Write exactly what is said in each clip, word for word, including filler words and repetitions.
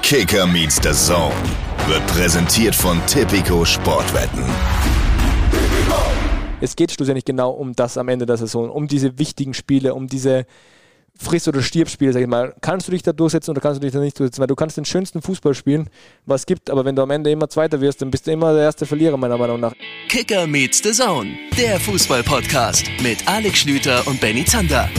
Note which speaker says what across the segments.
Speaker 1: Kicker meets the Zone wird präsentiert von Tipico Sportwetten.
Speaker 2: Es geht schlussendlich genau um das am Ende der Saison, um diese wichtigen Spiele, um diese Friss- oder Stirb-Spiele, sag ich mal. Kannst du dich da durchsetzen oder kannst du dich da nicht durchsetzen? Weil du kannst den schönsten Fußball spielen, was es gibt, aber wenn du am Ende immer Zweiter wirst, dann bist du immer der erste Verlierer, meiner Meinung nach.
Speaker 3: Kicker meets the Zone, der Fußball-Podcast mit Alex Schlüter und Benny Zander.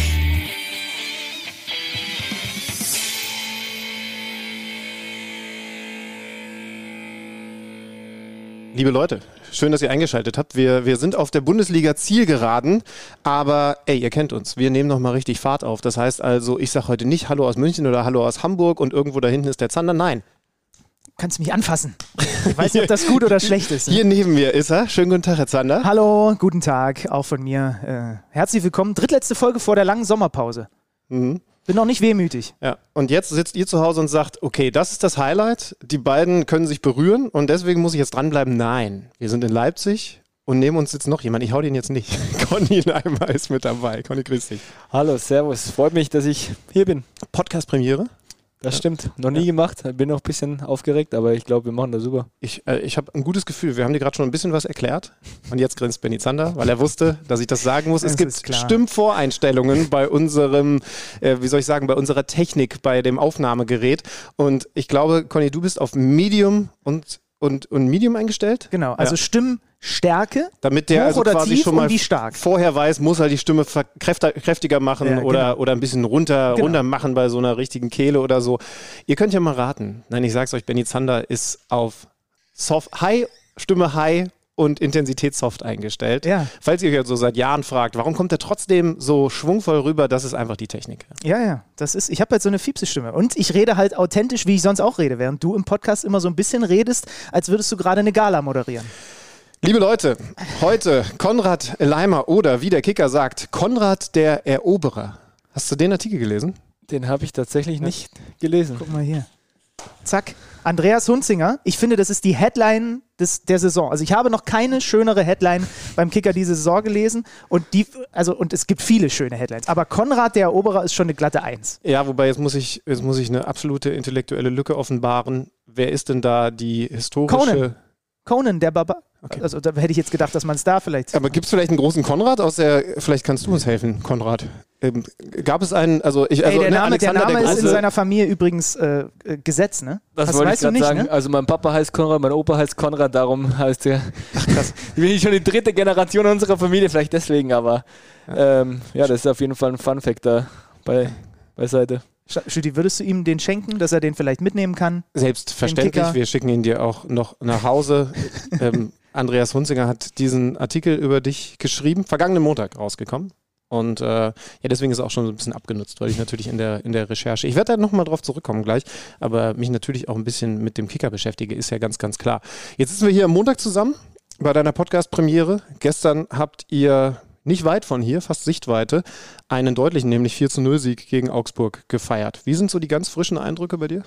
Speaker 4: Liebe Leute, schön, dass ihr eingeschaltet habt. Wir, wir sind auf der Bundesliga-Zielgeraden, aber ey, ihr kennt uns. Wir nehmen nochmal richtig Fahrt auf. Das heißt also, ich sage heute nicht Hallo aus München oder Hallo aus Hamburg und irgendwo da hinten ist der Zander. Nein.
Speaker 5: Kannst du mich anfassen? Ich weiß nicht, ob das gut oder schlecht ist. Ne?
Speaker 4: Hier neben mir ist er. Schönen guten Tag, Herr Zander.
Speaker 5: Hallo, guten Tag, auch von mir. Äh, herzlich willkommen. Drittletzte Folge vor der langen Sommerpause.
Speaker 4: Mhm.
Speaker 5: Bin noch nicht wehmütig.
Speaker 4: Ja, und jetzt sitzt ihr zu Hause und sagt, okay, das ist das Highlight, die beiden können sich berühren und deswegen muss ich jetzt dranbleiben. Nein, wir sind in Leipzig und nehmen uns jetzt noch jemanden. Ich hau den jetzt nicht. Conny Leimer ist mit dabei. Conny, grüß dich.
Speaker 2: Hallo, servus. Freut mich, dass ich hier bin.
Speaker 4: Podcast-Premiere?
Speaker 2: Das stimmt. Noch nie ja. gemacht. Bin noch ein bisschen aufgeregt, aber ich glaube, wir machen das super.
Speaker 4: Ich, äh, ich habe ein gutes Gefühl. Wir haben dir gerade schon ein bisschen was erklärt. Und jetzt grinst Benny Zander, weil er wusste, dass ich das sagen muss.
Speaker 5: Das
Speaker 4: es gibt Stimmvoreinstellungen bei unserem, äh, wie soll ich sagen, bei unserer Technik, bei dem Aufnahmegerät. Und ich glaube, Conny, du bist auf Medium und, und, und Medium eingestellt?
Speaker 5: Genau, also ja. Stimmstärke,
Speaker 4: damit der
Speaker 5: hoch
Speaker 4: also
Speaker 5: oder
Speaker 4: quasi
Speaker 5: tief
Speaker 4: schon mal
Speaker 5: und wie stark.
Speaker 4: Vorher weiß, muss er die Stimme kräftiger machen
Speaker 5: ja,
Speaker 4: oder,
Speaker 5: genau.
Speaker 4: oder ein bisschen runter,
Speaker 5: genau.
Speaker 4: runter machen bei so einer richtigen Kehle oder so. Ihr könnt ja mal raten. Nein, ich sag's euch, Benny Zander ist auf Soft, High, Stimme High und Intensität Soft eingestellt.
Speaker 5: Ja.
Speaker 4: Falls ihr euch so seit Jahren fragt, warum kommt er trotzdem so schwungvoll rüber, das ist einfach die Technik.
Speaker 5: Ja, ja, das ist, ich habe halt so eine Fiepse-Stimme und ich rede halt authentisch, wie ich sonst auch rede, während du im Podcast immer so ein bisschen redest, als würdest du gerade eine Gala moderieren.
Speaker 4: Liebe Leute, heute Konrad Leimer oder wie der Kicker sagt, Konrad der Eroberer. Hast du den Artikel gelesen?
Speaker 2: Den habe ich tatsächlich nicht gelesen.
Speaker 5: Guck mal hier. Zack. Andreas Hunzinger. Ich finde, das ist die Headline des, der Saison. Also ich habe noch keine schönere Headline beim Kicker diese Saison gelesen. Und, die, also, und es gibt viele schöne Headlines. Aber Konrad der Eroberer ist schon eine glatte Eins.
Speaker 4: Ja, wobei jetzt muss ich, jetzt muss ich eine absolute intellektuelle Lücke offenbaren. Wer ist denn da die historische...
Speaker 5: Conan. Conan, der Barbar. Okay. Also da hätte ich jetzt gedacht, dass man es da vielleicht...
Speaker 4: Aber gibt es vielleicht einen großen Konrad aus der... Vielleicht kannst du uns helfen, Konrad. Ähm, gab es einen... Also ich, also,
Speaker 5: Ey, der
Speaker 4: ne,
Speaker 5: Name, der Name
Speaker 4: der
Speaker 5: ist in seiner Familie übrigens äh, Gesetz, ne?
Speaker 2: Das
Speaker 5: Hast,
Speaker 2: wollte
Speaker 5: weißt
Speaker 2: ich gerade sagen.
Speaker 5: Ne?
Speaker 2: Also mein Papa heißt Konrad, mein Opa heißt Konrad, darum heißt der... Ach krass. Ich bin schon die dritte Generation unserer Familie, vielleicht deswegen, aber ja, ähm, ja das ist auf jeden Fall ein Funfact da bei, beiseite.
Speaker 5: Schütti, würdest du ihm den schenken, dass er den vielleicht mitnehmen kann?
Speaker 4: Selbstverständlich, wir schicken ihn dir auch noch nach Hause. ähm, Andreas Hunzinger hat diesen Artikel über dich geschrieben, vergangenen Montag rausgekommen. Und äh, ja, deswegen ist er auch schon so ein bisschen abgenutzt, weil ich natürlich in der, in der Recherche, ich werde da nochmal drauf zurückkommen gleich, aber mich natürlich auch ein bisschen mit dem Kicker beschäftige, ist ja ganz, ganz klar. Jetzt sitzen wir hier am Montag zusammen bei deiner Podcast-Premiere. Gestern habt ihr... nicht weit von hier, fast Sichtweite, einen deutlichen, nämlich vier zu null Sieg gegen Augsburg gefeiert. Wie sind so die ganz frischen Eindrücke bei dir?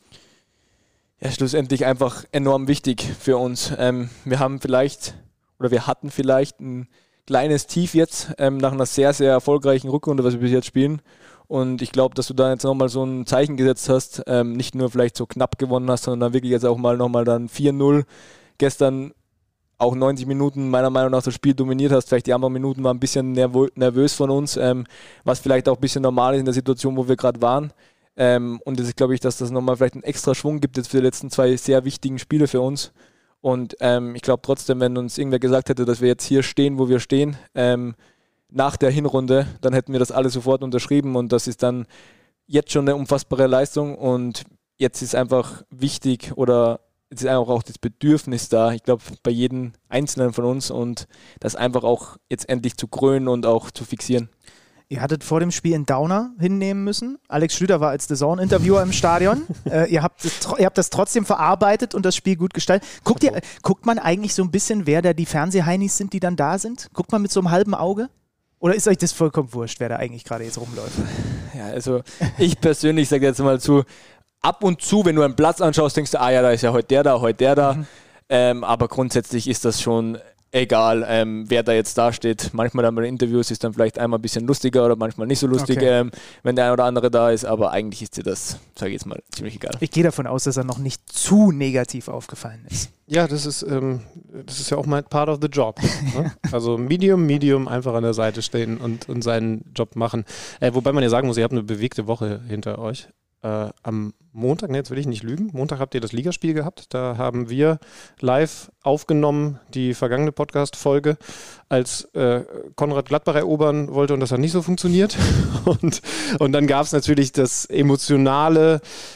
Speaker 2: Ja, schlussendlich einfach enorm wichtig für uns. Ähm, wir haben vielleicht, oder wir hatten vielleicht ein kleines Tief jetzt ähm, nach einer sehr, sehr erfolgreichen Rückrunde, was wir bis jetzt spielen. Und ich glaube, dass du da jetzt nochmal so ein Zeichen gesetzt hast, ähm, nicht nur vielleicht so knapp gewonnen hast, sondern dann wirklich jetzt auch mal nochmal dann vier null gestern auch neunzig Minuten meiner Meinung nach das Spiel dominiert hast. Vielleicht die anderen Minuten waren ein bisschen nervö- nervös von uns, ähm, was vielleicht auch ein bisschen normal ist in der Situation, wo wir gerade waren. Ähm, und das ist, glaube ich, dass das nochmal vielleicht einen extra Schwung gibt jetzt für die letzten zwei sehr wichtigen Spiele für uns. Und ähm, ich glaube trotzdem, wenn uns irgendwer gesagt hätte, dass wir jetzt hier stehen, wo wir stehen, ähm, nach der Hinrunde, dann hätten wir das alle sofort unterschrieben und das ist dann jetzt schon eine unfassbare Leistung und jetzt ist einfach wichtig oder jetzt ist einfach auch das Bedürfnis da, ich glaube, bei jedem Einzelnen von uns und das einfach auch jetzt endlich zu krönen und auch zu fixieren.
Speaker 5: Ihr hattet vor dem Spiel einen Downer hinnehmen müssen. Alex Schlüter war als D A Z N-Interviewer im Stadion. äh, ihr, habt, ihr habt das trotzdem verarbeitet und das Spiel gut gestaltet. Guckt, ihr, guckt man eigentlich so ein bisschen, wer da die Fernsehheinis sind, die dann da sind? Guckt man mit so einem halben Auge? Oder ist euch das vollkommen wurscht, wer da eigentlich gerade jetzt rumläuft?
Speaker 2: Ja, also ich persönlich sage jetzt mal zu, ab und zu, wenn du einen Platz anschaust, denkst du, ah ja, da ist ja heute der da, heute der da. Mhm. Ähm, aber grundsätzlich ist das schon egal, ähm, wer da jetzt da steht. Manchmal dann bei den Interviews ist dann vielleicht einmal ein bisschen lustiger oder manchmal nicht so lustig, okay. ähm, wenn der eine oder andere da ist, aber eigentlich ist dir das, sage ich jetzt mal, ziemlich egal.
Speaker 5: Ich gehe davon aus, dass er noch nicht zu negativ aufgefallen ist.
Speaker 4: Ja, das ist, ähm, das ist ja auch mal part of the job. Ne? Also Medium, Medium, einfach an der Seite stehen und, und seinen Job machen. Äh, wobei man ja sagen muss, ihr habt eine bewegte Woche hinter euch. Äh, am Montag, ne, jetzt will ich nicht lügen, Montag habt ihr das Ligaspiel gehabt. Da haben wir live aufgenommen die vergangene Podcast-Folge, als äh, Konrad Gladbach erobern wollte und das hat nicht so funktioniert. Und, und dann gab es natürlich das emotionale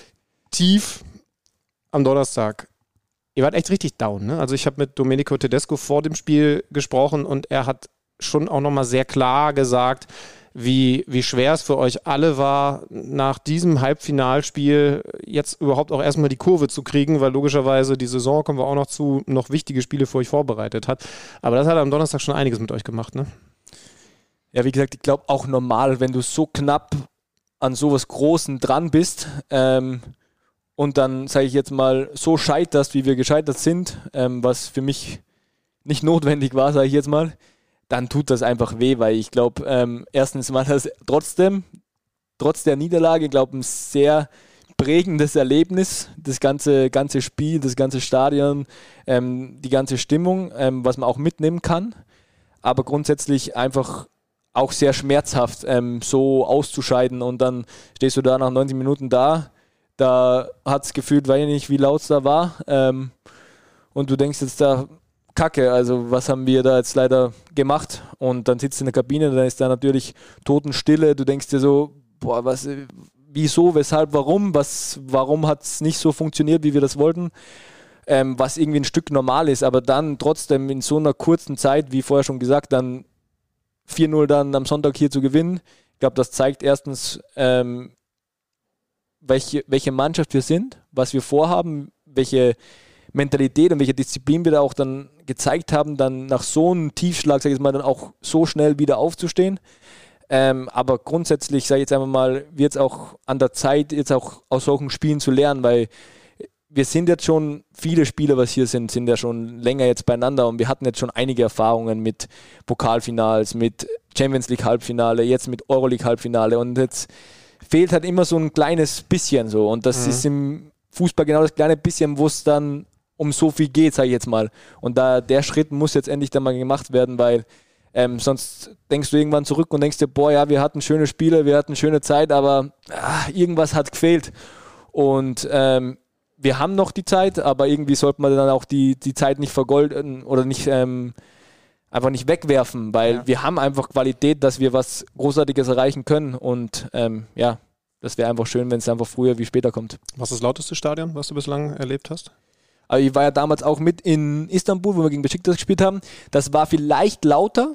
Speaker 4: Tief am Donnerstag. Ihr wart echt richtig down, ne? Also ich habe mit Domenico Tedesco vor dem Spiel gesprochen und er hat schon auch nochmal sehr klar gesagt, wie, wie schwer es für euch alle war, nach diesem Halbfinalspiel jetzt überhaupt auch erstmal die Kurve zu kriegen, weil logischerweise die Saison, kommen wir auch noch zu, noch wichtige Spiele für euch vorbereitet hat. Aber das hat am Donnerstag schon einiges mit euch gemacht, ne?
Speaker 2: Ja, wie gesagt, ich glaube auch normal, wenn du so knapp an sowas Großen dran bist ähm, und dann, sage ich jetzt mal, so scheiterst, wie wir gescheitert sind, ähm, was für mich nicht notwendig war, sage ich jetzt mal, dann tut das einfach weh, weil ich glaube, ähm, erstens war das trotzdem, trotz der Niederlage, glaube ein sehr prägendes Erlebnis, das ganze, ganze Spiel, das ganze Stadion, ähm, die ganze Stimmung, ähm, was man auch mitnehmen kann, aber grundsätzlich einfach auch sehr schmerzhaft, ähm, so auszuscheiden und dann stehst du da nach neunzig Minuten da, da hat es gefühlt, weiß ich nicht, wie laut es da war, ähm, und du denkst jetzt da, Kacke, also was haben wir da jetzt leider gemacht? Und dann sitzt du in der Kabine, dann ist da natürlich Totenstille, du denkst dir so, boah, was, wieso, weshalb, warum, was, warum hat es nicht so funktioniert, wie wir das wollten, ähm, was irgendwie ein Stück normal ist, aber dann trotzdem in so einer kurzen Zeit, wie vorher schon gesagt, dann vier null dann am Sonntag hier zu gewinnen, ich glaube, das zeigt erstens, ähm, welche, welche Mannschaft wir sind, was wir vorhaben, welche Mentalität und welche Disziplin wir da auch dann gezeigt haben, dann nach so einem Tiefschlag, sage ich jetzt mal, dann auch so schnell wieder aufzustehen. Ähm, aber grundsätzlich, sage ich jetzt einfach mal, wird es auch an der Zeit, jetzt auch aus solchen Spielen zu lernen, weil wir sind jetzt schon, viele Spieler, was hier sind, sind ja schon länger jetzt beieinander und wir hatten jetzt schon einige Erfahrungen mit Pokalfinals, mit Champions League Halbfinale, jetzt mit Euroleague Halbfinale und jetzt fehlt halt immer so ein kleines bisschen so und das mhm. ist im Fußball genau das kleine bisschen, wo es dann um so viel geht, sage ich jetzt mal. Und da der Schritt muss jetzt endlich dann mal gemacht werden, weil ähm, sonst denkst du irgendwann zurück und denkst dir, boah, ja, wir hatten schöne Spiele, wir hatten schöne Zeit, aber ah, irgendwas hat gefehlt. Und ähm, wir haben noch die Zeit, aber irgendwie sollte man dann auch die, die Zeit nicht vergolden oder nicht ähm, einfach nicht wegwerfen, weil ja. wir haben einfach Qualität, dass wir was Großartiges erreichen können und ähm, ja, das wäre einfach schön, wenn es einfach früher wie später kommt.
Speaker 4: Was ist das lauteste Stadion, was du bislang erlebt hast?
Speaker 2: Aber ich war ja damals auch mit in Istanbul, wo wir gegen Besiktas gespielt haben. Das war vielleicht lauter,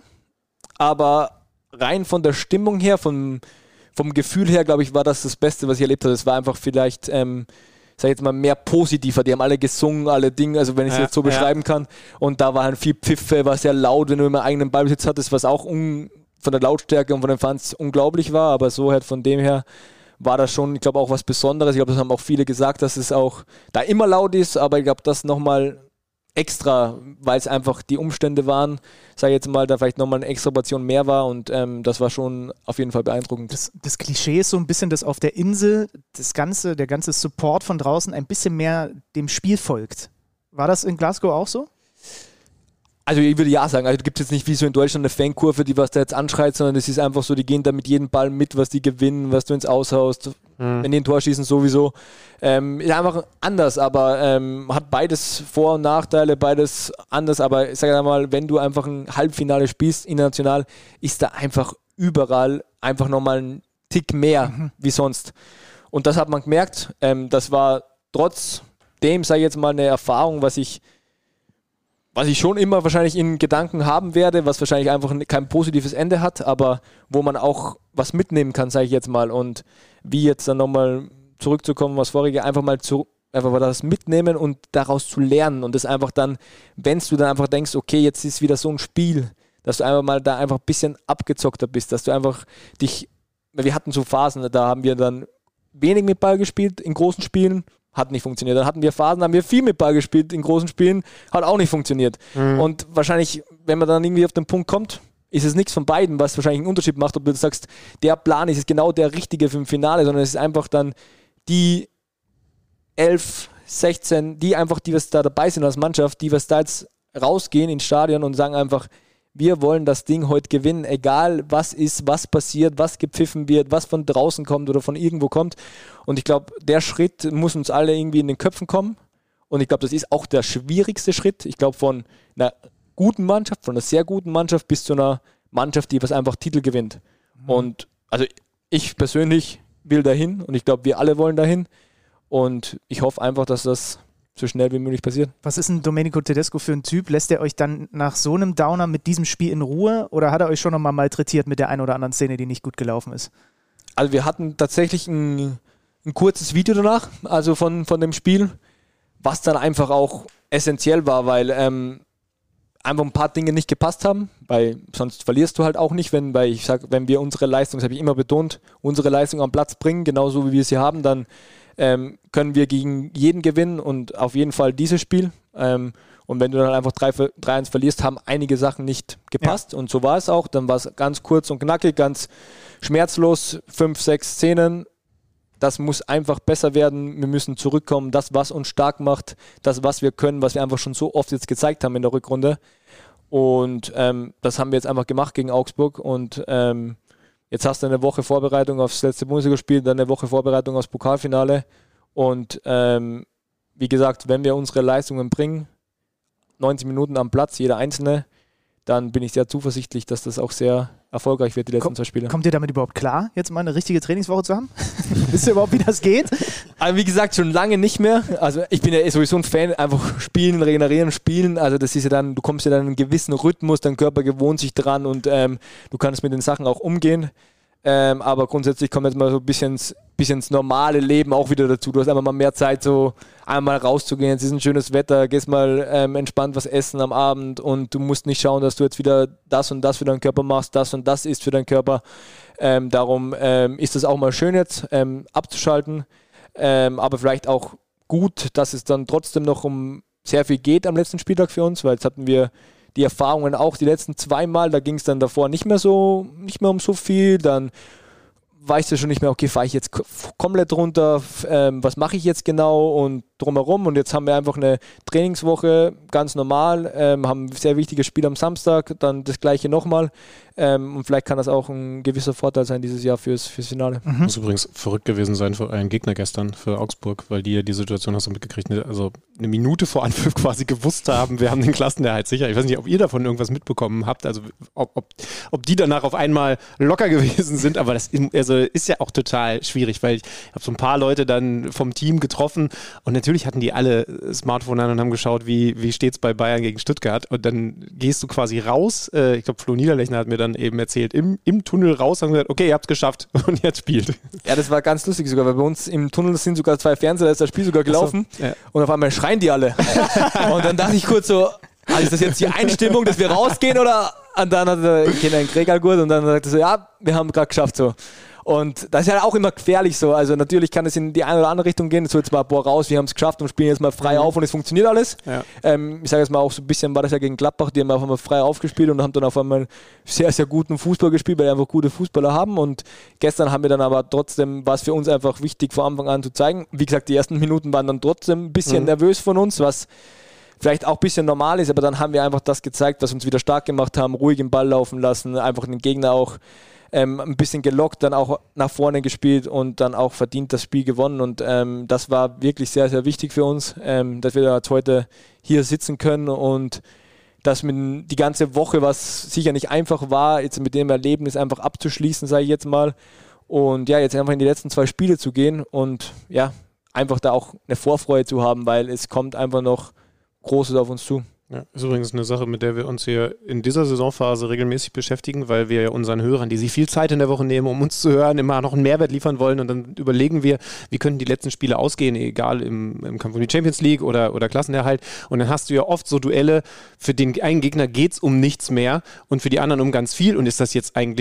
Speaker 2: aber rein von der Stimmung her, vom, vom Gefühl her, glaube ich, war das das Beste, was ich erlebt habe. Es war einfach vielleicht, ähm, sag ich jetzt mal, mehr positiver. Die haben alle gesungen, alle Dinge, also wenn ich es ja, jetzt so beschreiben ja. kann. Und da war halt viel Pfiffe, war sehr laut, wenn du immer eigenen Ballbesitz hattest, was auch un, von der Lautstärke und von den Fans unglaublich war. Aber so halt von dem her war das schon, ich glaube, auch was Besonderes. Ich glaube, das haben auch viele gesagt, dass es auch da immer laut ist, aber ich glaube, das nochmal extra, weil es einfach die Umstände waren, sage ich jetzt mal, da vielleicht nochmal eine extra Portion mehr war und ähm, das war schon auf jeden Fall beeindruckend.
Speaker 5: Das, das Klischee ist so ein bisschen, dass auf der Insel das ganze, der ganze Support von draußen ein bisschen mehr dem Spiel folgt. War das in Glasgow auch so?
Speaker 2: Also ich würde ja sagen, also gibt es jetzt nicht wie so in Deutschland eine Fankurve, die was da jetzt anschreit, sondern es ist einfach so, die gehen da mit jedem Ball mit, was die gewinnen, was du ins Aushaust, mhm. wenn die ein Tor schießen sowieso. Ähm, ist einfach anders, aber ähm, hat beides Vor- und Nachteile, beides anders, aber ich sage mal, wenn du einfach ein Halbfinale spielst, international, ist da einfach überall einfach nochmal ein Tick mehr mhm. wie sonst. Und das hat man gemerkt, ähm, das war trotzdem, sage ich jetzt mal, eine Erfahrung, was ich was ich schon immer wahrscheinlich in Gedanken haben werde, was wahrscheinlich einfach kein positives Ende hat, aber wo man auch was mitnehmen kann, sage ich jetzt mal. Und wie jetzt dann nochmal zurückzukommen, was vorige, einfach mal zu, einfach mal das mitnehmen und daraus zu lernen und das einfach dann, wenn du dann einfach denkst, okay, jetzt ist wieder so ein Spiel, dass du einfach mal da einfach ein bisschen abgezockter bist, dass du einfach dich, wir hatten so Phasen, da haben wir dann wenig mit Ball gespielt in großen Spielen, hat nicht funktioniert. Dann hatten wir Phasen, haben wir viel mit Ball gespielt in großen Spielen, hat auch nicht funktioniert. Mhm. Und wahrscheinlich, wenn man dann irgendwie auf den Punkt kommt, ist es nichts von beiden, was wahrscheinlich einen Unterschied macht, ob du sagst, der Plan ist genau der richtige für ein Finale, sondern es ist einfach dann die elf, sechzehn, die einfach, die was da dabei sind als Mannschaft, die was da jetzt rausgehen ins Stadion und sagen einfach, wir wollen das Ding heute gewinnen, egal was ist, was passiert, was gepfiffen wird, was von draußen kommt oder von irgendwo kommt. Und ich glaube, der Schritt muss uns alle irgendwie in den Köpfen kommen. Und ich glaube, das ist auch der schwierigste Schritt. Ich glaube, von einer guten Mannschaft, von einer sehr guten Mannschaft bis zu einer Mannschaft, die was einfach Titel gewinnt. Mhm. Und also ich persönlich will dahin und ich glaube, wir alle wollen dahin. Und ich hoffe einfach, dass das so schnell wie möglich passiert.
Speaker 5: Was ist ein Domenico Tedesco für ein Typ? Lässt er euch dann nach so einem Downer mit diesem Spiel in Ruhe oder hat er euch schon nochmal malträtiert mit der einen oder anderen Szene, die nicht gut gelaufen ist?
Speaker 2: Also wir hatten tatsächlich ein, ein kurzes Video danach, also von, von dem Spiel, was dann einfach auch essentiell war, weil ähm, einfach ein paar Dinge nicht gepasst haben, weil sonst verlierst du halt auch nicht, wenn, weil ich sage, wenn wir unsere Leistung, das habe ich immer betont, unsere Leistung am Platz bringen, genauso wie wir sie haben, dann ähm, können wir gegen jeden gewinnen und auf jeden Fall dieses Spiel. Ähm, und wenn du dann einfach drei eins verlierst, haben einige Sachen nicht gepasst. Ja. Und so war es auch. Dann war es ganz kurz und knackig, ganz schmerzlos, fünf, sechs Szenen. Das muss einfach besser werden. Wir müssen zurückkommen. Das, was uns stark macht, das, was wir können, was wir einfach schon so oft jetzt gezeigt haben in der Rückrunde. Und ähm, das haben wir jetzt einfach gemacht gegen Augsburg. Und ähm, jetzt hast du eine Woche Vorbereitung aufs letzte Bundesligaspiel, dann eine Woche Vorbereitung aufs Pokalfinale. Und ähm, wie gesagt, wenn wir unsere Leistungen bringen, neunzig Minuten am Platz, jeder Einzelne, dann bin ich sehr zuversichtlich, dass das auch sehr erfolgreich wird, die letzten
Speaker 5: Komm,
Speaker 2: zwei Spiele.
Speaker 5: Kommt ihr damit überhaupt klar, jetzt mal eine richtige Trainingswoche zu haben? Wisst ihr überhaupt, wie das geht?
Speaker 2: Also wie gesagt, schon lange nicht mehr. Also ich bin ja sowieso ein Fan, einfach spielen, regenerieren, spielen. Also das ist ja dann, du kommst ja dann in einen gewissen Rhythmus, dein Körper gewohnt sich dran und ähm, du kannst mit den Sachen auch umgehen. Ähm, aber grundsätzlich kommt jetzt mal so ein bisschen bisschen ins normale Leben auch wieder dazu. Du hast einfach mal mehr Zeit, so einmal rauszugehen. Es ist ein schönes Wetter, gehst mal ähm, entspannt was essen am Abend und du musst nicht schauen, dass du jetzt wieder das und das für deinen Körper machst, das und das ist für deinen Körper. Ähm, darum ähm, ist es auch mal schön jetzt ähm, abzuschalten, ähm, aber vielleicht auch gut, dass es dann trotzdem noch um sehr viel geht am letzten Spieltag für uns, weil jetzt hatten wir die Erfahrungen auch die letzten zwei Mal, da ging es dann davor nicht mehr so, nicht mehr um so viel, dann weißt du schon nicht mehr, okay, fahre ich jetzt komplett runter, ähm, was mache ich jetzt genau und drumherum und jetzt haben wir einfach eine Trainingswoche, ganz normal, ähm, haben ein sehr wichtiges Spiel am Samstag, dann das gleiche nochmal ähm, und vielleicht kann das auch ein gewisser Vorteil sein dieses Jahr fürs, fürs Finale.
Speaker 4: Mhm. Muss übrigens verrückt gewesen sein für einen Gegner gestern, für Augsburg, weil die ja die Situation hast du mitgekriegt, also eine Minute vor Anpfiff quasi gewusst haben, wir haben den Klassenerhalt sicher. Ich weiß nicht, ob ihr davon irgendwas mitbekommen habt, also ob, ob, ob die danach auf einmal locker gewesen sind, aber das also ist ja auch total schwierig, weil ich habe so ein paar Leute dann vom Team getroffen und natürlich hatten die alle Smartphone an und haben geschaut, wie, wie steht es bei Bayern gegen Stuttgart und dann gehst du quasi raus, äh, ich glaube Flo Niederlechner hat mir dann eben erzählt, im, im Tunnel raus, haben gesagt, okay, ihr habt es geschafft und jetzt spielt.
Speaker 2: Ja, das war ganz lustig sogar, weil bei uns im Tunnel sind sogar zwei Fernseher, da ist das Spiel sogar gelaufen so, ja. Und auf einmal schreien die alle und dann dachte ich kurz so, also ist das jetzt die Einstimmung, dass wir rausgehen oder? Und dann hat der Kinder einen Gregor und dann sagt er so, ja, wir haben gerade geschafft so. Und das ist ja auch immer gefährlich so. Also natürlich kann es in die eine oder andere Richtung gehen. So jetzt mal, boah, raus, wir haben es geschafft und spielen jetzt mal frei mhm. auf und es funktioniert alles. Ja. Ähm, ich sage jetzt mal auch so ein bisschen, war das ja gegen Gladbach, die haben auf einmal frei aufgespielt und haben dann auf einmal sehr, sehr guten Fußball gespielt, weil die einfach gute Fußballer haben. Und gestern haben wir dann aber trotzdem, war es für uns einfach wichtig, von Anfang an zu zeigen. Wie gesagt, die ersten Minuten waren dann trotzdem ein bisschen mhm. nervös von uns, was vielleicht auch ein bisschen normal ist, aber dann haben wir einfach das gezeigt, was uns wieder stark gemacht haben, ruhig im Ball laufen lassen, einfach den Gegner auch ähm, ein bisschen gelockt, dann auch nach vorne gespielt und dann auch verdient das Spiel gewonnen und ähm, das war wirklich sehr, sehr wichtig für uns, ähm, dass wir jetzt heute hier sitzen können und dass mit die ganze Woche, was sicher nicht einfach war, jetzt mit dem Erlebnis einfach abzuschließen, sage ich jetzt mal, und ja, jetzt einfach in die letzten zwei Spiele zu gehen und ja, einfach da auch eine Vorfreude zu haben, weil es kommt einfach noch Großes auf uns zu.
Speaker 4: Ja, ist übrigens eine Sache, mit der wir uns hier in dieser Saisonphase regelmäßig beschäftigen, weil wir ja unseren Hörern, die sich viel Zeit in der Woche nehmen, um uns zu hören, immer noch einen Mehrwert liefern wollen und dann überlegen wir, wie könnten die letzten Spiele ausgehen, egal im, im Kampf um die Champions League oder, oder Klassenerhalt und dann hast du ja oft so Duelle, für den einen Gegner geht es um nichts mehr und für die anderen um ganz viel und ist das jetzt eigentlich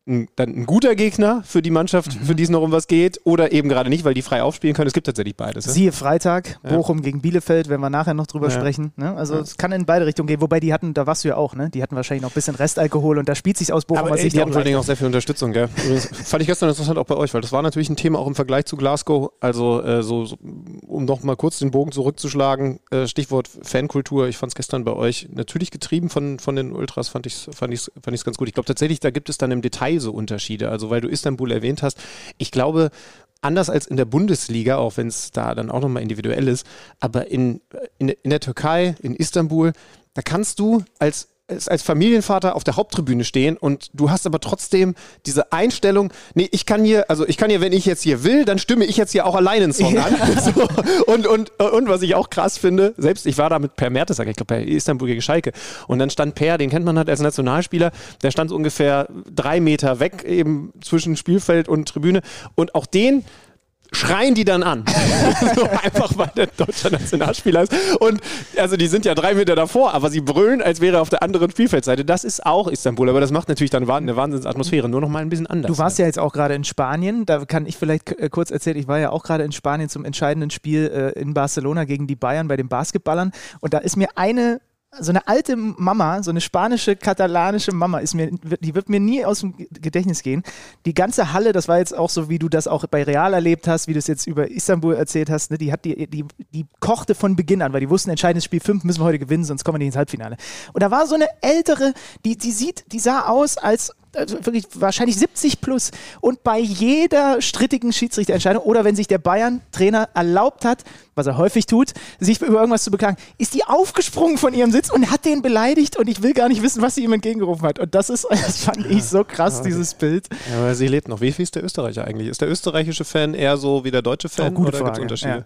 Speaker 4: ein, dann ein guter Gegner für die Mannschaft, mhm. für die es noch um was geht, oder eben gerade nicht, weil die frei aufspielen können. Es gibt tatsächlich beides. Ne?
Speaker 5: Siehe Freitag, Bochum ja. gegen Bielefeld, wenn wir nachher noch drüber
Speaker 4: ja.
Speaker 5: sprechen. Ne? Also
Speaker 4: ja.
Speaker 5: es kann in beide Richtungen gehen, wobei die hatten, da warst du ja auch, ne? Die hatten wahrscheinlich noch ein bisschen Restalkohol und da spielt sich aus Bochum.
Speaker 4: Aber ey, die hatten vor allen Dingen auch sehr viel Unterstützung, gell? Das fand ich gestern interessant auch bei euch, weil das war natürlich ein Thema auch im Vergleich zu Glasgow. Also äh, so, so, um noch mal kurz den Bogen zurückzuschlagen, äh, Stichwort Fankultur. Ich fand es gestern bei euch natürlich getrieben von, von den Ultras, fand ich es fand ich's, fand ich's ganz gut. Ich glaube tatsächlich, da gibt es dann im Detail so Unterschiede. Also weil du Istanbul erwähnt hast, ich glaube, anders als in der Bundesliga, auch wenn es da dann auch nochmal individuell ist, aber in, in, in der Türkei, in Istanbul, da kannst du als als Familienvater auf der Haupttribüne stehen und du hast aber trotzdem diese Einstellung, nee, ich kann hier, also ich kann hier, wenn ich jetzt hier will, dann stimme ich jetzt hier auch alleine einen Song ja. an. So. Und, und, und was ich auch krass finde, selbst ich war da mit Per Mertesacker, ich glaube bei Istanbul gegen Schalke, und dann stand Per, den kennt man halt als Nationalspieler, der stand so ungefähr drei Meter weg, eben zwischen Spielfeld und Tribüne, und auch den schreien die dann an. So einfach, weil der deutsche Nationalspieler ist. Und also die sind ja drei Meter davor, aber sie brüllen, als wäre er auf der anderen Spielfeldseite. Das ist auch Istanbul, aber das macht natürlich dann eine Wahnsinnsatmosphäre, nur noch mal ein bisschen anders.
Speaker 5: Du warst ja jetzt auch gerade in Spanien, da kann ich vielleicht k- kurz erzählen, ich war ja auch gerade in Spanien zum entscheidenden Spiel äh, in Barcelona gegen die Bayern bei den Basketballern, und da ist mir eine so eine alte Mama, so eine spanische, katalanische Mama, ist mir, die wird mir nie aus dem Gedächtnis gehen. Die ganze Halle, das war jetzt auch so, wie du das auch bei Real erlebt hast, wie du es jetzt über Istanbul erzählt hast, ne, die hat die, die, die kochte von Beginn an, weil die wussten, entscheidendes Spiel fünf müssen wir heute gewinnen, sonst kommen wir nicht ins Halbfinale. Und da war so eine ältere, die, die sieht, die sah aus als also wirklich wahrscheinlich siebzig plus, und bei jeder strittigen Schiedsrichterentscheidung oder wenn sich der Bayern-Trainer erlaubt hat, was er häufig tut, sich über irgendwas zu beklagen, ist die aufgesprungen von ihrem Sitz und hat den beleidigt, und ich will gar nicht wissen, was sie ihm entgegengerufen hat. Und das ist, das fand ich so krass, okay. dieses Bild.
Speaker 4: Ja, aber sie lebt noch. Wie viel ist der Österreicher eigentlich? Ist der österreichische Fan eher so wie der deutsche Fan,
Speaker 5: oh,
Speaker 4: oder gibt es Unterschiede?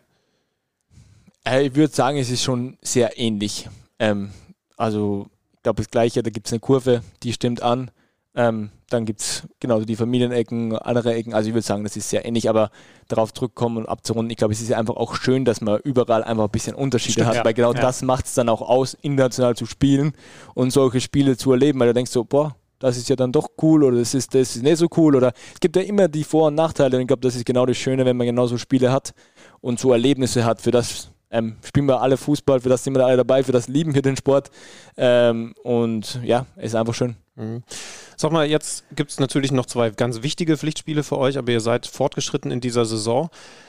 Speaker 2: Ja. Äh, ich würde sagen, es ist schon sehr ähnlich. Ähm, also ich glaube das Gleiche, da gibt es eine Kurve, die stimmt an. Ähm, dann gibt es genauso die Familienecken, andere Ecken, also ich würde sagen, das ist sehr ähnlich, aber darauf zurückkommen und abzurunden, ich glaube, es ist ja einfach auch schön, dass man überall einfach ein bisschen Unterschiede Stimmt, hat, ja. weil genau ja. das macht es dann auch aus, international zu spielen und solche Spiele zu erleben, weil du denkst so, boah, das ist ja dann doch cool oder das ist, das ist nicht so cool, oder es gibt ja immer die Vor- und Nachteile, und ich glaube, das ist genau das Schöne, wenn man genau so Spiele hat und so Erlebnisse hat, für das ähm, spielen wir alle Fußball, für das sind wir alle dabei, für das lieben wir den Sport, ähm, und ja, es ist einfach schön.
Speaker 4: Mhm. Sag mal, jetzt gibt es natürlich noch zwei ganz wichtige Pflichtspiele für euch, aber ihr seid fortgeschritten in dieser Saison.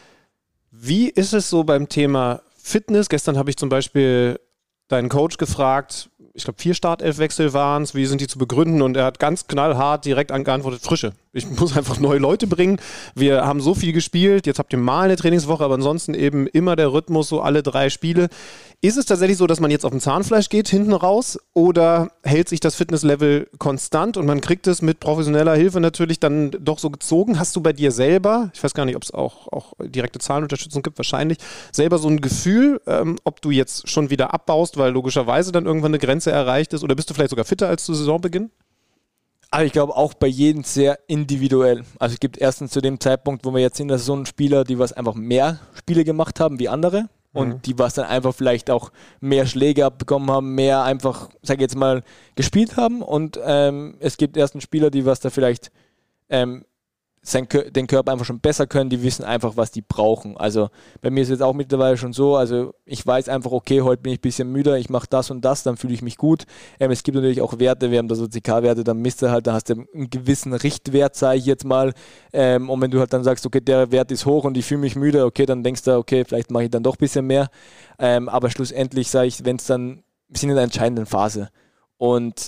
Speaker 4: Wie ist es so beim Thema Fitness? Gestern habe ich zum Beispiel deinen Coach gefragt, ich glaube vier Startelfwechsel waren es, wie sind die zu begründen, und er hat ganz knallhart direkt angeantwortet, Frische. Ich muss einfach neue Leute bringen. Wir haben so viel gespielt, jetzt habt ihr mal eine Trainingswoche, aber ansonsten eben immer der Rhythmus, so alle drei Spiele. Ist es tatsächlich so, dass man jetzt auf dem Zahnfleisch geht, hinten raus, oder hält sich das Fitnesslevel konstant und man kriegt es mit professioneller Hilfe natürlich dann doch so gezogen? Hast du bei dir selber, ich weiß gar nicht, ob es auch, auch direkte Zahlenunterstützung gibt, wahrscheinlich, selber so ein Gefühl, ähm, ob du jetzt schon wieder abbaust, weil logischerweise dann irgendwann eine Grenze erreicht ist, oder bist du vielleicht sogar fitter als zu Saisonbeginn?
Speaker 2: Aber ich glaube auch bei jedem sehr individuell. Also es gibt erstens zu dem Zeitpunkt, wo wir jetzt sind, dass so ein Spieler, die was einfach mehr Spiele gemacht haben wie andere, und mhm. die was dann einfach vielleicht auch mehr Schläge abbekommen haben, mehr einfach, sag ich jetzt mal, gespielt haben, und ähm, es gibt erst einen Spieler, die was da vielleicht ähm, sein, den Körper einfach schon besser können, die wissen einfach, was die brauchen. Also bei mir ist es jetzt auch mittlerweile schon so, also ich weiß einfach, okay, heute bin ich ein bisschen müder, ich mache das und das, dann fühle ich mich gut. Ähm, es gibt natürlich auch Werte, wir haben da so C K-Werte, dann misst du halt, da hast du einen gewissen Richtwert, sage ich jetzt mal. Ähm, und wenn du halt dann sagst, okay, der Wert ist hoch und ich fühle mich müde, okay, dann denkst du, okay, vielleicht mache ich dann doch ein bisschen mehr. Ähm, aber schlussendlich sage ich, wenn es dann, wir sind in einer entscheidenden Phase, und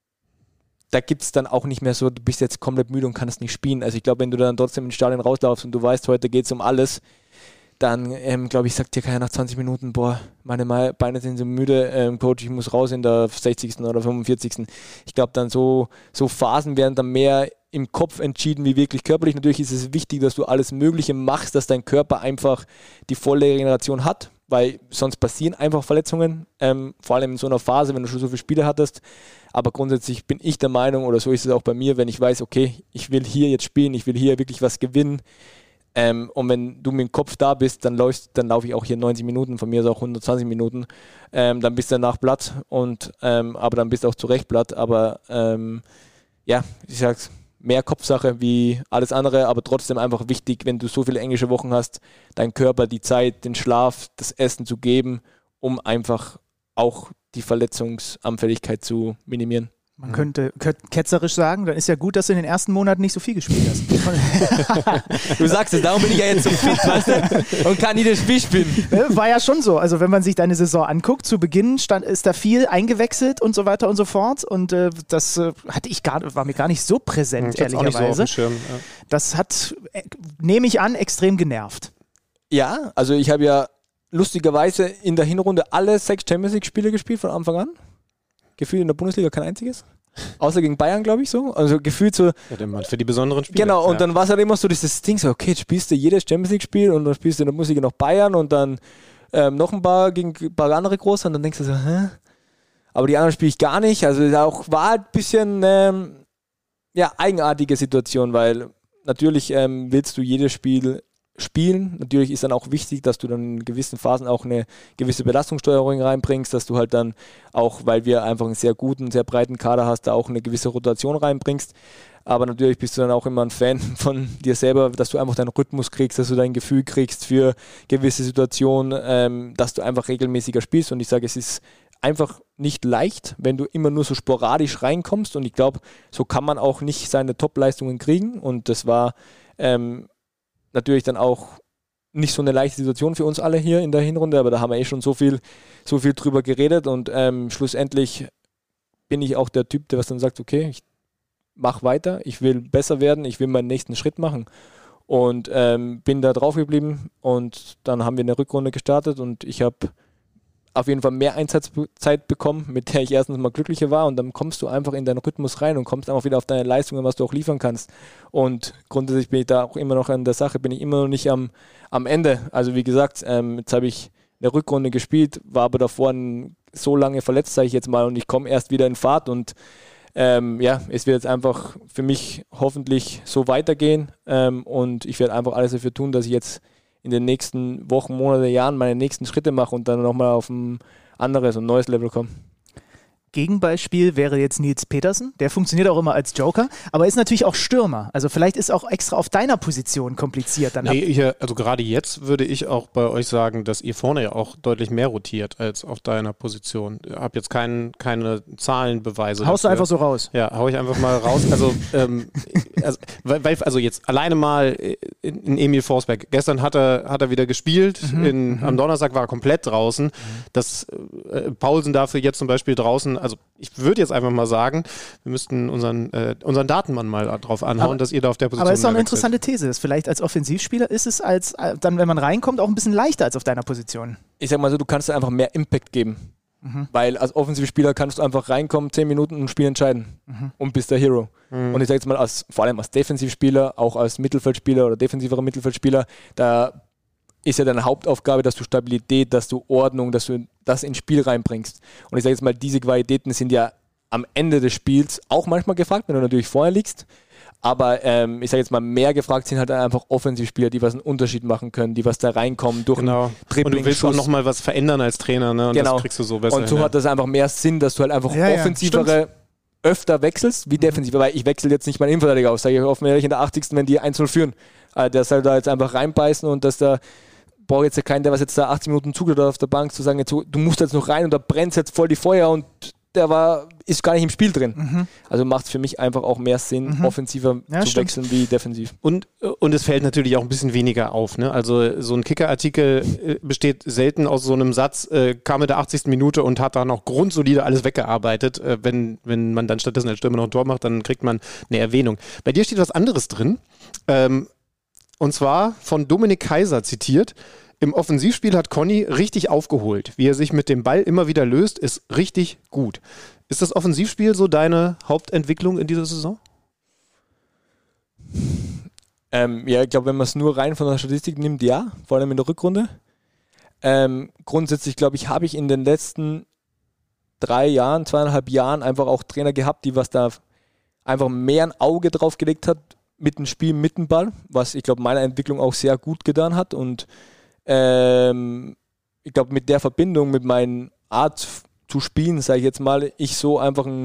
Speaker 2: da gibt es dann auch nicht mehr so, du bist jetzt komplett müde und kannst nicht spielen. Also ich glaube, wenn du dann trotzdem ins Stadion rauslaufst und du weißt, heute geht es um alles, dann ähm, glaube ich, sagt dir keiner nach zwanzig Minuten, boah, meine Beine sind so müde, ähm, Coach, ich muss raus in der sechzigsten oder fünfundvierzigsten Ich glaube, dann so, so Phasen werden dann mehr im Kopf entschieden, wie wirklich körperlich. Natürlich ist es wichtig, dass du alles Mögliche machst, dass dein Körper einfach die volle Regeneration hat, weil sonst passieren einfach Verletzungen, ähm, vor allem in so einer Phase, wenn du schon so viele Spiele hattest. Aber grundsätzlich bin ich der Meinung, oder so ist es auch bei mir, wenn ich weiß, okay, ich will hier jetzt spielen, ich will hier wirklich was gewinnen, ähm, und wenn du mit dem Kopf da bist, dann, läufst, dann laufe ich auch hier neunzig Minuten, von mir ist auch hundertzwanzig Minuten, ähm, dann bist du danach platt, und, ähm, aber dann bist du auch zu Recht platt. Aber ähm, ja, ich sag's, mehr Kopfsache wie alles andere, aber trotzdem einfach wichtig, wenn du so viele englische Wochen hast, deinem Körper die Zeit, den Schlaf, das Essen zu geben, um einfach auch die Verletzungsanfälligkeit zu minimieren.
Speaker 5: Man könnte ketzerisch sagen, dann ist ja gut, dass du in den ersten Monaten nicht so viel gespielt hast.
Speaker 2: Du sagst es, darum bin ich ja jetzt so fit, weißt du, und kann nie das Spiel spielen.
Speaker 5: War ja schon so. Also wenn man sich deine Saison anguckt, zu Beginn stand, ist da viel eingewechselt und so weiter und so fort. Und äh, das äh, hatte ich gar, war mir gar nicht so präsent,
Speaker 4: ich
Speaker 5: ehrlicherweise.
Speaker 4: auch nicht so auf dem Schirm, ja.
Speaker 5: Das hat, äh, nehme ich an, extrem genervt.
Speaker 2: Ja, also ich habe ja lustigerweise in der Hinrunde alle sechs Champions League-Spiele gespielt von Anfang an. Gefühlt in der Bundesliga kein einziges. Außer gegen Bayern, glaube ich, so. Also gefühlt so.
Speaker 4: Ja, für die besonderen Spiele.
Speaker 2: Genau, und
Speaker 4: ja.
Speaker 2: dann war es halt immer so dieses Ding, so, okay, jetzt spielst du jedes Champions League-Spiel und dann spielst du in der Bundesliga noch Bayern und dann ähm, noch ein paar gegen ein paar andere große und dann denkst du so, hä? Aber die anderen spiele ich gar nicht. Also auch war ein bisschen ähm, ja, eigenartige Situation, weil natürlich ähm, willst du jedes Spiel spielen. Natürlich ist dann auch wichtig, dass du dann in gewissen Phasen auch eine gewisse Belastungssteuerung reinbringst, dass du halt dann auch, weil wir einfach einen sehr guten, sehr breiten Kader hast, da auch eine gewisse Rotation reinbringst. Aber natürlich bist du dann auch immer ein Fan von dir selber, dass du einfach deinen Rhythmus kriegst, dass du dein Gefühl kriegst für gewisse Situationen, ähm, dass du einfach regelmäßiger spielst. Und ich sage, es ist einfach nicht leicht, wenn du immer nur so sporadisch reinkommst. Und ich glaube, so kann man auch nicht seine Top-Leistungen kriegen. Und das war ähm, natürlich dann auch nicht so eine leichte Situation für uns alle hier in der Hinrunde, aber da haben wir eh schon so viel, so viel drüber geredet und ähm, schlussendlich bin ich auch der Typ, der was dann sagt, okay, ich mach weiter, ich will besser werden, ich will meinen nächsten Schritt machen und ähm, bin da drauf geblieben und dann haben wir eine Rückrunde gestartet und ich habe auf jeden Fall mehr Einsatzzeit bekommen, mit der ich erstens mal glücklicher war und dann kommst du einfach in deinen Rhythmus rein und kommst einfach wieder auf deine Leistungen, was du auch liefern kannst. Und grundsätzlich bin ich da auch immer noch an der Sache, bin ich immer noch nicht am, am Ende. Also wie gesagt, ähm, jetzt habe ich eine Rückrunde gespielt, war aber davor ein, so lange verletzt, sage ich jetzt mal, und ich komme erst wieder in Fahrt und ähm, ja, es wird jetzt einfach für mich hoffentlich so weitergehen ähm, und ich werde einfach alles dafür tun, dass ich jetzt in den nächsten Wochen, Monaten, Jahren meine nächsten Schritte mache und dann nochmal auf ein anderes und neues Level komme.
Speaker 5: Gegenbeispiel wäre jetzt Nils Petersen, der funktioniert auch immer als Joker, aber ist natürlich auch Stürmer. Also vielleicht ist auch extra auf deiner Position kompliziert. Dann
Speaker 4: nee, hier, also gerade jetzt würde ich auch bei euch sagen, dass ihr vorne ja auch deutlich mehr rotiert als auf deiner Position. Ich habe jetzt kein, keine Zahlenbeweise.
Speaker 5: Haust
Speaker 4: dafür.
Speaker 5: du einfach so raus?
Speaker 4: Ja, hau ich einfach mal raus. Also, ähm, also, weil, also jetzt alleine mal in, in Emil Forsberg. Gestern hat er, hat er wieder gespielt.
Speaker 5: Mhm,
Speaker 4: in,
Speaker 5: mhm.
Speaker 4: Am Donnerstag war er komplett draußen. Mhm. Dass äh, Paulsen dafür jetzt zum Beispiel draußen, also ich würde jetzt einfach mal sagen, wir müssten unseren, äh, unseren Datenmann mal drauf anhauen,
Speaker 5: aber,
Speaker 4: dass ihr da auf der Position
Speaker 5: Aber es ist doch eine
Speaker 4: wechselt.
Speaker 5: interessante These. Ist vielleicht als Offensivspieler ist es als äh, dann, wenn man reinkommt, auch ein bisschen leichter als auf deiner Position.
Speaker 2: Ich sag mal so, du kannst da einfach mehr Impact geben. Mhm. Weil als Offensivspieler kannst du einfach reinkommen, zehn Minuten und ein Spiel entscheiden mhm. und bist der Hero. Mhm. Und ich sage jetzt mal, als, vor allem als Defensivspieler, auch als Mittelfeldspieler oder defensiverer Mittelfeldspieler, da ist ja deine Hauptaufgabe, dass du Stabilität, dass du Ordnung, dass du das ins Spiel reinbringst. Und ich sage jetzt mal, diese Qualitäten sind ja am Ende des Spiels auch manchmal gefragt, wenn du natürlich vorher liegst. Aber ähm, ich sage jetzt mal, mehr gefragt sind halt einfach Offensivspieler, die was einen Unterschied machen können, die was da reinkommen durch
Speaker 4: genau.
Speaker 2: einen Dribbling.
Speaker 4: Und du willst auch nochmal was verändern als Trainer, ne? Und
Speaker 2: genau.
Speaker 4: das kriegst du so besser.
Speaker 2: Und so
Speaker 4: hin,
Speaker 2: hat das einfach mehr Sinn, dass du halt einfach
Speaker 5: ja,
Speaker 2: offensivere
Speaker 5: ja,
Speaker 2: öfter wechselst, wie defensiver, weil ich wechsle jetzt nicht meinen Innenverteidiger aus, sage ich offen ehrlich, in der achtzigsten wenn die eins null führen. Äh, der soll da jetzt einfach reinbeißen und dass da brauche jetzt ja keinen, der was jetzt da achtzig Minuten zugehört auf der Bank, zu sagen, jetzt, du musst jetzt noch rein und da brennt jetzt voll die Feuer und der war, ist gar nicht im Spiel drin. Mhm. Also macht es für mich einfach auch mehr Sinn, mhm. offensiver ja, zu stimmt. wechseln wie defensiv.
Speaker 4: Und, und es fällt natürlich auch ein bisschen weniger auf. Ne? Also so ein Kicker-Artikel besteht selten aus so einem Satz, äh, kam in der achtzigsten Minute und hat da noch grundsolide alles weggearbeitet. Äh, wenn, wenn man dann stattdessen als Stürmer noch ein Tor macht, dann kriegt man eine Erwähnung. Bei dir steht was anderes drin. Ähm, und zwar von Dominik Kaiser zitiert. Im Offensivspiel hat Conny richtig aufgeholt. Wie er sich mit dem Ball immer wieder löst, ist richtig gut. Ist das Offensivspiel so deine Hauptentwicklung in dieser Saison?
Speaker 2: Ähm, ja, ich glaube, wenn man es nur rein von der Statistik nimmt, ja, vor allem in der Rückrunde. Ähm, grundsätzlich, glaube ich, habe ich in den letzten drei Jahren, zweieinhalb Jahren einfach auch Trainer gehabt, die was da einfach mehr ein Auge drauf gelegt hat mit dem Spiel, mit dem Ball, was ich glaube, meiner Entwicklung auch sehr gut getan hat und ähm, ich glaube, mit der Verbindung, mit meiner Art zu spielen, sage ich jetzt mal, ich so einfach ein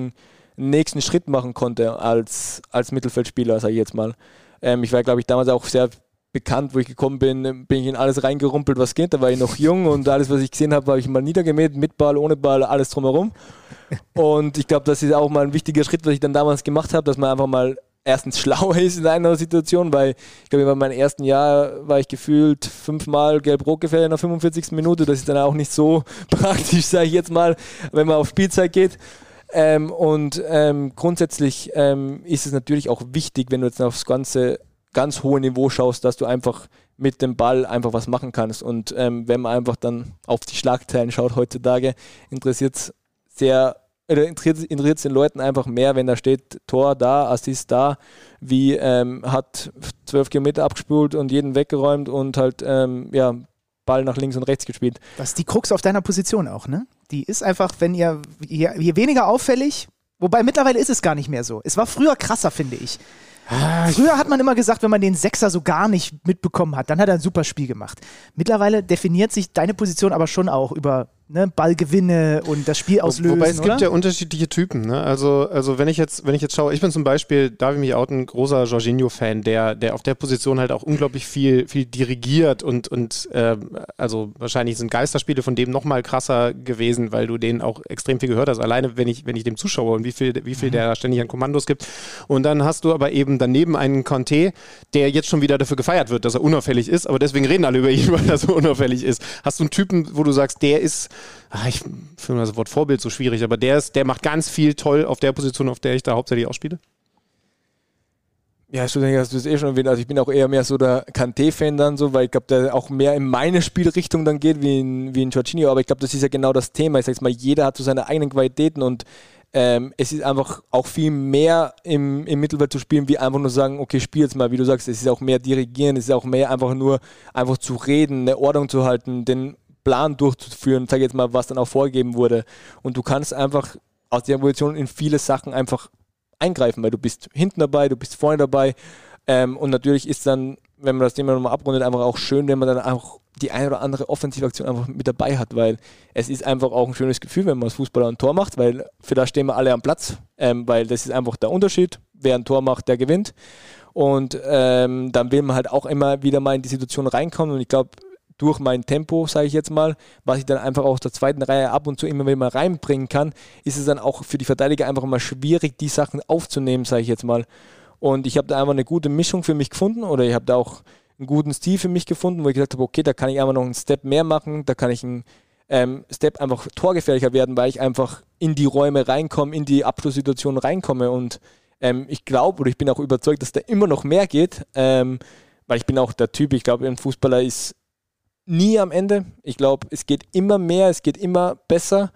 Speaker 2: einen nächsten Schritt machen konnte als, als Mittelfeldspieler, sage ich jetzt mal. Ähm, ich war, glaube ich, damals auch sehr bekannt, wo ich gekommen bin, bin ich in alles reingerumpelt, was geht. Da war ich noch jung und alles, was ich gesehen habe, habe ich mal niedergemäht, mit Ball, ohne Ball, alles drumherum. Und ich glaube, das ist auch mal ein wichtiger Schritt, was ich dann damals gemacht habe, dass man einfach mal erstens schlauer ist in einer Situation, weil ich glaube, in meinem ersten Jahr war ich gefühlt fünfmal gelb-rot gefährdet in der fünfundvierzigsten Minute. Das ist dann auch nicht so praktisch, sage ich jetzt mal, wenn man auf Spielzeit geht. Ähm, und ähm, grundsätzlich ähm, ist es natürlich auch wichtig, wenn du jetzt aufs ganze ganz hohe Niveau schaust, dass du einfach mit dem Ball einfach was machen kannst. Und ähm, wenn man einfach dann auf die Schlagzeilen schaut heutzutage, interessiert es sehr, oder interessiert es den Leuten einfach mehr, wenn da steht, Tor da, Assist da, wie ähm, hat zwölf Kilometer abgespult und jeden weggeräumt und halt ähm, ja, Ball nach links und rechts gespielt.
Speaker 5: Das ist die Krux auf deiner Position auch, ne? Die ist einfach, wenn ihr, je, je weniger auffällig, wobei mittlerweile ist es gar nicht mehr so. Es war früher krasser, finde ich. Früher hat man immer gesagt, wenn man den Sechser so gar nicht mitbekommen hat, dann hat er ein super Spiel gemacht. Mittlerweile definiert sich deine Position aber schon auch über ne, Ballgewinne und das Spiel auslösen,
Speaker 4: Wobei es
Speaker 5: oder?
Speaker 4: gibt ja unterschiedliche Typen. Ne? Also, also wenn ich jetzt, wenn ich jetzt schaue, ich bin zum Beispiel, darf ich mich outen, ein großer Jorginho-Fan, der, der auf der Position halt auch unglaublich viel, viel dirigiert und, und äh, also wahrscheinlich sind Geisterspiele von dem nochmal krasser gewesen, weil du den auch extrem viel gehört hast. Alleine, wenn ich, wenn ich dem zuschaue und wie viel, wie viel mhm. der ständig an Kommandos gibt. Und dann hast du aber eben daneben einen Conte, der jetzt schon wieder dafür gefeiert wird, dass er unauffällig ist, aber deswegen reden alle über ihn, weil er so unauffällig ist. Hast du einen Typen, wo du sagst, der ist, ach, ich finde das Wort Vorbild so schwierig, aber der ist, der macht ganz viel toll auf der Position, auf der ich da hauptsächlich auch spiele?
Speaker 2: Ja, ich denke, hast du es eh schon erwähnt. Also ich bin auch eher mehr so der Kanté-Fan dann so, weil ich glaube, der auch mehr in meine Spielrichtung dann geht, wie in, wie in Jorginho. Aber ich glaube, das ist ja genau das Thema. Ich sage jetzt mal, jeder hat so seine eigenen Qualitäten und ähm, es ist einfach auch viel mehr im, im Mittelfeld zu spielen, wie einfach nur sagen, okay, spiel jetzt mal, wie du sagst. Es ist auch mehr dirigieren, es ist auch mehr einfach nur einfach zu reden, eine Ordnung zu halten, den Plan durchzuführen, sag jetzt mal, was dann auch vorgegeben wurde. Und du kannst einfach aus der Position in viele Sachen einfach eingreifen, weil du bist hinten dabei, du bist vorne dabei. Ähm, und natürlich ist dann, wenn man das Thema nochmal abrundet, einfach auch schön, wenn man dann auch die eine oder andere Offensivaktion einfach mit dabei hat, weil es ist einfach auch ein schönes Gefühl, wenn man als Fußballer ein Tor macht, weil für das stehen wir alle am Platz, ähm, weil das ist einfach der Unterschied. Wer ein Tor macht, der gewinnt. Und ähm, dann will man halt auch immer wieder mal in die Situation reinkommen und ich glaube, durch mein Tempo, sage ich jetzt mal, was ich dann einfach aus der zweiten Reihe ab und zu immer wieder mal reinbringen kann, ist es dann auch für die Verteidiger einfach mal schwierig, die Sachen aufzunehmen, sage ich jetzt mal. Und ich habe da einfach eine gute Mischung für mich gefunden oder ich habe da auch einen guten Stil für mich gefunden, wo ich gesagt habe, okay, da kann ich einfach noch einen Step mehr machen, da kann ich einen ähm, Step einfach torgefährlicher werden, weil ich einfach in die Räume reinkomme, in die Abschlusssituation reinkomme und ähm, ich glaube oder ich bin auch überzeugt, dass da immer noch mehr geht, ähm, weil ich bin auch der Typ, ich glaube, ein Fußballer ist nie am Ende. Ich glaube, es geht immer mehr, es geht immer besser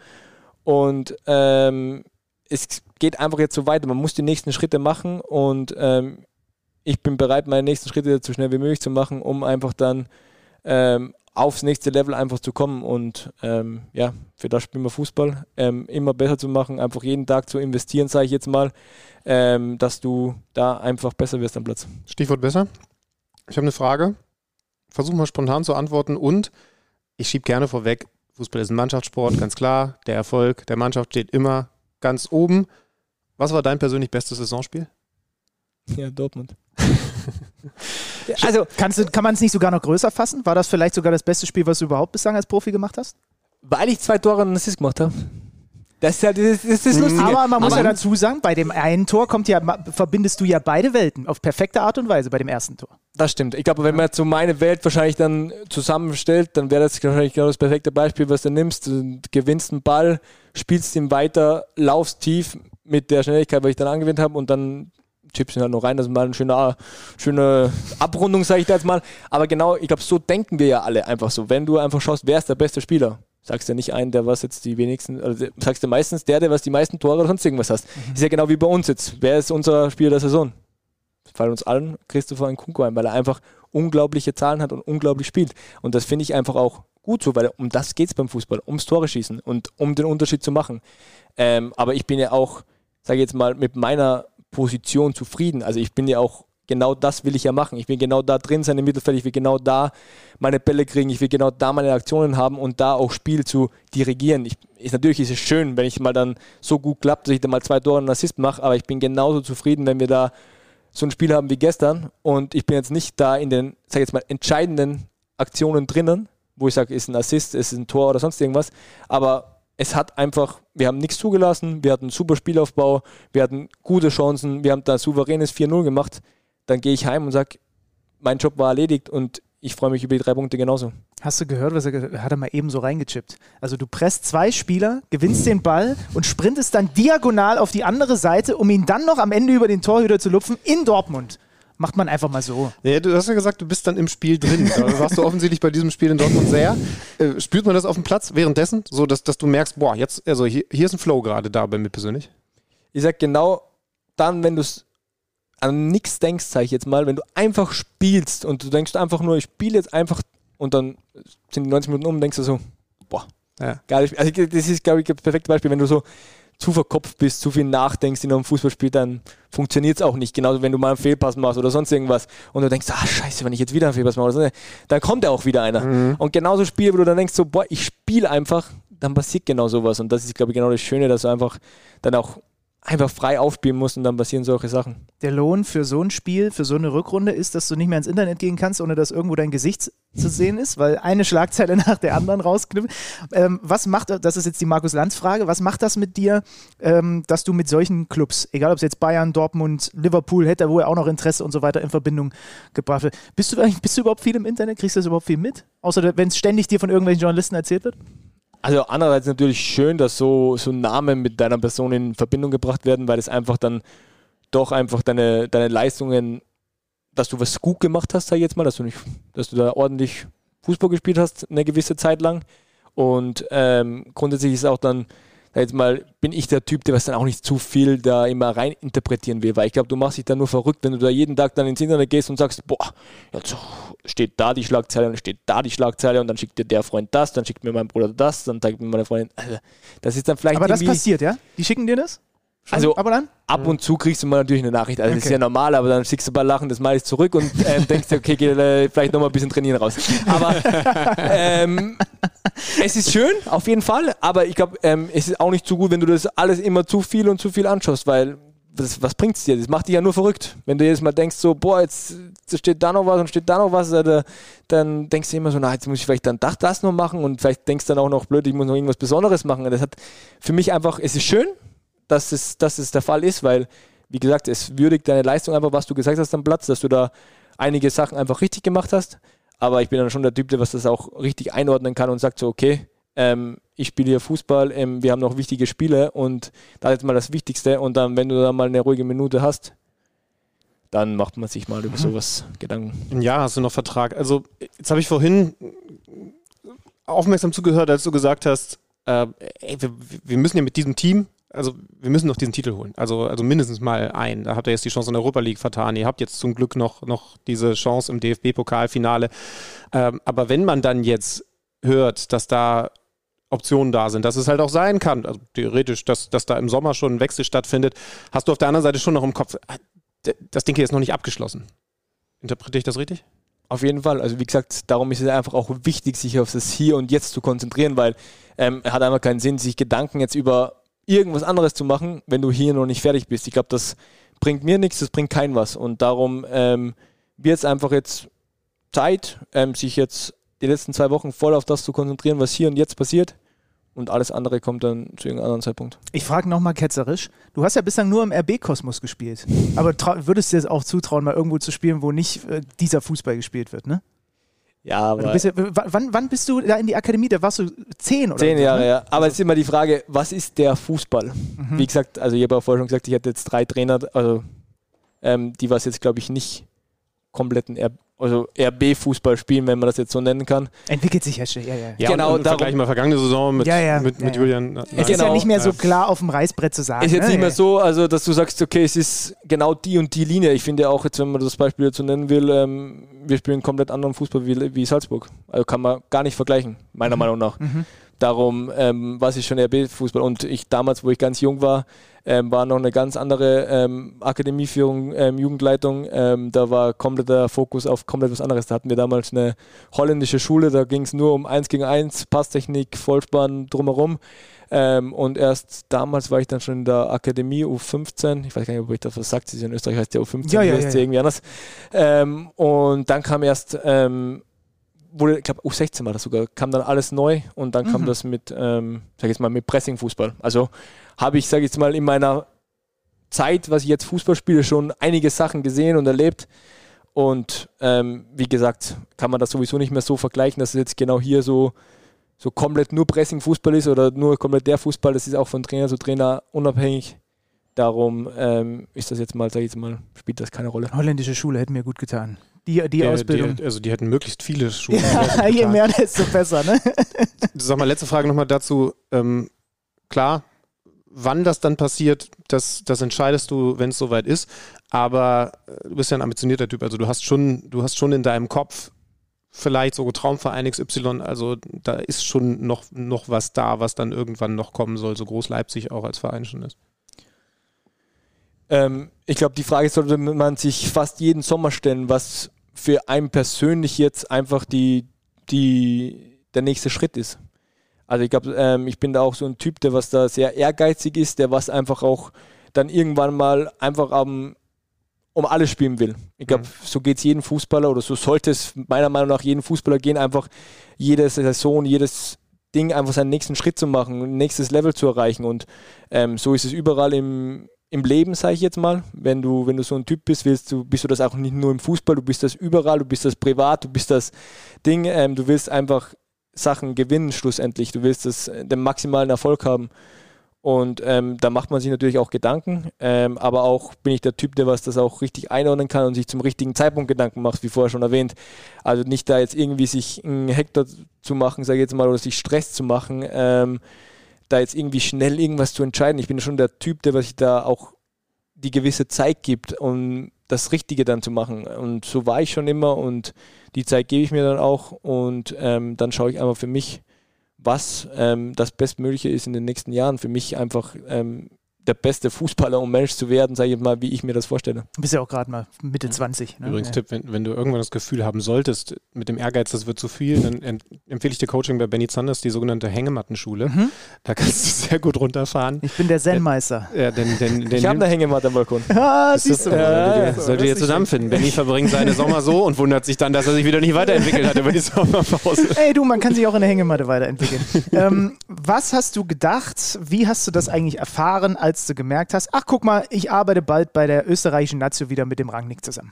Speaker 2: und ähm, es geht einfach jetzt so weiter. Man muss die nächsten Schritte machen und ähm, ich bin bereit, meine nächsten Schritte so schnell wie möglich zu machen, um einfach dann ähm, aufs nächste Level einfach zu kommen und ähm, ja, für das spielen wir Fußball, ähm, immer besser zu machen, einfach jeden Tag zu investieren, sage ich jetzt mal, ähm, dass du da einfach besser wirst am Platz.
Speaker 4: Stichwort besser. Ich habe eine Frage. Versuch mal spontan zu antworten und ich schiebe gerne vorweg, Fußball ist ein Mannschaftssport, ganz klar. Der Erfolg der Mannschaft steht immer ganz oben. Was war dein persönlich bestes Saisonspiel?
Speaker 2: Ja, Dortmund.
Speaker 5: Also kannst du, kann man es nicht sogar noch größer fassen? War das vielleicht sogar das beste Spiel, was du überhaupt bislang als Profi gemacht hast?
Speaker 2: Weil ich zwei Tore und Assist gemacht habe. Das ist ja das, das, das Lustige.
Speaker 5: Aber man muss
Speaker 2: Aber
Speaker 5: ja dazu sagen, bei dem einen Tor kommt ja, verbindest du ja beide Welten auf perfekte Art und Weise bei dem ersten Tor.
Speaker 2: Das stimmt. Ich glaube, wenn man so meine Welt wahrscheinlich dann zusammenstellt, dann wäre das wahrscheinlich genau das perfekte Beispiel, was du nimmst. Du gewinnst einen Ball, spielst ihn weiter, laufst tief mit der Schnelligkeit, was ich dann angewinnt habe und dann chippst ihn halt noch rein. Das ist mal eine schöne, schöne Abrundung, sage ich da jetzt mal. Aber genau, ich glaube, so denken wir ja alle einfach so. Wenn du einfach schaust, wer ist der beste Spieler? Sagst du nicht einen, der was jetzt die wenigsten, also sagst du meistens der, der was die meisten Tore oder sonst irgendwas hast. Mhm. Ist ja genau wie bei uns jetzt. Wer ist unser Spieler der Saison? Fallen uns allen Christopher Nkunku ein, weil er einfach unglaubliche Zahlen hat und unglaublich spielt. Und das finde ich einfach auch gut so, weil um das geht es beim Fußball, ums Tore schießen und um den Unterschied zu machen. Ähm, aber ich bin ja auch, sage ich jetzt mal, mit meiner Position zufrieden. Also ich bin ja auch genau das will ich ja machen. Ich will genau da drin sein im Mittelfeld, ich will genau da meine Bälle kriegen, ich will genau da meine Aktionen haben und da auch Spiel zu dirigieren. Ich, ist, natürlich ist es schön, wenn ich mal dann so gut klappt, dass ich da mal zwei Tore und einen Assist mache, aber ich bin genauso zufrieden, wenn wir da so ein Spiel haben wie gestern und ich bin jetzt nicht da in den, sag ich jetzt mal, entscheidenden Aktionen drinnen, wo ich sage, ist ein Assist, ist ein Tor oder sonst irgendwas, aber es hat einfach, wir haben nichts zugelassen, wir hatten einen super Spielaufbau, wir hatten gute Chancen, wir haben da souveränes vier null gemacht. Dann gehe ich heim und sage, mein Job war erledigt und ich freue mich über die drei Punkte genauso.
Speaker 5: Hast du gehört, was er gesagt hat? Hat er mal eben so reingechippt. Also du presst zwei Spieler, gewinnst den Ball und sprintest dann diagonal auf die andere Seite, um ihn dann noch am Ende über den Torhüter zu lupfen in Dortmund. Macht man einfach mal so.
Speaker 4: Ja, du hast ja gesagt, du bist dann im Spiel drin. Da warst du offensichtlich bei diesem Spiel in Dortmund sehr. Äh, spürt man das auf dem Platz währenddessen? So, dass, dass du merkst, boah, jetzt, also hier, hier ist ein Flow gerade da bei mir persönlich.
Speaker 2: Ich sag genau dann, wenn du es an nichts denkst, sag ich jetzt mal, wenn du einfach spielst und du denkst einfach nur, ich spiele jetzt einfach und dann sind die neunzig Minuten um und denkst du so, boah, ja. Geil. Also das ist, glaube ich, das perfekte Beispiel, wenn du so zu verkopft bist, zu viel nachdenkst in einem Fußballspiel, dann funktioniert es auch nicht. Genauso, wenn du mal einen Fehlpass machst oder sonst irgendwas und du denkst, ah scheiße, wenn ich jetzt wieder einen Fehlpass mache, oder so, dann kommt ja auch wieder einer. Mhm. Und genauso Spiele, wo du dann denkst, so, boah, ich spiele einfach, dann passiert genau sowas. Und das ist, glaube ich, genau das Schöne, dass du einfach dann auch einfach frei aufspielen musst und dann passieren solche Sachen.
Speaker 5: Der Lohn für so ein Spiel, für so eine Rückrunde ist, dass du nicht mehr ins Internet gehen kannst, ohne dass irgendwo dein Gesicht zu sehen ist, weil eine Schlagzeile nach der anderen rausknüpft. Ähm, was macht, das ist jetzt die Markus-Lanz-Frage, was macht das mit dir, ähm, dass du mit solchen Clubs, egal ob es jetzt Bayern, Dortmund, Liverpool hätte, wo er auch noch Interesse und so weiter in Verbindung gebracht wird. Bist du, bist du überhaupt viel im Internet? Kriegst du das überhaupt viel mit? Außer wenn es ständig dir von irgendwelchen Journalisten erzählt wird?
Speaker 2: Also andererseits natürlich schön, dass so, so Namen mit deiner Person in Verbindung gebracht werden, weil es einfach dann doch einfach deine, deine Leistungen, dass du was gut gemacht hast, sag ich jetzt mal, dass du nicht, dass du da ordentlich Fußball gespielt hast, eine gewisse Zeit lang. Und ähm, grundsätzlich ist auch dann, sag jetzt mal, bin ich der Typ, der was dann auch nicht zu viel da immer rein interpretieren will, weil ich glaube, du machst dich dann nur verrückt, wenn du da jeden Tag dann ins Internet gehst und sagst, boah, jetzt steht da die Schlagzeile und steht da die Schlagzeile und dann schickt dir der Freund das, dann schickt mir mein Bruder das, dann zeigt mir meine Freundin, also das ist dann vielleicht
Speaker 5: aber das passiert, ja? Die schicken dir das? Schon
Speaker 2: also
Speaker 5: ab und, an?
Speaker 2: ab und zu kriegst du mal natürlich eine Nachricht, also okay. Das ist ja normal, aber dann schickst du mal Lachen das Mal zurück und äh, denkst dir, okay, geh äh, vielleicht nochmal ein bisschen trainieren raus. Aber ähm, es ist schön, auf jeden Fall, aber ich glaube, ähm, es ist auch nicht so gut, wenn du das alles immer zu viel und zu viel anschaust, weil das, was bringt es dir? Das macht dich ja nur verrückt. Wenn du jedes Mal denkst, so, boah, jetzt steht da noch was und steht da noch was, also, dann denkst du immer so, na, jetzt muss ich vielleicht dann das, das noch machen und vielleicht denkst du dann auch noch, blöd, ich muss noch irgendwas Besonderes machen. Das hat für mich einfach, es ist schön, dass es, dass es der Fall ist, weil, wie gesagt, es würdigt deine Leistung einfach, was du gesagt hast am Platz, dass du da einige Sachen einfach richtig gemacht hast. Aber ich bin dann schon der Typ, der was das auch richtig einordnen kann und sagt so, okay, ähm, ich spiele hier Fußball, ähm, wir haben noch wichtige Spiele und da ist jetzt mal das Wichtigste und dann, wenn du da mal eine ruhige Minute hast, dann macht man sich mal über sowas Gedanken.
Speaker 4: Ja, hast du noch Vertrag? Also jetzt habe ich vorhin aufmerksam zugehört, als du gesagt hast, äh, ey, wir, wir müssen ja mit diesem Team, also wir müssen noch diesen Titel holen, also, also mindestens mal einen. Da habt ihr jetzt die Chance in der Europa League vertan, ihr habt jetzt zum Glück noch, noch diese Chance im D F B-Pokalfinale. Ähm, aber wenn man dann jetzt hört, dass da Optionen da sind, dass es halt auch sein kann, also theoretisch, dass, dass da im Sommer schon ein Wechsel stattfindet, hast du auf der anderen Seite schon noch im Kopf, das Ding hier ist noch nicht abgeschlossen. Interpretiere ich das richtig?
Speaker 2: Auf jeden Fall. Also wie gesagt, darum ist es einfach auch wichtig, sich auf das Hier und Jetzt zu konzentrieren, weil ähm, es hat einfach keinen Sinn, sich Gedanken jetzt über irgendwas anderes zu machen, wenn du hier noch nicht fertig bist. Ich glaube, das bringt mir nichts, das bringt keinem was. Und darum ähm, wird es einfach jetzt Zeit, ähm, sich jetzt die letzten zwei Wochen voll auf das zu konzentrieren, was hier und jetzt passiert. Und alles andere kommt dann zu irgendeinem anderen Zeitpunkt.
Speaker 5: Ich frage nochmal ketzerisch. Du hast ja bislang nur im R B-Kosmos gespielt. Aber würdest du dir auch zutrauen, mal irgendwo zu spielen, wo nicht äh, dieser Fußball gespielt wird, ne?
Speaker 2: Ja, aber...
Speaker 5: Du bist ja, wann, wann bist du da in die Akademie? Da warst du zehn oder
Speaker 2: Zehn
Speaker 5: so,
Speaker 2: Jahre,
Speaker 5: ne?
Speaker 2: ja. Aber es ist immer die Frage, was ist der Fußball? Mhm. Wie gesagt, also ich habe auch vorher schon gesagt, ich hatte jetzt drei Trainer, also ähm, die was jetzt, glaube ich, nicht kompletten R B also R B-Fußball spielen, wenn man das jetzt so nennen kann.
Speaker 5: Entwickelt sich ja schon, ja, ja.
Speaker 4: Ja,
Speaker 2: genau,
Speaker 4: und, und vergleichen wir vergangene Saison mit,
Speaker 5: ja, ja,
Speaker 4: mit, mit
Speaker 5: ja,
Speaker 4: Julian.
Speaker 5: Ja. Es ist ja nicht mehr so klar auf dem Reißbrett zu sagen.
Speaker 2: Es ist jetzt
Speaker 5: ne?
Speaker 2: nicht mehr so, also dass du sagst, okay, es ist genau die und die Linie. Ich finde ja auch jetzt, wenn man das Beispiel dazu nennen will, ähm, wir spielen komplett anderen Fußball wie, wie Salzburg. Also kann man gar nicht vergleichen, meiner mhm. Meinung nach. Mhm. Darum, ähm, was ist schon R B-Fußball? Und ich damals, wo ich ganz jung war, ähm, war noch eine ganz andere ähm, Akademieführung, ähm, Jugendleitung. Ähm, da war kompletter Fokus auf komplett was anderes. Da hatten wir damals eine holländische Schule, da ging es nur um eins gegen eins, Passtechnik, Vollspann, drumherum. Ähm, und erst damals war ich dann schon in der Akademie U fünfzehn. Ich weiß gar nicht, ob ich das was sagt. In Österreich heißt ja U fünfzehn,
Speaker 5: ja, ja,
Speaker 2: hier ist
Speaker 5: ja, ja.
Speaker 2: irgendwie anders. Ähm, und dann kam erst... Ähm, wurde, ich glaube, U sechzehn war das sogar, kam dann alles neu und dann mhm. kam das mit, ähm, sag ich jetzt mal, mit Pressing-Fußball. Also habe ich, sage ich jetzt mal, in meiner Zeit, was ich jetzt Fußball spiele, schon einige Sachen gesehen und erlebt. Und ähm, wie gesagt, kann man das sowieso nicht mehr so vergleichen, dass es jetzt genau hier so, so komplett nur Pressing-Fußball ist oder nur komplett der Fußball. Das ist auch von Trainer zu Trainer unabhängig. Darum ähm, ist das jetzt mal, sag ich jetzt mal, spielt das keine Rolle.
Speaker 5: Holländische Schule hätte mir gut getan. Die, die
Speaker 4: der,
Speaker 5: Ausbildung.
Speaker 4: Die, also die hätten möglichst viele Schulen.
Speaker 5: Ja, je mehr, desto besser, ne?
Speaker 4: Sag mal, letzte Frage nochmal dazu. Ähm, klar, wann das dann passiert, das, das entscheidest du, wenn es soweit ist. Aber äh, du bist ja ein ambitionierter Typ. Also du hast schon, du hast schon in deinem Kopf vielleicht so Traumverein X Y. Also da ist schon noch, noch was da, was dann irgendwann noch kommen soll, so groß Leipzig auch als Verein schon ist.
Speaker 2: Ähm, ich glaube, die Frage sollte man sich fast jeden Sommer stellen, was für einen persönlich jetzt einfach die, die, der nächste Schritt ist. Also ich glaube, ähm, ich bin da auch so ein Typ, der was da sehr ehrgeizig ist, der was einfach auch dann irgendwann mal einfach um, um alles spielen will. Ich glaube, mhm. so geht es jedem Fußballer oder so sollte es meiner Meinung nach jedem Fußballer gehen, einfach jede Saison, jedes Ding einfach seinen nächsten Schritt zu machen, ein nächstes Level zu erreichen und ähm, so ist es überall im Im Leben, sage ich jetzt mal, wenn du, wenn du so ein Typ bist, willst du, bist du das auch nicht nur im Fußball, du bist das überall, du bist das privat, du bist das Ding, ähm, du willst einfach Sachen gewinnen schlussendlich, du willst das, den maximalen Erfolg haben und ähm, da macht man sich natürlich auch Gedanken, ähm, aber auch bin ich der Typ, der was das auch richtig einordnen kann und sich zum richtigen Zeitpunkt Gedanken macht, wie vorher schon erwähnt. Also nicht da jetzt irgendwie sich einen Hektar zu machen, sage ich jetzt mal, oder sich Stress zu machen, ähm, da jetzt irgendwie schnell irgendwas zu entscheiden. Ich bin schon der Typ, der sich da auch die gewisse Zeit gibt, um das Richtige dann zu machen. Und so war ich schon immer und die Zeit gebe ich mir dann auch und ähm, dann schaue ich einfach für mich, was ähm, das Bestmögliche ist in den nächsten Jahren. Für mich einfach ähm, der beste Fußballer, um Mensch zu werden, sage ich mal, wie ich mir das vorstelle.
Speaker 5: Du bist ja auch gerade mal Mitte zwanzig. Ne?
Speaker 4: Übrigens
Speaker 5: ja.
Speaker 4: Tipp, wenn, wenn du irgendwann das Gefühl haben solltest, mit dem Ehrgeiz, das wird zu viel, dann em- empfehle ich dir Coaching bei Benny Zanders, die sogenannte Hängemattenschule. Mhm. Da kannst du sehr gut runterfahren.
Speaker 5: Ich bin der Zen-Meister.
Speaker 4: Ja, denn, denn, denn
Speaker 2: ich habe eine Hängematte am Balkon.
Speaker 5: Ah, siehst du.
Speaker 4: Äh,
Speaker 5: Ja,
Speaker 4: sollte sollte ihr zusammenfinden. Benny verbringt seine Sommer so und wundert sich dann, dass er sich wieder nicht weiterentwickelt hat über die Sommerpause.
Speaker 5: Ey du, man kann sich auch in der Hängematte weiterentwickeln. ähm, was hast du gedacht, wie hast du das eigentlich erfahren, als du gemerkt hast, ach guck mal, ich arbeite bald bei der österreichischen Nazio wieder mit dem Rangnick zusammen?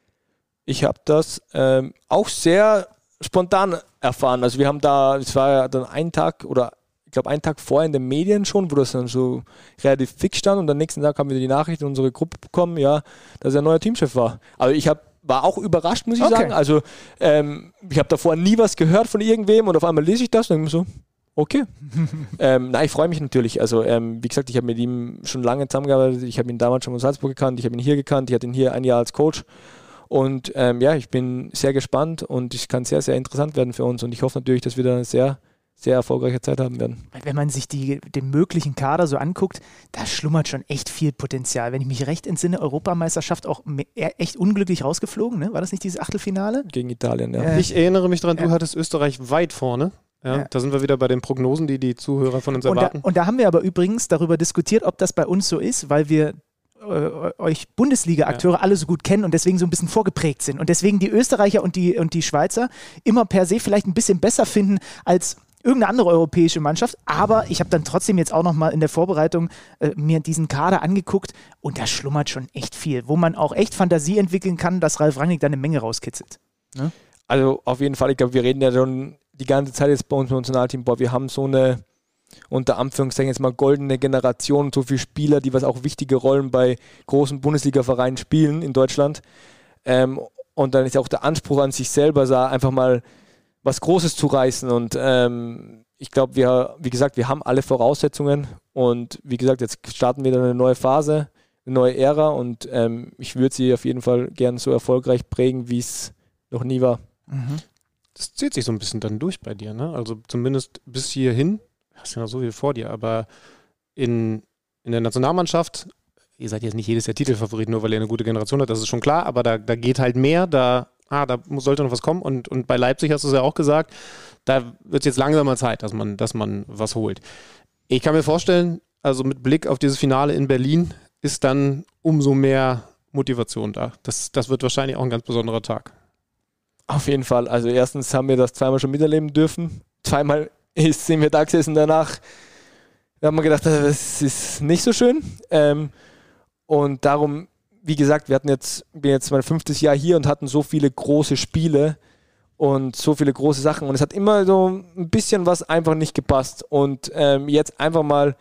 Speaker 2: Ich habe das ähm, auch sehr spontan erfahren. Also wir haben da, es war ja dann ein Tag oder ich glaube einen Tag vorher in den Medien schon, wo das dann so relativ fix stand und am nächsten Tag haben wir die Nachricht in unsere Gruppe bekommen, ja, dass er neuer Teamchef war. Also ich habe war auch überrascht, muss ich
Speaker 5: okay.
Speaker 2: sagen. Also ähm, ich habe davor nie was gehört von irgendwem und auf einmal lese ich das und denke mir so, okay. ähm, nein, ich freue mich natürlich. Also ähm, wie gesagt, ich habe mit ihm schon lange zusammengearbeitet. Ich habe ihn damals schon in Salzburg gekannt, ich habe ihn hier gekannt, ich hatte ihn hier ein Jahr als Coach. Und ähm, ja, ich bin sehr gespannt und es kann sehr, sehr interessant werden für uns. Und ich hoffe natürlich, dass wir da eine sehr, sehr erfolgreiche Zeit haben werden.
Speaker 5: Wenn man sich die, den möglichen Kader so anguckt, da schlummert schon echt viel Potenzial. Wenn ich mich recht entsinne, Europameisterschaft auch echt unglücklich rausgeflogen, ne? War das nicht dieses Achtelfinale?
Speaker 2: Gegen Italien, ja.
Speaker 5: Äh,
Speaker 4: ich erinnere mich daran, du
Speaker 5: ja.
Speaker 4: hattest Österreich weit vorne. Ja, ja. Da sind wir wieder bei den Prognosen, die die Zuhörer von uns
Speaker 5: und
Speaker 4: erwarten.
Speaker 5: Da, und da haben wir aber übrigens darüber diskutiert, ob das bei uns so ist, weil wir äh, euch Bundesliga-Akteure ja. alle so gut kennen und deswegen so ein bisschen vorgeprägt sind. Und deswegen die Österreicher und die, und die Schweizer immer per se vielleicht ein bisschen besser finden als irgendeine andere europäische Mannschaft. Aber ich habe dann trotzdem jetzt auch nochmal in der Vorbereitung äh, mir diesen Kader angeguckt und da schlummert schon echt viel, wo man auch echt Fantasie entwickeln kann, dass Ralf Rangnick da eine Menge rauskitzelt. Ne?
Speaker 2: Also auf jeden Fall, ich glaube, wir reden ja schon die ganze Zeit jetzt bei uns im Nationalteam, boah, wir haben so eine, unter Anführungszeichen jetzt mal goldene Generation, so viele Spieler, die was auch wichtige Rollen bei großen Bundesliga-Vereinen spielen in Deutschland. Ähm, und dann ist auch der Anspruch an sich selber, da einfach mal was Großes zu reißen. Und ähm, ich glaube, wir, wie gesagt, wir haben alle Voraussetzungen. Und wie gesagt, jetzt starten wir dann eine neue Phase, eine neue Ära. Und ähm, ich würde sie auf jeden Fall gern so erfolgreich prägen, wie es noch nie war.
Speaker 5: Mhm.
Speaker 4: Das zieht sich so ein bisschen dann durch bei dir, ne? Also zumindest bis hierhin, hast ja noch so viel vor dir, aber in, in der Nationalmannschaft, ihr seid jetzt nicht jedes Jahr Titelfavorit, nur weil ihr eine gute Generation habt, das ist schon klar, aber da, da geht halt mehr, da, ah, da muss, sollte noch was kommen und, und bei Leipzig hast du es ja auch gesagt, da wird es jetzt langsam mal Zeit, dass man, dass man was holt. Ich kann mir vorstellen, also mit Blick auf dieses Finale in Berlin ist dann umso mehr Motivation da. Das, das wird wahrscheinlich auch ein ganz besonderer Tag.
Speaker 2: Auf jeden Fall. Also erstens haben wir das zweimal schon miterleben dürfen. Zweimal ist, sind wir da gesessen danach. Da haben wir gedacht, das ist nicht so schön. Ähm, und darum, wie gesagt, wir hatten jetzt, ich bin jetzt mein fünftes Jahr hier und hatten so viele große Spiele und so viele große Sachen. Und es hat immer so ein bisschen was einfach nicht gepasst. Und ähm, jetzt einfach mal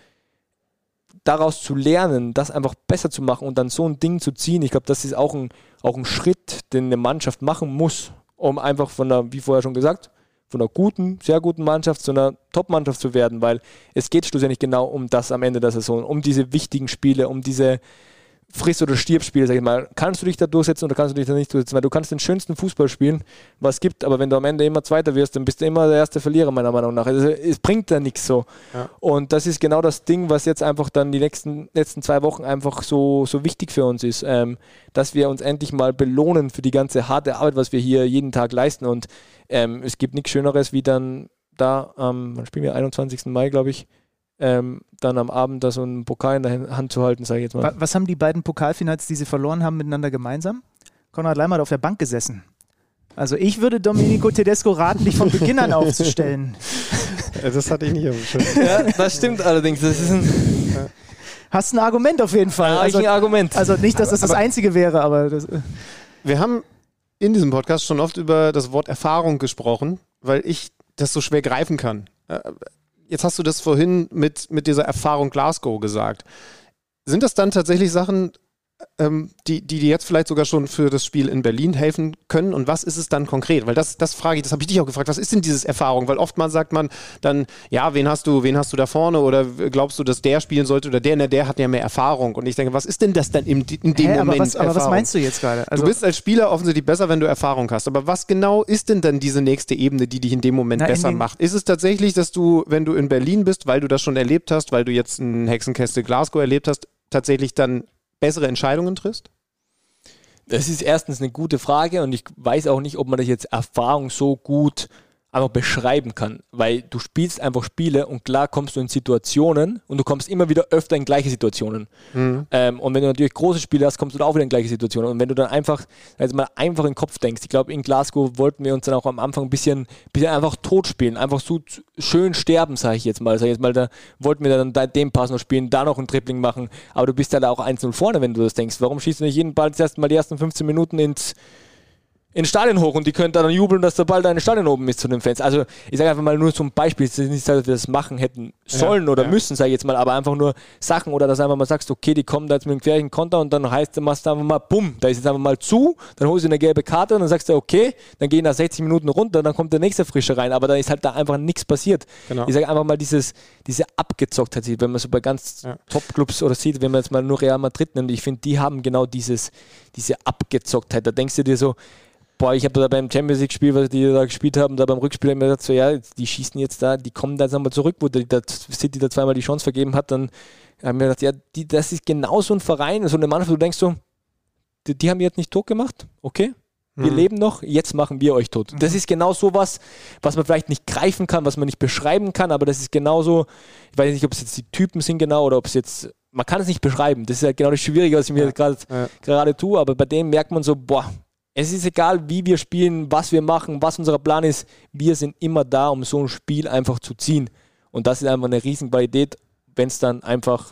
Speaker 2: daraus zu lernen, das einfach besser zu machen und dann so ein Ding zu ziehen, ich glaube, das ist auch ein, auch ein Schritt, den eine Mannschaft machen muss, um einfach von einer, wie vorher schon gesagt, von einer guten, sehr guten Mannschaft zu einer Top-Mannschaft zu werden, weil es geht schlussendlich genau um das am Ende der Saison, um diese wichtigen Spiele, um diese Friss- oder Stirb-Spiele, sag ich mal. Kannst du dich da durchsetzen oder kannst du dich da nicht durchsetzen? Weil du kannst den schönsten Fußball spielen, was es gibt, aber wenn du am Ende immer Zweiter wirst, dann bist du immer der erste Verlierer, meiner Meinung nach. Also, es bringt da nichts so. Ja. Und das ist genau das Ding, was jetzt einfach dann die nächsten, letzten zwei Wochen einfach so, so wichtig für uns ist, ähm, dass wir uns endlich mal belohnen für die ganze harte Arbeit, was wir hier jeden Tag leisten. Und ähm, es gibt nichts Schöneres, wie dann da, ähm, wann spielen wir, einundzwanzigsten Mai, glaube ich, Ähm, dann am Abend da so einen Pokal in der Hand zu halten, sage ich jetzt mal.
Speaker 5: Was haben die beiden Pokalfinals, die sie verloren haben, miteinander gemeinsam? Konrad Leimer hat auf der Bank gesessen. Also ich würde Domenico Tedesco raten, dich von Beginn an aufzustellen.
Speaker 4: Das hatte ich nicht auf dem Schirm.
Speaker 2: Ja, das stimmt allerdings. Das ist ein
Speaker 5: Hast ein Argument auf jeden Fall.
Speaker 2: Ja,
Speaker 5: also,
Speaker 2: ein Argument.
Speaker 5: Also nicht, dass das
Speaker 4: aber,
Speaker 5: das Einzige wäre, aber... Das,
Speaker 4: wir haben in diesem Podcast schon oft über das Wort Erfahrung gesprochen, weil ich das so schwer greifen kann. Jetzt hast du das vorhin mit, mit dieser Erfahrung Glasgow gesagt. Sind das dann tatsächlich Sachen, ähm, die, die dir jetzt vielleicht sogar schon für das Spiel in Berlin helfen können? Und was ist es dann konkret? Weil das, das frage ich, das habe ich dich auch gefragt. Was ist denn dieses Erfahrung? Weil oftmals sagt man dann, ja, wen hast du, wen hast du da vorne? Oder glaubst du, dass der spielen sollte oder der, ne, der hat ja mehr Erfahrung. Und ich denke, was ist denn das dann in, in dem
Speaker 5: Hä,
Speaker 4: Moment?
Speaker 5: Aber was, aber was meinst du jetzt gerade? Also,
Speaker 4: du bist als Spieler offensichtlich besser, wenn du Erfahrung hast. Aber was genau ist denn dann diese nächste Ebene, die dich in dem Moment
Speaker 5: Na,
Speaker 4: besser macht? Ist es tatsächlich, dass du, wenn du in Berlin bist, weil du das schon erlebt hast, weil du jetzt einen Hexenkessel Glasgow erlebt hast, tatsächlich dann bessere Entscheidungen triffst?
Speaker 2: Das ist erstens eine gute Frage und ich weiß auch nicht, ob man das jetzt Erfahrung so gut einfach beschreiben kann, weil du spielst einfach Spiele und klar kommst du in Situationen und du kommst immer wieder öfter in gleiche Situationen. Mhm. Ähm, und wenn du natürlich große Spiele hast, kommst du da auch wieder in gleiche Situationen. Und wenn du dann einfach, also mal einfach in den Kopf denkst, ich glaube in Glasgow wollten wir uns dann auch am Anfang ein bisschen, bisschen einfach tot spielen, einfach so schön sterben, sage ich jetzt mal. Sag ich jetzt mal, da wollten wir dann den Pass noch spielen, da noch ein Dribbling machen, aber du bist halt auch eins null vorne, wenn du das denkst. Warum schießt du nicht jeden Ball das erste Mal die ersten fünfzehn Minuten ins ins Stadion hoch und die können dann jubeln, dass der Ball da in den Stadion oben ist zu den Fans. Also ich sage einfach mal nur zum Beispiel, es ist nicht so, dass wir das machen hätten sollen ja, oder ja. müssen, sage ich jetzt mal, aber einfach nur Sachen oder dass einfach mal sagst, okay, die kommen da jetzt mit einem gefährlichen Konter und dann heißt, du machst einfach mal, bumm, da ist jetzt einfach mal zu, dann holst du eine gelbe Karte und dann sagst du, okay, dann gehen da sechzig Minuten runter, dann kommt der nächste Frische rein, aber dann ist halt da einfach nichts passiert. Genau. Ich sage einfach mal dieses, diese Abgezocktheit sieht, wenn man so bei ganz ja. Top-Clubs oder sieht, wenn man jetzt mal nur Real Madrid nimmt, ich finde, die haben genau dieses, diese Abgezocktheit, da denkst du dir so, boah, ich habe da beim Champions League-Spiel, was die da gespielt haben, da beim Rückspiel habe ich mir gedacht, so, ja, die schießen jetzt da, die kommen da jetzt nochmal zurück, wo die da, City da zweimal die Chance vergeben hat, dann habe ich mir gedacht, ja, die, das ist genau so ein Verein, so eine Mannschaft, wo du denkst so, die, die haben jetzt nicht tot gemacht, okay, wir mhm. leben noch, jetzt machen wir euch tot. Das ist genau so was, was man vielleicht nicht greifen kann, was man nicht beschreiben kann, aber das ist genauso, ich weiß nicht, ob es jetzt die Typen sind genau, oder ob es jetzt, man kann es nicht beschreiben, das ist ja genau das Schwierige, was ich mir ja. gerade ja. gerade tue, aber bei denen merkt man so, boah, es ist egal, wie wir spielen, was wir machen, was unser Plan ist. Wir sind immer da, um so ein Spiel einfach zu ziehen. Und das ist einfach eine riesen Qualität, wenn es dann einfach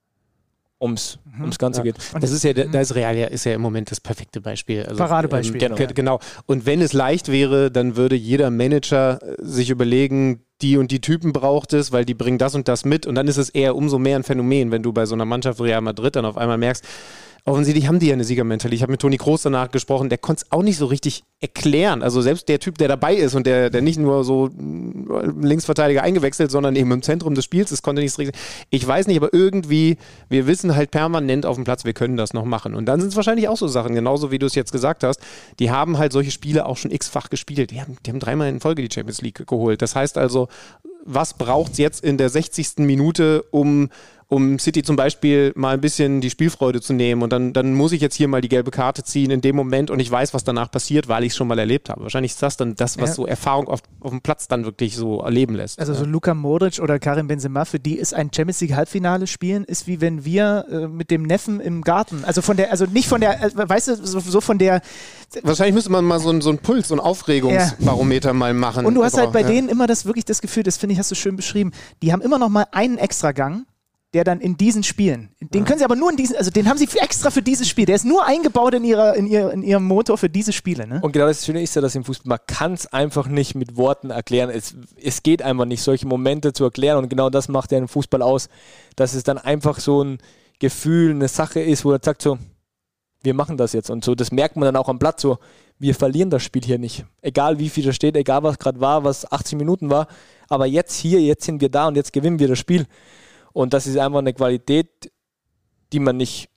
Speaker 2: ums, mhm. ums Ganze ja. geht.
Speaker 4: Und das ist ja, da ist Real ja, ist ja im Moment das perfekte Beispiel. Also,
Speaker 5: Paradebeispiel.
Speaker 4: Ähm, genau. genau. Und wenn es leicht wäre, dann würde jeder Manager sich überlegen, die und die Typen braucht es, weil die bringen das und das mit. Und dann ist es eher umso mehr ein Phänomen, wenn du bei so einer Mannschaft Real Madrid dann auf einmal merkst, offensichtlich haben die ja eine Siegermentalität. Ich habe mit Toni Kroos danach gesprochen, der konnte es auch nicht so richtig erklären. Also selbst der Typ, der dabei ist und der, der nicht nur so Linksverteidiger eingewechselt, sondern eben im Zentrum des Spiels, das konnte nicht so richtig. Ich weiß nicht, aber irgendwie, wir wissen halt permanent auf dem Platz, wir können das noch machen. Und dann sind es wahrscheinlich auch so Sachen, genauso wie du es jetzt gesagt hast, die haben halt solche Spiele auch schon x-fach gespielt. Die haben, die haben dreimal in Folge die Champions League geholt. Das heißt also, was braucht es jetzt in der sechzigsten Minute, um um City zum Beispiel mal ein bisschen die Spielfreude zu nehmen und dann, dann muss ich jetzt hier mal die gelbe Karte ziehen in dem Moment und ich weiß, was danach passiert, weil ich es schon mal erlebt habe. Wahrscheinlich ist das dann das, was ja. so Erfahrung auf, auf dem Platz dann wirklich so erleben lässt.
Speaker 5: Also so
Speaker 4: ja.
Speaker 5: Luka Modric oder Karim Benzema, für die ist ein Champions League Halbfinale spielen, ist wie wenn wir äh, mit dem Neffen im Garten, also von der, also nicht von der, äh, weißt du, so, so von der...
Speaker 4: Wahrscheinlich müsste man mal so, ein, so einen Puls, so ein Aufregungsbarometer ja. mal machen.
Speaker 5: Und du hast halt bei
Speaker 4: ja.
Speaker 5: denen immer das wirklich das Gefühl, das finde ich, hast du schön beschrieben, die haben immer noch mal einen Extragang, der dann in diesen Spielen, den können sie aber nur in diesen, also den haben sie extra für dieses Spiel, der ist nur eingebaut in, ihrer, in, ihr, in ihrem Motor für diese Spiele. Ne?
Speaker 2: Und genau das Schöne ist ja, dass im Fußball, man kann es einfach nicht mit Worten erklären, es, es geht einfach nicht, solche Momente zu erklären und genau das macht ja den Fußball aus, dass es dann einfach so ein Gefühl, eine Sache ist, wo er sagt so, wir machen das jetzt und so, das merkt man dann auch am Platz so, wir verlieren das Spiel hier nicht, egal wie viel da steht, egal was gerade war, was achtzig Minuten war, aber jetzt hier, jetzt sind wir da und jetzt gewinnen wir das Spiel. Und das ist einfach eine Qualität, die man nicht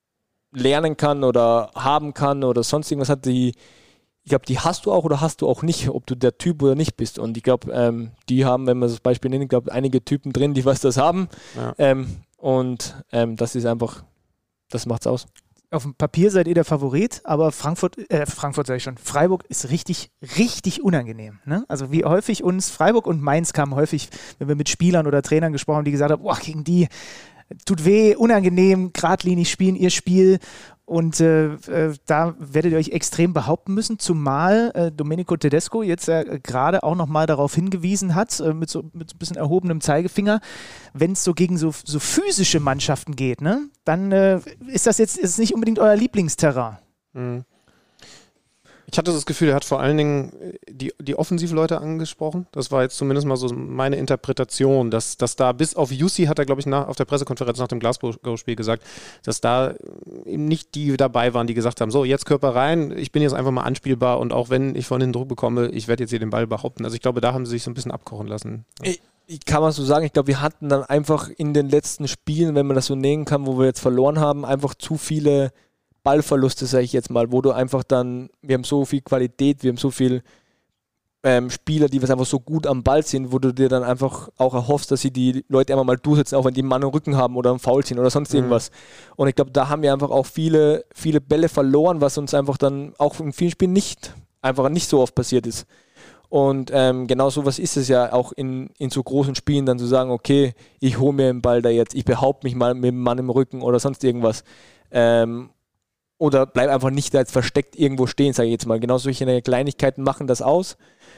Speaker 2: lernen kann oder haben kann oder sonst irgendwas hat. Die, ich glaube, die hast du auch oder hast du auch nicht, ob du der Typ oder nicht bist. Und ich glaube, ähm, die haben, wenn man das Beispiel nennt, ich glaube, einige Typen drin, die was das haben. Ja. Ähm, und ähm, das ist einfach, das macht's aus.
Speaker 5: Auf dem Papier seid ihr der Favorit, aber Frankfurt, äh, Frankfurt sage ich schon, Freiburg ist richtig, richtig unangenehm. Ne? Also wie häufig uns Freiburg und Mainz kamen häufig, wenn wir mit Spielern oder Trainern gesprochen haben, die gesagt haben, boah, gegen die tut weh, unangenehm, geradlinig spielen ihr Spiel und äh, äh, da werdet ihr euch extrem behaupten müssen, zumal äh, Domenico Tedesco jetzt äh, gerade auch nochmal darauf hingewiesen hat, äh, mit, so, mit so ein bisschen erhobenem Zeigefinger, wenn es so gegen so, so physische Mannschaften geht, ne, dann äh, ist das jetzt ist nicht unbedingt euer Lieblingsterrain.
Speaker 4: Mhm. Ich hatte das Gefühl, er hat vor allen Dingen die, die Offensivleute angesprochen. Das war jetzt zumindest mal so meine Interpretation, dass, dass da bis auf Jussi hat er, glaube ich, nach, auf der Pressekonferenz nach dem Glasgow-Spiel gesagt, dass da eben nicht die dabei waren, die gesagt haben, so, jetzt Körper rein, ich bin jetzt einfach mal anspielbar und auch wenn ich von den Druck bekomme, ich werde jetzt hier den Ball behaupten. Also ich glaube, da haben sie sich so ein bisschen abkochen lassen.
Speaker 2: Ich, ich kann man so sagen, ich glaube, wir hatten dann einfach in den letzten Spielen, wenn man das so nehmen kann, wo wir jetzt verloren haben, einfach zu viele Ballverluste, sage ich jetzt mal, wo du einfach dann, wir haben so viel Qualität, wir haben so viel ähm, Spieler, die was einfach so gut am Ball sind, wo du dir dann einfach auch erhoffst, dass sie die Leute einmal mal durchsetzen, auch wenn die einen Mann im Rücken haben oder einen Foul ziehen oder sonst irgendwas. Mhm. Und ich glaube, da haben wir einfach auch viele, viele Bälle verloren, was uns einfach dann auch in vielen Spielen nicht, einfach nicht so oft passiert ist. Und ähm, genau sowas ist es ja auch in, in so großen Spielen, dann zu sagen, okay, ich hole mir den Ball da jetzt, ich behaupte mich mal mit dem Mann im Rücken oder sonst irgendwas. Ähm, Oder bleib einfach nicht da jetzt versteckt irgendwo stehen, sage ich jetzt mal. Genau solche Kleinigkeiten machen das aus.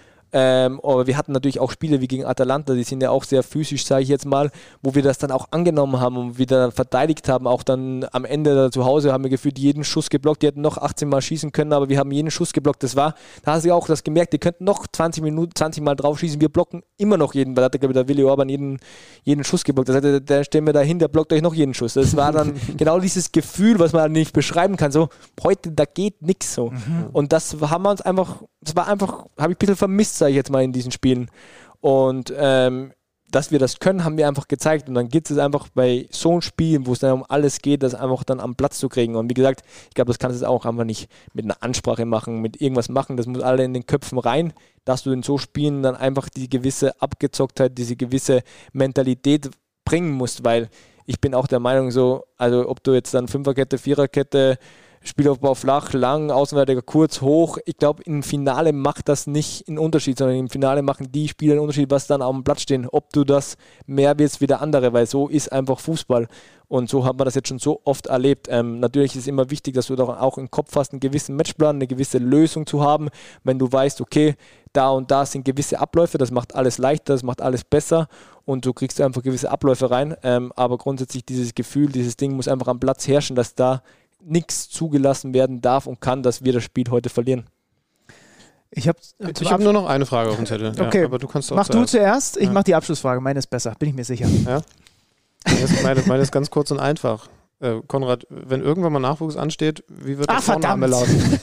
Speaker 2: Ähm, aber wir hatten natürlich auch Spiele wie gegen Atalanta, die sind ja auch sehr physisch, sage ich jetzt mal, wo wir das dann auch angenommen haben und wieder verteidigt haben. Auch dann am Ende da zu Hause haben wir gefühlt jeden Schuss geblockt. Die hätten noch achtzehn Mal schießen können, aber wir haben jeden Schuss geblockt. Das war, da hast du auch das gemerkt, die könnten noch zwanzig Minuten, zwanzig Mal drauf schießen. Wir blocken immer noch jeden, weil da hat, glaube ich, der Willi Orban jeden, jeden Schuss geblockt. Das heißt, da stehen wir dahin, der blockt euch noch jeden Schuss. Das war dann genau dieses Gefühl, was man nicht beschreiben kann. So, heute, da geht nichts so. Mhm. Und das haben wir uns einfach, das war einfach, habe ich ein bisschen vermisst, sage ich jetzt mal, in diesen Spielen. Und ähm, dass wir das können, haben wir einfach gezeigt. Und dann geht es einfach bei so einem Spiel, wo es dann um alles geht, das einfach dann am Platz zu kriegen. Und wie gesagt, ich glaube, das kannst du auch einfach nicht mit einer Ansprache machen, mit irgendwas machen. Das muss alle in den Köpfen rein, dass du in so Spielen dann einfach die gewisse Abgezocktheit, diese gewisse Mentalität bringen musst. Weil ich bin auch der Meinung so, also ob du jetzt dann Fünferkette, Viererkette, Spielaufbau flach, lang, Außenverteidiger kurz, hoch. Ich glaube, im Finale macht das nicht einen Unterschied, sondern im Finale machen die Spieler einen Unterschied, was dann auf dem Platz stehen. Ob du das mehr willst wie der andere, weil so ist einfach Fußball. Und so hat man das jetzt schon so oft erlebt. Ähm, natürlich ist es immer wichtig, dass du doch auch im Kopf hast, einen gewissen Matchplan, eine gewisse Lösung zu haben. Wenn du weißt, okay, da und da sind gewisse Abläufe, das macht alles leichter, das macht alles besser und du kriegst einfach gewisse Abläufe rein. Ähm, aber grundsätzlich dieses Gefühl, dieses Ding muss einfach am Platz herrschen, dass da nichts zugelassen werden darf und kann, dass wir das Spiel heute verlieren.
Speaker 5: Ich habe
Speaker 4: ich hab nur noch eine Frage auf dem Zettel.
Speaker 5: Okay,
Speaker 4: ja, aber du kannst auch
Speaker 5: mach
Speaker 4: zuerst.
Speaker 5: du zuerst, ich
Speaker 4: ja.
Speaker 5: mache die Abschlussfrage. Meine ist besser, bin ich mir sicher.
Speaker 4: Ja? Meine, meine ist ganz kurz und einfach. Äh, Konrad, wenn irgendwann mal Nachwuchs ansteht, wie wird der
Speaker 5: Ah,
Speaker 4: Vorname
Speaker 5: verdammt.
Speaker 4: lauten?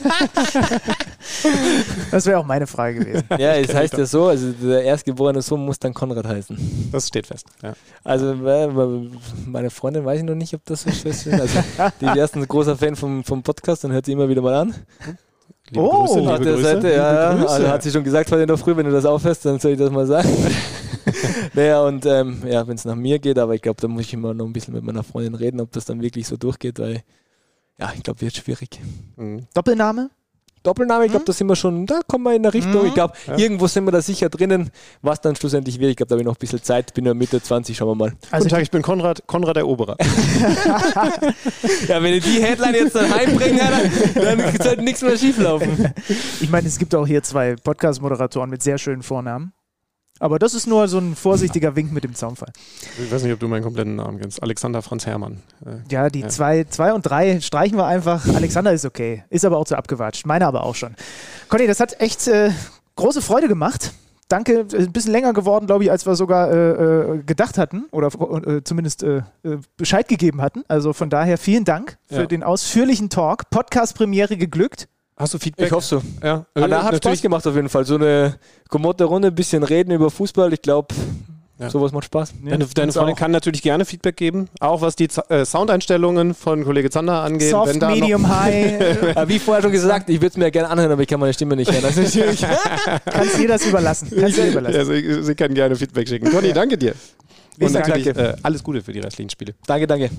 Speaker 5: Das wäre auch meine Frage gewesen.
Speaker 2: Ja, es heißt ja so, also der erstgeborene Sohn muss dann Konrad heißen.
Speaker 4: Das steht fest. Ja.
Speaker 2: Also äh, meine Freundin weiß ich noch nicht, ob das so fest ist. Also, die ist erstens ein großer Fan vom, vom Podcast und hört sie immer wieder mal an.
Speaker 4: Liebe
Speaker 5: Oh,
Speaker 4: Grüße, liebe
Speaker 2: Auf der
Speaker 4: Grüße.
Speaker 2: Seite, ja, ja.
Speaker 4: Grüße.
Speaker 2: Also hat sie schon gesagt heute in der Früh, wenn du das aufhörst, dann soll ich das mal sagen. Naja, und ähm, ja, wenn es nach mir geht, aber ich glaube, da muss ich immer noch ein bisschen mit meiner Freundin reden, ob das dann wirklich so durchgeht, weil ja, ich glaube, wird schwierig.
Speaker 4: Mhm.
Speaker 5: Doppelname?
Speaker 2: Doppelname, ich glaube, da sind wir schon, da kommen wir in der Richtung.
Speaker 5: Mhm.
Speaker 2: Ich glaube,
Speaker 4: Ja.
Speaker 2: irgendwo sind wir da sicher drinnen, was dann schlussendlich wird. Ich glaube, da habe ich noch ein bisschen Zeit, bin ja Mitte zwanzig, schauen wir mal.
Speaker 5: Also
Speaker 4: Guten Tag, ich bin Konrad, Konrad Eroberer.
Speaker 2: Ja, wenn ich die Headline jetzt dann heimbringen, dann, dann sollte nichts mehr schieflaufen.
Speaker 5: ich meine, es gibt auch hier zwei Podcast-Moderatoren mit sehr schönen Vornamen. Aber das ist nur so ein vorsichtiger Wink mit dem Zaunfall.
Speaker 4: Ich weiß nicht, ob du meinen kompletten Namen kennst. Alexander Franz Herrmann. Äh,
Speaker 5: Ja, die
Speaker 4: Ja.
Speaker 5: zwei, zwei und drei streichen wir einfach. Alexander ist okay. Ist aber auch zu abgewatscht. Meine aber auch schon. Conny, das hat echt äh, große Freude gemacht. Danke. Ist ein bisschen länger geworden, glaube ich, als wir sogar äh, äh, gedacht hatten oder äh, zumindest äh, äh, Bescheid gegeben hatten. Also von daher vielen Dank für
Speaker 4: Ja.
Speaker 5: den ausführlichen Talk. Podcast-Premiere geglückt.
Speaker 4: Hast du Feedback?
Speaker 2: Ich hoffe so.
Speaker 4: Ja,
Speaker 2: Aber
Speaker 4: äh,
Speaker 2: da hat Spaß
Speaker 4: natürlich.
Speaker 2: gemacht auf jeden Fall. So eine kommode Runde, ein bisschen reden über Fußball. Ich glaube,
Speaker 4: Ja.
Speaker 2: sowas macht Spaß.
Speaker 4: Deine, deine Freundin kann natürlich gerne Feedback geben, auch was die Z- äh, Soundeinstellungen von Kollege Zander angeht.
Speaker 5: Soft,
Speaker 4: wenn da
Speaker 5: Medium,
Speaker 4: noch,
Speaker 5: High.
Speaker 2: Aber wie vorher schon gesagt, ich würde es mir gerne anhören, aber ich kann meine Stimme nicht hören. Das ist schwierig.
Speaker 5: Kannst dir das überlassen. Kannst dir überlassen.
Speaker 4: ja, sie, sie kann gerne Feedback schicken. Conny, danke dir.
Speaker 2: Ich
Speaker 4: Und
Speaker 2: sag
Speaker 4: natürlich
Speaker 2: danke.
Speaker 4: äh, alles Gute für die restlichen Spiele.
Speaker 2: Danke, danke.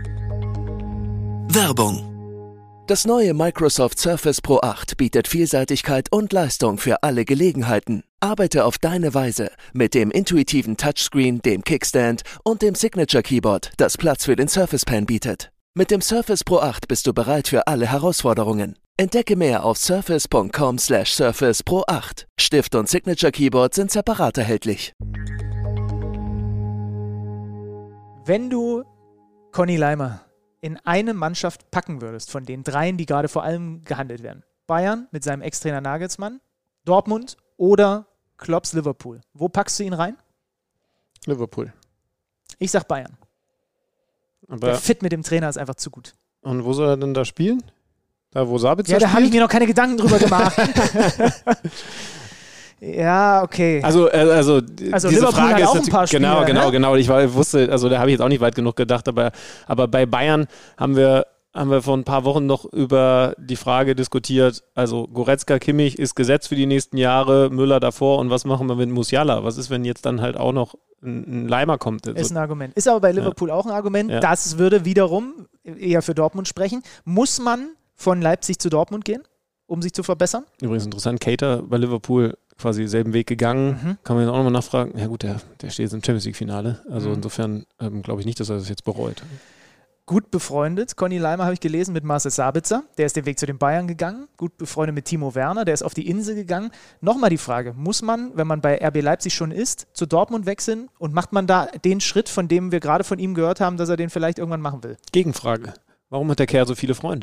Speaker 3: Werbung. Das neue Microsoft Surface Pro acht bietet Vielseitigkeit und Leistung für alle Gelegenheiten. Arbeite auf deine Weise mit dem intuitiven Touchscreen, dem Kickstand und dem Signature Keyboard, das Platz für den Surface Pen bietet. Mit dem Surface Pro acht bist du bereit für alle Herausforderungen. Entdecke mehr auf surface punkt com slash surface pro acht. Stift und Signature Keyboard sind separat erhältlich.
Speaker 5: Wenn du Conny Leimer in eine Mannschaft packen würdest, von den dreien, die gerade vor allem gehandelt werden, Bayern mit seinem Ex-Trainer Nagelsmann, Dortmund oder Klopps Liverpool, wo packst du ihn rein?
Speaker 4: Liverpool.
Speaker 5: Ich sag Bayern. Der
Speaker 4: Aber,
Speaker 5: Fit mit dem Trainer ist einfach zu gut.
Speaker 4: und wo soll er denn da spielen? Da, wo Sabitzer
Speaker 5: Ja, da habe ich
Speaker 4: spielt?
Speaker 5: mir noch keine Gedanken drüber gemacht. Ja, okay.
Speaker 4: Also, äh, also,
Speaker 5: Also
Speaker 4: diese
Speaker 5: Liverpool
Speaker 4: Frage
Speaker 5: hat
Speaker 4: ist
Speaker 5: auch ein
Speaker 4: natürlich-
Speaker 5: paar Spieler,
Speaker 4: Genau, genau,
Speaker 5: ne?
Speaker 4: genau. Ich war, wusste, also da habe ich jetzt auch nicht weit genug gedacht, aber, aber bei Bayern haben wir, haben wir vor ein paar Wochen noch über die Frage diskutiert, also Goretzka, Kimmich ist Gesetz für die nächsten Jahre, Müller davor und was machen wir mit Musiala? Was ist, wenn jetzt dann halt auch noch ein, ein Leimer kommt?
Speaker 5: Ist
Speaker 4: Also,
Speaker 5: ein Argument. Ist aber bei Liverpool auch ein Argument.
Speaker 4: Ja.
Speaker 5: Das würde wiederum eher für Dortmund sprechen. Muss man von Leipzig zu Dortmund gehen, um sich zu verbessern?
Speaker 4: übrigens interessant, Keita bei Liverpool quasi selben Weg gegangen.
Speaker 5: Mhm.
Speaker 4: Kann man jetzt auch nochmal nachfragen. Ja gut, der, der steht jetzt im Champions League-Finale. Also
Speaker 5: Mhm.
Speaker 4: insofern ähm, glaube ich nicht, dass er das jetzt bereut.
Speaker 5: Gut befreundet. Conny Leimer habe ich gelesen mit Marcel Sabitzer. Der ist den Weg zu den Bayern gegangen. Gut befreundet mit Timo Werner. Der ist auf die Insel gegangen. Nochmal die Frage, muss man, wenn man bei R B Leipzig schon ist, zu Dortmund wechseln und macht man da den Schritt, von dem wir gerade von ihm gehört haben, dass er den vielleicht irgendwann machen will?
Speaker 4: Gegenfrage. Warum hat der Kerl so viele Freunde?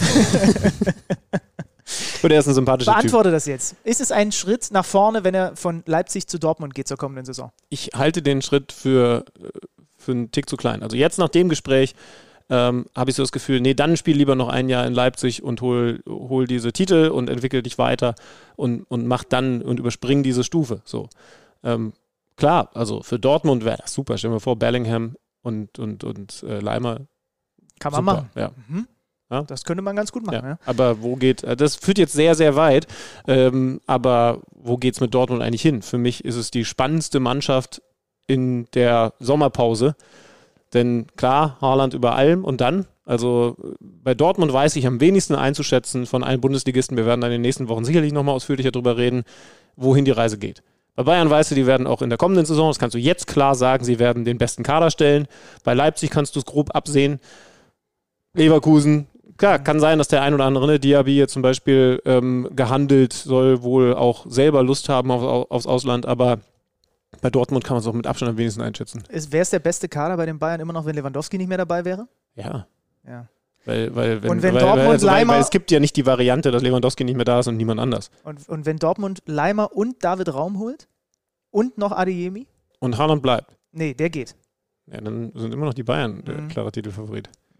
Speaker 4: Oder er ist ein sympathischer Typ.
Speaker 5: Beantworte das jetzt. Ist es ein Schritt nach vorne, wenn er von Leipzig zu Dortmund geht zur kommenden Saison?
Speaker 4: Ich halte den Schritt für, äh, für einen Tick zu klein. Also jetzt nach dem Gespräch ähm, habe ich so das Gefühl, nee, dann spiel lieber noch ein Jahr in Leipzig und hol, hol diese Titel und entwickel dich weiter und, und mach dann und überspring diese Stufe. So. Ähm, klar, also für Dortmund wäre das super. Stell dir mal vor, Bellingham und, und, und äh, Leimer.
Speaker 5: Kann man
Speaker 4: Super,
Speaker 5: machen.
Speaker 4: ja.
Speaker 5: Mhm.
Speaker 4: Ja.
Speaker 5: Das könnte man ganz gut machen.
Speaker 4: Ja.
Speaker 5: Ja.
Speaker 4: Aber wo geht, äh, das führt jetzt sehr, sehr weit, ähm, aber wo geht es mit Dortmund eigentlich hin? Für mich ist es die spannendste Mannschaft in der Sommerpause, denn klar, Haaland über allem und dann, also bei Dortmund weiß ich am wenigsten einzuschätzen von allen Bundesligisten, wir werden dann in den nächsten Wochen sicherlich nochmal ausführlicher drüber reden, wohin die Reise geht. Bei Bayern weißt du, die werden auch in der kommenden Saison, das kannst du jetzt klar sagen, sie werden den besten Kader stellen. Bei Leipzig kannst du es grob absehen. Leverkusen, klar, kann sein, dass der ein oder andere, ne, Diaby jetzt zum Beispiel ähm, gehandelt, soll wohl auch selber Lust haben auf, aufs Ausland, aber bei Dortmund kann man es auch mit Abstand am wenigsten einschätzen.
Speaker 5: Wäre es der beste Kader bei den Bayern immer noch, wenn Lewandowski nicht mehr dabei wäre?
Speaker 4: Ja.
Speaker 5: Ja.
Speaker 4: Weil, weil, wenn,
Speaker 5: Und wenn
Speaker 4: weil,
Speaker 5: Dortmund
Speaker 4: weil, also, weil,
Speaker 5: Leimer-
Speaker 4: weil es gibt ja nicht die Variante, dass Lewandowski nicht mehr da ist und niemand anders.
Speaker 5: Und, und wenn Dortmund Leimer und David Raum holt und noch Adeyemi?
Speaker 4: Und Haaland bleibt.
Speaker 5: Nee, der geht.
Speaker 4: Ja, dann sind immer noch die Bayern der
Speaker 5: Mhm.
Speaker 4: klare Titelfavorit.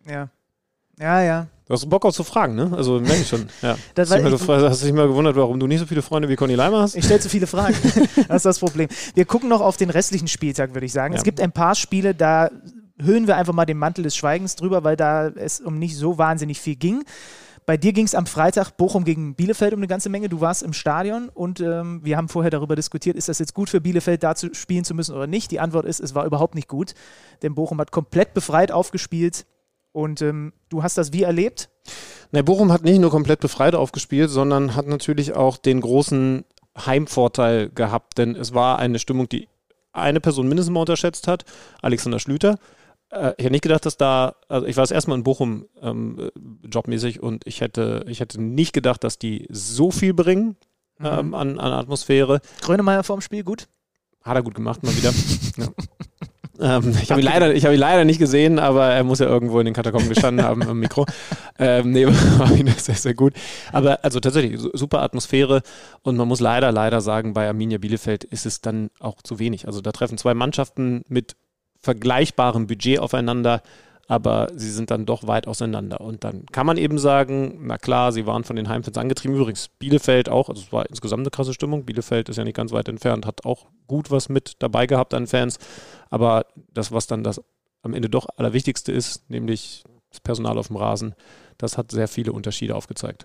Speaker 5: Ja. Ja, ja.
Speaker 4: Du hast Bock auch zu fragen, ne? Also merke ich schon. Ja.
Speaker 5: Das
Speaker 4: hast,
Speaker 5: war,
Speaker 4: du mal, hast du dich mal gewundert, warum du nicht so viele Freunde wie Conny Leimer hast?
Speaker 5: Ich stelle zu viele Fragen. Das ist das Problem. Wir gucken noch auf den restlichen Spieltag, würde ich sagen. Ja. Es gibt ein paar Spiele, da hüllen wir einfach mal den Mantel des Schweigens drüber, weil da es um nicht so wahnsinnig viel ging. Bei dir ging es am Freitag Bochum gegen Bielefeld um eine ganze Menge. Du warst im Stadion und ähm, wir haben vorher darüber diskutiert, ist das jetzt gut für Bielefeld, da zu spielen zu müssen oder nicht? Die Antwort ist, es war überhaupt nicht gut, denn Bochum hat komplett befreit aufgespielt und ähm, du hast das wie erlebt?
Speaker 4: Ne, Bochum hat nicht nur komplett befreit aufgespielt, sondern hat natürlich auch den großen Heimvorteil gehabt, denn es war eine Stimmung, die eine Person mindestens mal unterschätzt hat, Alexander Schlüter. Ich hätte nicht gedacht, dass da, also ich war das erste Mal in Bochum ähm, jobmäßig und ich hätte, ich hätte nicht gedacht, dass die so viel bringen ähm, mhm. an, an Atmosphäre.
Speaker 5: Grönemeyer vorm Spiel, gut?
Speaker 4: Hat er gut gemacht, mal wieder. ja. ähm, ich habe ihn, leider, ich hab ihn leider nicht gesehen, aber er muss ja irgendwo in den Katakomben gestanden haben am Mikro. Ähm, nee, war wieder sehr, sehr gut. Aber also tatsächlich, super Atmosphäre und man muss leider, leider sagen, bei Arminia Bielefeld ist es dann auch zu wenig. Also da treffen zwei Mannschaften mit vergleichbarem Budget aufeinander, aber sie sind dann doch weit auseinander. Und dann kann man eben sagen, na klar, sie waren von den Heimfans angetrieben. Übrigens Bielefeld auch, also es war insgesamt eine krasse Stimmung. Bielefeld ist ja nicht ganz weit entfernt, hat auch gut was mit dabei gehabt an Fans. Aber das, was dann das am Ende doch Allerwichtigste ist, nämlich das Personal auf dem Rasen, das hat sehr viele Unterschiede aufgezeigt.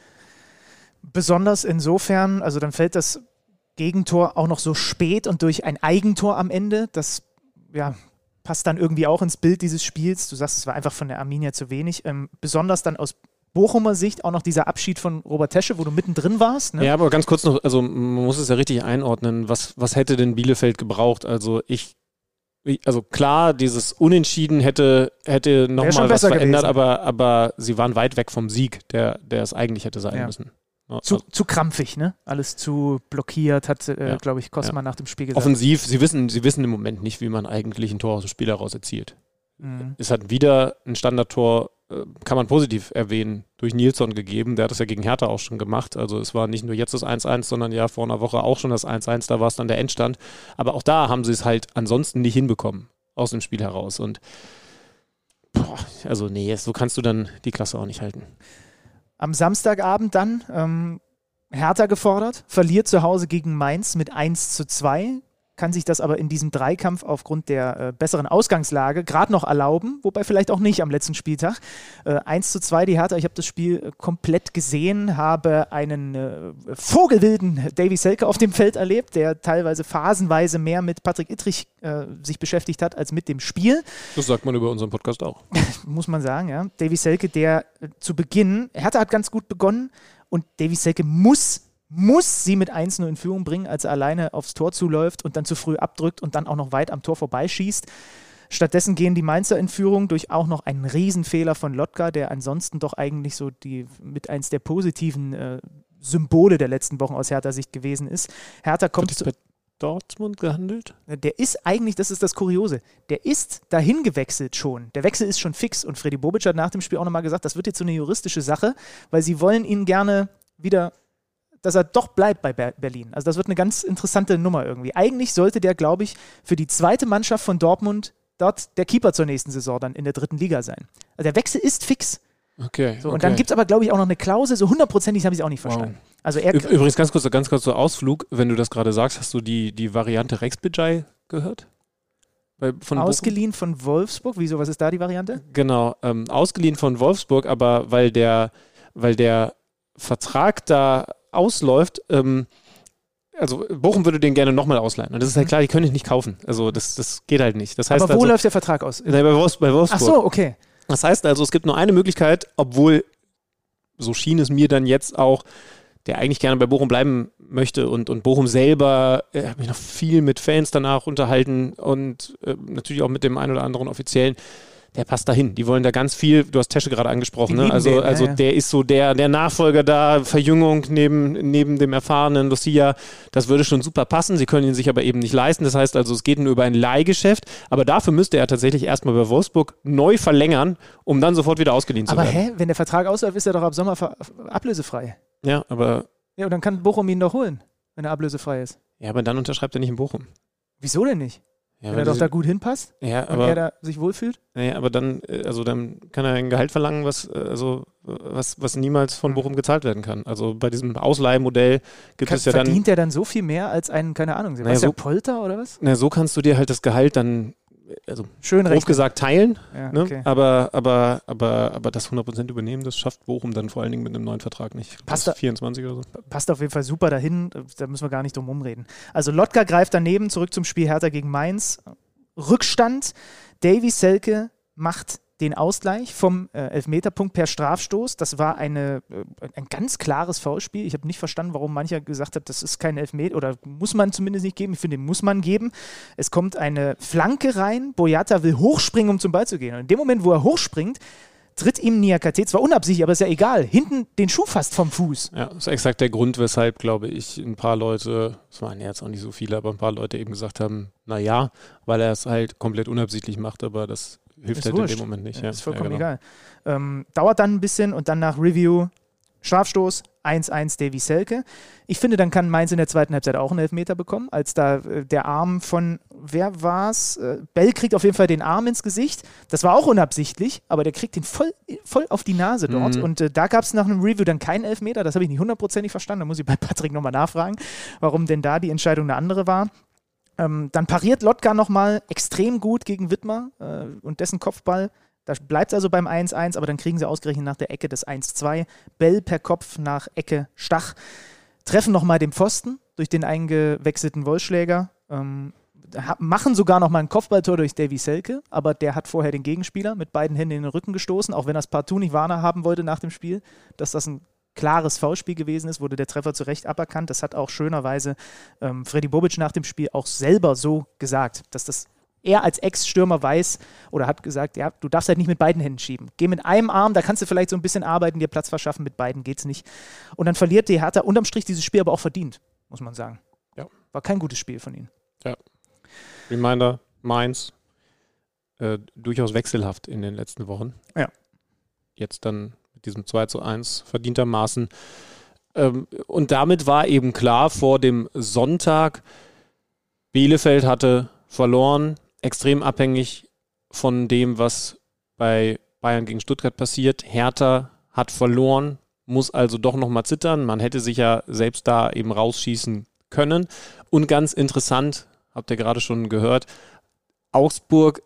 Speaker 5: Besonders insofern, also dann fällt das Gegentor auch noch so spät und durch ein Eigentor am Ende, das ja, passt dann irgendwie auch ins Bild dieses Spiels. Du sagst, es war einfach von der Arminia zu wenig. Ähm, besonders dann aus Bochumer Sicht auch noch dieser Abschied von Robert Tesche, wo du mittendrin warst. Ne?
Speaker 4: Ja, aber ganz kurz noch, also man muss es ja richtig einordnen. Was, was hätte denn Bielefeld gebraucht? Also ich, also klar, dieses Unentschieden hätte, hätte nochmal was verändert, aber, aber sie waren weit weg vom Sieg, der, der es eigentlich hätte sein
Speaker 5: ja.
Speaker 4: müssen.
Speaker 5: Zu, zu krampfig, ne? Alles zu blockiert, hat, äh,
Speaker 4: ja.
Speaker 5: glaube ich, Kosma ja. nach dem Spiel gesagt.
Speaker 4: Offensiv, sie wissen, sie wissen im Moment nicht, wie man eigentlich ein Tor aus dem Spiel heraus erzielt. Mhm. Es hat wieder ein Standardtor, äh, kann man positiv erwähnen, durch Nilsson gegeben. Der hat das ja gegen Hertha auch schon gemacht. Also es war nicht nur jetzt das eins eins, sondern ja vor einer Woche auch schon das eins eins. Da war es dann der Endstand. Aber auch da haben sie es halt ansonsten nicht hinbekommen aus dem Spiel heraus. Und boah, also nee, so kannst du dann die Klasse auch nicht halten.
Speaker 5: Am Samstagabend dann ähm, Hertha gefordert, verliert zu Hause gegen Mainz mit eins zu zwei, kann sich das aber in diesem Dreikampf aufgrund der äh, besseren Ausgangslage gerade noch erlauben, wobei vielleicht auch nicht am letzten Spieltag. Äh, eins zu zwei die Hertha, ich habe das Spiel äh, komplett gesehen, habe einen äh, vogelwilden Davy Selke auf dem Feld erlebt, der teilweise phasenweise mehr mit Patrick Ittrich äh, sich beschäftigt hat als mit dem Spiel.
Speaker 4: Das sagt man über unseren Podcast auch.
Speaker 5: Muss man sagen, ja. Davy Selke, der äh, zu Beginn, Hertha hat ganz gut begonnen und Davy Selke muss muss sie mit eins null in Führung bringen, als er alleine aufs Tor zuläuft und dann zu früh abdrückt und dann auch noch weit am Tor vorbeischießt. Stattdessen gehen die Mainzer in Führung durch auch noch einen Riesenfehler von Lotka, der ansonsten doch eigentlich so die mit eins der positiven äh, Symbole der letzten Wochen aus Hertha-Sicht gewesen ist. Hertha kommt zu...
Speaker 4: bei Dortmund gehandelt?
Speaker 5: Der ist eigentlich, das ist das Kuriose, der ist dahin gewechselt schon. Der Wechsel ist schon fix und Freddy Bobic hat nach dem Spiel auch nochmal gesagt, das wird jetzt so eine juristische Sache, weil sie wollen ihn gerne wieder... dass er doch bleibt bei Berlin. Also das wird eine ganz interessante Nummer irgendwie. Eigentlich sollte der, glaube ich, für die zweite Mannschaft von Dortmund dort der Keeper zur nächsten Saison dann in der dritten Liga sein. Also der Wechsel ist fix.
Speaker 4: Okay.
Speaker 5: So,
Speaker 4: okay.
Speaker 5: Und dann gibt es aber, glaube ich, auch noch eine Klausel, so hundertprozentig habe ich es auch nicht verstanden.
Speaker 4: Wow.
Speaker 5: Also er
Speaker 4: Übrigens, ganz kurz, ganz kurz so Ausflug, wenn du das gerade sagst, hast du die, die Variante Rex Bejai gehört? Bei, von
Speaker 5: ausgeliehen Bochum? Von Wolfsburg? Wieso, was ist da die Variante?
Speaker 4: Genau, ähm, ausgeliehen von Wolfsburg, aber weil der, weil der Vertrag da ausläuft, ähm, also Bochum würde den gerne nochmal ausleihen. Und das ist halt klar, die können ihn nicht kaufen. Also das, das geht halt nicht. Das heißt
Speaker 5: aber wo
Speaker 4: also,
Speaker 5: läuft der Vertrag aus?
Speaker 4: Nein, bei, Wolfs- bei Wolfsburg.
Speaker 5: Ach so, okay.
Speaker 4: Das heißt also, es gibt nur eine Möglichkeit, obwohl, so schien es mir dann jetzt auch, der eigentlich gerne bei Bochum bleiben möchte und, und Bochum selber, ich äh, habe mich noch viel mit Fans danach unterhalten und äh, natürlich auch mit dem einen oder anderen Offiziellen, der passt dahin. Die wollen da ganz viel, du hast Tesche gerade angesprochen, ne? also, den, also ja, ja. der ist so der, der Nachfolger da, Verjüngung neben, neben dem erfahrenen Lucia, das würde schon super passen, sie können ihn sich aber eben nicht leisten, das heißt also, es geht nur über ein Leihgeschäft, aber dafür müsste er tatsächlich erstmal bei Wolfsburg neu verlängern, um dann sofort wieder ausgeliehen
Speaker 5: aber
Speaker 4: zu werden.
Speaker 5: Aber hä, wenn der Vertrag ausläuft, ist er doch ab Sommer ver- ablösefrei.
Speaker 4: Ja, aber...
Speaker 5: Ja, und dann kann Bochum ihn doch holen, wenn er ablösefrei ist.
Speaker 4: Ja, aber dann unterschreibt er nicht in Bochum.
Speaker 5: Wieso denn nicht?
Speaker 4: Ja,
Speaker 5: wenn er doch da gut hinpasst
Speaker 4: ja,
Speaker 5: und
Speaker 4: aber,
Speaker 5: er da sich wohlfühlt.
Speaker 4: Ja, aber dann, also dann kann er ein Gehalt verlangen, was, also, was, was niemals von Bochum gezahlt werden kann. Also bei diesem Ausleihmodell gibt
Speaker 5: kann,
Speaker 4: es ja dann...
Speaker 5: Verdient er dann so viel mehr als ein, keine Ahnung, Sebastian
Speaker 4: naja, so,
Speaker 5: Polter oder was?
Speaker 4: Na, so kannst du dir halt das Gehalt dann, also
Speaker 5: schön
Speaker 4: grob gesagt, teilen.
Speaker 5: Ja,
Speaker 4: ne?
Speaker 5: okay.
Speaker 4: aber, aber, aber, aber das hundert Prozent übernehmen, das schafft Bochum dann vor allen Dingen mit einem neuen Vertrag nicht.
Speaker 5: Passt
Speaker 4: das vierundzwanzig oder so.
Speaker 5: Passt auf jeden Fall super dahin, da müssen wir gar nicht drum rumreden. Also Lotka greift daneben, zurück zum Spiel Hertha gegen Mainz. Rückstand, Davy Selke macht den Ausgleich vom äh, Elfmeterpunkt per Strafstoß. Das war eine, äh, ein ganz klares Foulspiel. Ich habe nicht verstanden, warum mancher gesagt hat, das ist kein Elfmeter oder muss man zumindest nicht geben. Ich finde, den muss man geben. Es kommt eine Flanke rein. Boyata will hochspringen, um zum Ball zu gehen. Und in dem Moment, wo er hochspringt, tritt ihm Niakate, zwar unabsichtlich, aber ist ja egal, hinten den Schuh fast vom Fuß.
Speaker 4: Ja, das ist exakt der Grund, weshalb, glaube ich, ein paar Leute, es waren jetzt auch nicht so viele, aber ein paar Leute eben gesagt haben, naja, weil er es halt komplett unabsichtlich macht, aber das hilft
Speaker 5: ist
Speaker 4: halt
Speaker 5: wurscht.
Speaker 4: in dem Moment nicht.
Speaker 5: Ja,
Speaker 4: Ja,
Speaker 5: ist vollkommen
Speaker 4: ja, genau.
Speaker 5: egal. Ähm, dauert dann ein bisschen und dann nach Review Strafstoß, eins eins Davy Selke. Ich finde, dann kann Mainz in der zweiten Halbzeit auch einen Elfmeter bekommen, als da äh, der Arm von, wer war's? Äh, Bell kriegt auf jeden Fall den Arm ins Gesicht. Das war auch unabsichtlich, aber der kriegt den voll, voll auf die Nase dort.
Speaker 4: Mhm.
Speaker 5: Und äh, da gab es nach einem Review dann keinen Elfmeter. Das habe ich nicht hundertprozentig verstanden. Da muss ich bei Patrick nochmal nachfragen, warum denn da die Entscheidung eine andere war. Ähm, dann pariert Lotka nochmal extrem gut gegen Wittmer äh, und dessen Kopfball. Da bleibt es also beim eins eins, aber dann kriegen sie ausgerechnet nach der Ecke das eins zwei. Bell per Kopf nach Ecke Stach. Treffen nochmal den Pfosten durch den eingewechselten Wollschläger. Ähm, machen sogar nochmal ein Kopfballtor durch Davy Selke, aber der hat vorher den Gegenspieler mit beiden Händen in den Rücken gestoßen, auch wenn er es partout nicht wahrhaben wollte nach dem Spiel, dass das ein klares Foulspiel gewesen ist, wurde der Treffer zu Recht aberkannt. Das hat auch schönerweise ähm, Freddy Bobic nach dem Spiel auch selber so gesagt, dass das er als Ex-Stürmer weiß oder hat gesagt, ja, du darfst halt nicht mit beiden Händen schieben. Geh mit einem Arm, da kannst du vielleicht so ein bisschen arbeiten, dir Platz verschaffen, mit beiden geht's nicht. Und dann verliert die Hertha unterm Strich dieses Spiel aber auch verdient, muss man sagen.
Speaker 4: Ja.
Speaker 5: War kein gutes Spiel von ihnen.
Speaker 4: Ja. Reminder, Mainz, äh, durchaus wechselhaft in den letzten Wochen.
Speaker 5: Ja.
Speaker 4: Jetzt dann mit diesem zwei zu eins verdientermaßen. Ähm, und damit war eben klar vor dem Sonntag, Bielefeld hatte verloren, extrem abhängig von dem, was bei Bayern gegen Stuttgart passiert. Hertha hat verloren, muss also doch nochmal zittern. Man hätte sich ja selbst da eben rausschießen können. Und ganz interessant, habt ihr gerade schon gehört, Augsburg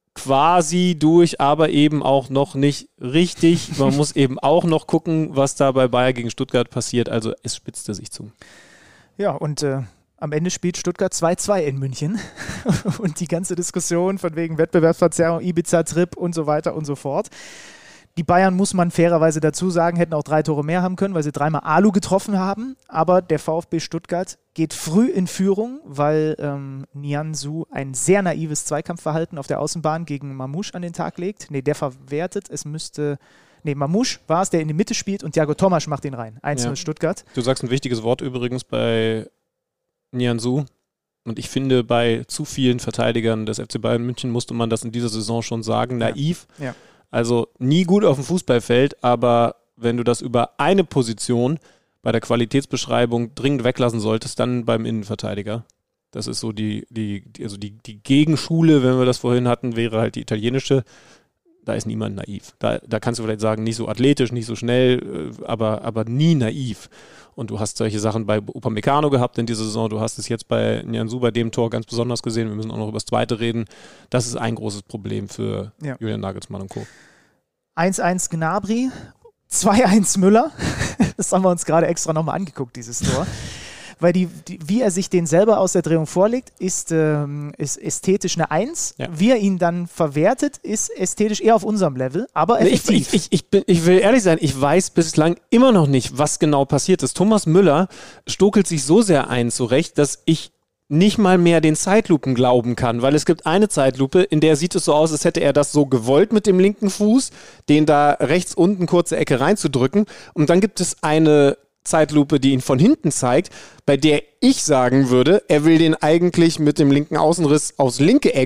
Speaker 4: quasi durch, aber eben auch noch nicht richtig. Man muss eben auch noch gucken, was da bei Bayern gegen Stuttgart passiert. Also es spitzte sich zu.
Speaker 5: Ja, und äh, am Ende spielt Stuttgart zwei zwei in München. Und die ganze Diskussion von wegen Wettbewerbsverzerrung, Ibiza-Trip und so weiter und so fort. Die Bayern, muss man fairerweise dazu sagen, hätten auch drei Tore mehr haben können, weil sie dreimal Alu getroffen haben. Aber der VfB Stuttgart geht früh in Führung, weil ähm, Nianzou ein sehr naives Zweikampfverhalten auf der Außenbahn gegen Mamouche an den Tag legt. Nee, der verwertet. Es müsste... Nee, Mamouche war es, der in die Mitte spielt und Thiago Tomasch macht den rein. eins null ja. Stuttgart.
Speaker 4: Du sagst ein wichtiges Wort übrigens bei Nianzou. Und ich finde, bei zu vielen Verteidigern des F C Bayern München musste man das in dieser Saison schon sagen. Naiv.
Speaker 5: Ja. Ja.
Speaker 4: Also nie gut auf dem Fußballfeld, aber wenn du das über eine Position bei der Qualitätsbeschreibung dringend weglassen solltest, dann beim Innenverteidiger. Das ist so die, die, die, also die, die Gegenschule, wenn wir das vorhin hatten, wäre halt die italienische. Da ist niemand naiv. Da, da kannst du vielleicht sagen, nicht so athletisch, nicht so schnell, aber, aber nie naiv. Und du hast solche Sachen bei Upamecano gehabt in dieser Saison. Du hast es jetzt bei Nianzou bei dem Tor ganz besonders gesehen. Wir müssen auch noch über das zweite reden. Das ist ein großes Problem für ja. Julian Nagelsmann und Co.
Speaker 5: eins eins Gnabry, zwei eins Müller. Das haben wir uns gerade extra nochmal angeguckt, dieses Tor. Weil die, die, wie er sich den selber aus der Drehung vorlegt, ist, ähm, ist ästhetisch eine eins. Ja. Wie er ihn dann verwertet, ist ästhetisch eher auf unserem Level, aber effektiv.
Speaker 4: Ich, ich, ich, ich, ich will ehrlich sein, ich weiß bislang immer noch nicht, was genau passiert ist. Thomas Müller stokelt sich so sehr ein zurecht, dass ich nicht mal mehr den Zeitlupen glauben kann, weil es gibt eine Zeitlupe, in der sieht es so aus, als hätte er das so gewollt mit dem linken Fuß, den da rechts unten kurze Ecke reinzudrücken, und dann gibt es eine Zeitlupe, die ihn von hinten zeigt, bei der ich sagen würde, er will den eigentlich mit dem linken Außenriss aufs linke Eck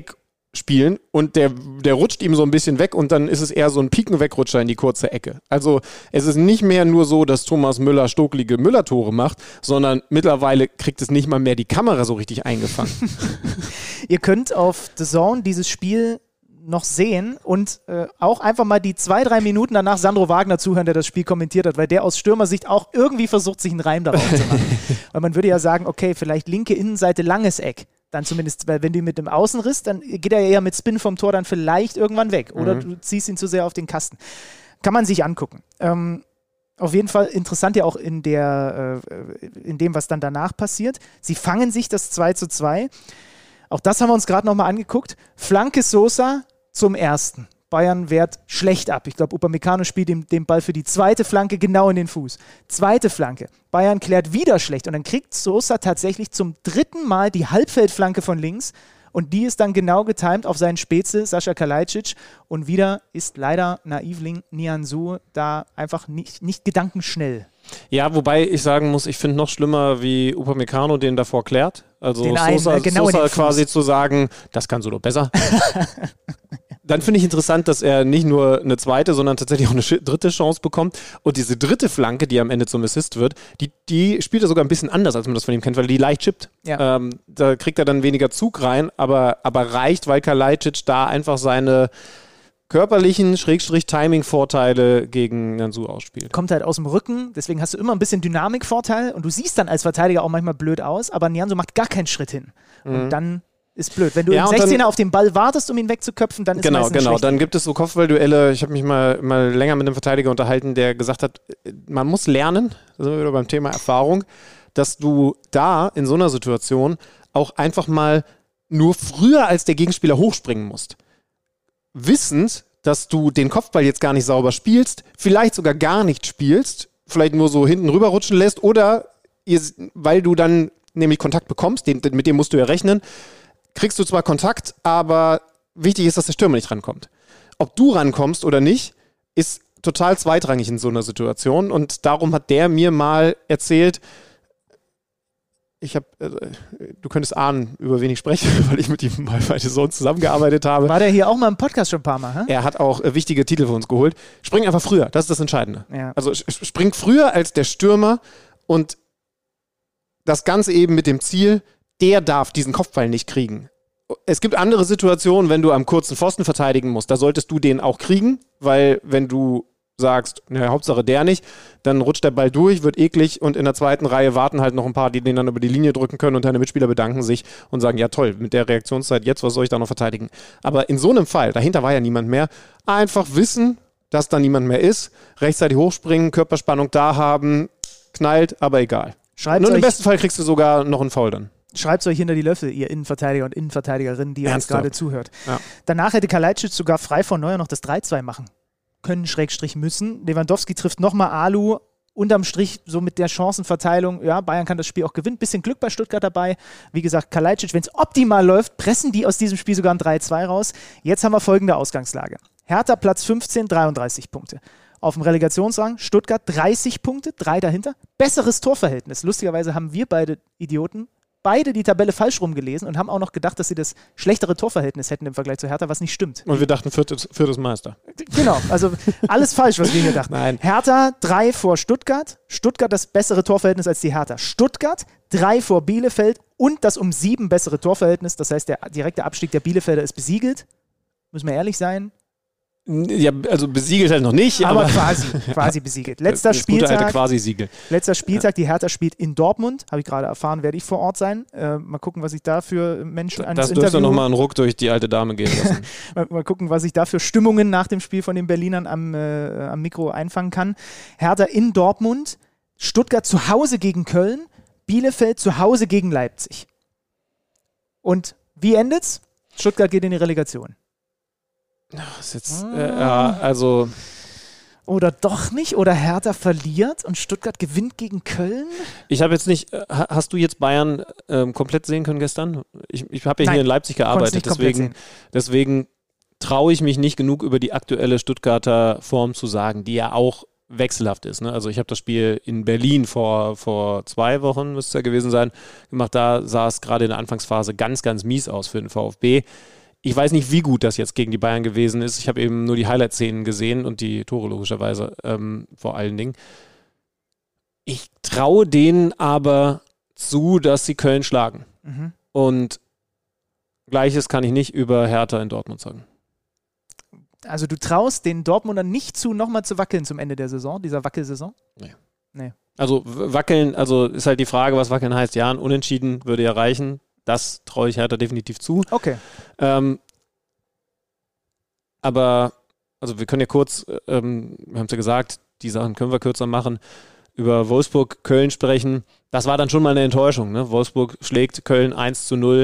Speaker 4: spielen und der, der rutscht ihm so ein bisschen weg und dann ist es eher so ein Piken-Wegrutscher in die kurze Ecke. Also es ist nicht mehr nur so, dass Thomas Müller stocklige Müller-Tore macht, sondern mittlerweile kriegt es nicht mal mehr die Kamera so richtig eingefangen.
Speaker 5: Ihr könnt auf The Zone dieses Spiel noch sehen und äh, auch einfach mal die zwei, drei Minuten danach Sandro Wagner zuhören, der das Spiel kommentiert hat, weil der aus Stürmersicht auch irgendwie versucht, sich einen Reim darauf zu machen. Weil man würde ja sagen, okay, vielleicht linke Innenseite langes Eck. Dann zumindest, weil wenn du mit dem Außenriss, dann geht er ja eher mit Spin vom Tor dann vielleicht irgendwann weg. Oder mhm. du ziehst ihn zu sehr auf den Kasten. Kann man sich angucken. Ähm, auf jeden Fall interessant ja auch in, der, äh, in dem, was dann danach passiert. Sie fangen sich das zwei zu zwei. Auch das haben wir uns gerade nochmal angeguckt. Flanke Sosa zum ersten. Bayern wehrt schlecht ab. Ich glaube, Upamecano spielt ihm den Ball für die zweite Flanke genau in den Fuß. Zweite Flanke. Bayern klärt wieder schlecht und dann kriegt Sosa tatsächlich zum dritten Mal die Halbfeldflanke von links und die ist dann genau getimt auf seinen Spätzle, Sascha Kalajdzic, und wieder ist leider Naivling Nianzou da einfach nicht, nicht gedankenschnell.
Speaker 4: Ja, wobei ich sagen muss, ich finde noch schlimmer, wie Upamecano den davor klärt. Also
Speaker 5: den
Speaker 4: Sosa,
Speaker 5: einen, äh, genau
Speaker 4: Sosa quasi zu sagen, das kannst du doch besser. Dann finde ich interessant, dass er nicht nur eine zweite, sondern tatsächlich auch eine dritte Chance bekommt. Und diese dritte Flanke, die am Ende zum Assist wird, die, die spielt er sogar ein bisschen anders, als man das von ihm kennt, weil die leicht chippt.
Speaker 5: Ja.
Speaker 4: Ähm, da kriegt er dann weniger Zug rein, aber, aber reicht, weil Kalajdzic da einfach seine körperlichen Schrägstrich-Timing-Vorteile gegen Nianzou ausspielt.
Speaker 5: Kommt halt aus dem Rücken, deswegen hast du immer ein bisschen Dynamikvorteil und du siehst dann als Verteidiger auch manchmal blöd aus, aber Nianzou macht gar keinen Schritt hin. Und mhm. dann ist blöd. Wenn du ja, im sechzehner dann auf den Ball wartest, um ihn wegzuköpfen, dann ist
Speaker 4: genau,
Speaker 5: meistens
Speaker 4: genau.
Speaker 5: schlecht.
Speaker 4: Dann gibt es so Kopfballduelle. Ich habe mich mal, mal länger mit einem Verteidiger unterhalten, der gesagt hat, man muss lernen, da sind wir wieder beim Thema Erfahrung, dass du da in so einer Situation auch einfach mal nur früher als der Gegenspieler hochspringen musst. Wissend, dass du den Kopfball jetzt gar nicht sauber spielst, vielleicht sogar gar nicht spielst, vielleicht nur so hinten rüberrutschen lässt oder ihr, weil du dann nämlich Kontakt bekommst, den, mit dem musst du ja rechnen, kriegst du zwar Kontakt, aber wichtig ist, dass der Stürmer nicht rankommt. Ob du rankommst oder nicht, ist total zweitrangig in so einer Situation und darum hat der mir mal erzählt, ich habe, äh, du könntest ahnen, über wen ich spreche, weil ich mit ihm mal bei der Zone zusammengearbeitet habe.
Speaker 5: War der hier auch mal im Podcast schon ein paar Mal? Hä?
Speaker 4: Er hat auch äh, wichtige Titel für uns geholt. Spring einfach früher, das ist das Entscheidende.
Speaker 5: Ja.
Speaker 4: Also spring früher als der Stürmer und das Ganze eben mit dem Ziel, der darf diesen Kopfball nicht kriegen. Es gibt andere Situationen, wenn du am kurzen Pfosten verteidigen musst, da solltest du den auch kriegen, weil wenn du sagst, na, Hauptsache der nicht, dann rutscht der Ball durch, wird eklig und in der zweiten Reihe warten halt noch ein paar, die den dann über die Linie drücken können und deine Mitspieler bedanken sich und sagen, ja toll, mit der Reaktionszeit jetzt, was soll ich da noch verteidigen? Aber in so einem Fall, dahinter war ja niemand mehr, einfach wissen, dass da niemand mehr ist, rechtzeitig hochspringen, Körperspannung da haben, knallt, aber egal.
Speaker 5: Schreibt
Speaker 4: und im besten Fall kriegst du sogar noch einen Foul dann.
Speaker 5: Schreibt es euch hinter die Löffel, ihr Innenverteidiger und Innenverteidigerinnen, die uns gerade zuhört.
Speaker 4: Ja.
Speaker 5: Danach hätte Kalajdzic sogar frei von Neuer noch das drei zwei machen können, Schrägstrich müssen. Lewandowski trifft nochmal Alu, unterm Strich so mit der Chancenverteilung, ja, Bayern kann das Spiel auch gewinnen, bisschen Glück bei Stuttgart dabei. Wie gesagt, Kalajdzic, wenn es optimal läuft, pressen die aus diesem Spiel sogar ein drei zwei raus. Jetzt haben wir folgende Ausgangslage. Hertha Platz fünfzehn, dreiunddreißig Punkte. Auf dem Relegationsrang Stuttgart dreißig Punkte, drei dahinter. Besseres Torverhältnis. Lustigerweise haben wir beide Idioten beide die Tabelle falsch rumgelesen und haben auch noch gedacht, dass sie das schlechtere Torverhältnis hätten im Vergleich zu Hertha, was nicht stimmt.
Speaker 4: Und wir dachten, viertes, viertes Meister.
Speaker 5: Genau, also alles falsch, was wir hier dachten.
Speaker 4: Nein.
Speaker 5: Hertha drei vor Stuttgart, Stuttgart das bessere Torverhältnis als die Hertha. Stuttgart drei vor Bielefeld und das um sieben bessere Torverhältnis, das heißt, der direkte Abstieg der Bielefelder ist besiegelt. Müssen wir ehrlich sein.
Speaker 4: Ja, also besiegelt halt noch nicht.
Speaker 5: Aber,
Speaker 4: aber
Speaker 5: quasi, quasi besiegelt. Letzter
Speaker 4: das
Speaker 5: Spieltag.
Speaker 4: Gute alte Quasi-Siegel.
Speaker 5: Letzter Spieltag, die Hertha spielt in Dortmund. Habe ich gerade erfahren, werde ich vor Ort sein. Äh, mal gucken, was ich da für Menschen ans
Speaker 4: Das
Speaker 5: Interview...
Speaker 4: dürfte nochmal einen Ruck durch die alte Dame gehen lassen.
Speaker 5: mal, mal gucken, was ich da für Stimmungen nach dem Spiel von den Berlinern am, äh, am Mikro einfangen kann. Hertha in Dortmund, Stuttgart zu Hause gegen Köln, Bielefeld zu Hause gegen Leipzig. Und wie endet's? Stuttgart geht in die Relegation.
Speaker 4: Das ist jetzt, äh, ja, also.
Speaker 5: Oder doch nicht? Oder Hertha verliert und Stuttgart gewinnt gegen Köln?
Speaker 4: Ich habe jetzt nicht, hast du jetzt Bayern ähm, komplett sehen können gestern? Ich, ich habe ja
Speaker 5: Nein,
Speaker 4: hier in Leipzig gearbeitet, deswegen, deswegen traue ich mich nicht genug über die aktuelle Stuttgarter Form zu sagen, die ja auch wechselhaft ist. Ne? Also ich habe das Spiel in Berlin vor, vor zwei Wochen, müsste es ja gewesen sein, gemacht. Da sah es gerade in der Anfangsphase ganz, ganz mies aus für den VfB. ich weiß nicht, wie gut das jetzt gegen die Bayern gewesen ist. Ich habe eben nur die Highlight-Szenen gesehen und die Tore logischerweise ähm, vor allen Dingen. Ich traue denen aber zu, dass sie Köln schlagen. Mhm. Und Gleiches kann ich nicht über Hertha in Dortmund sagen.
Speaker 5: Also du traust den Dortmundern nicht zu, nochmal zu wackeln zum Ende der Saison, dieser Wackelsaison?
Speaker 4: Nee.
Speaker 5: Nee.
Speaker 4: Also wackeln, also ist halt die Frage, was wackeln heißt. Ja, ein Unentschieden würde ja reichen. Das traue ich Hertha definitiv zu.
Speaker 5: Okay.
Speaker 4: Ähm, aber, also wir können ja kurz, ähm, wir haben es ja gesagt, die Sachen können wir kürzer machen, über Wolfsburg, Köln sprechen. Das war dann schon mal eine Enttäuschung. Ne? Wolfsburg schlägt Köln eins zu null.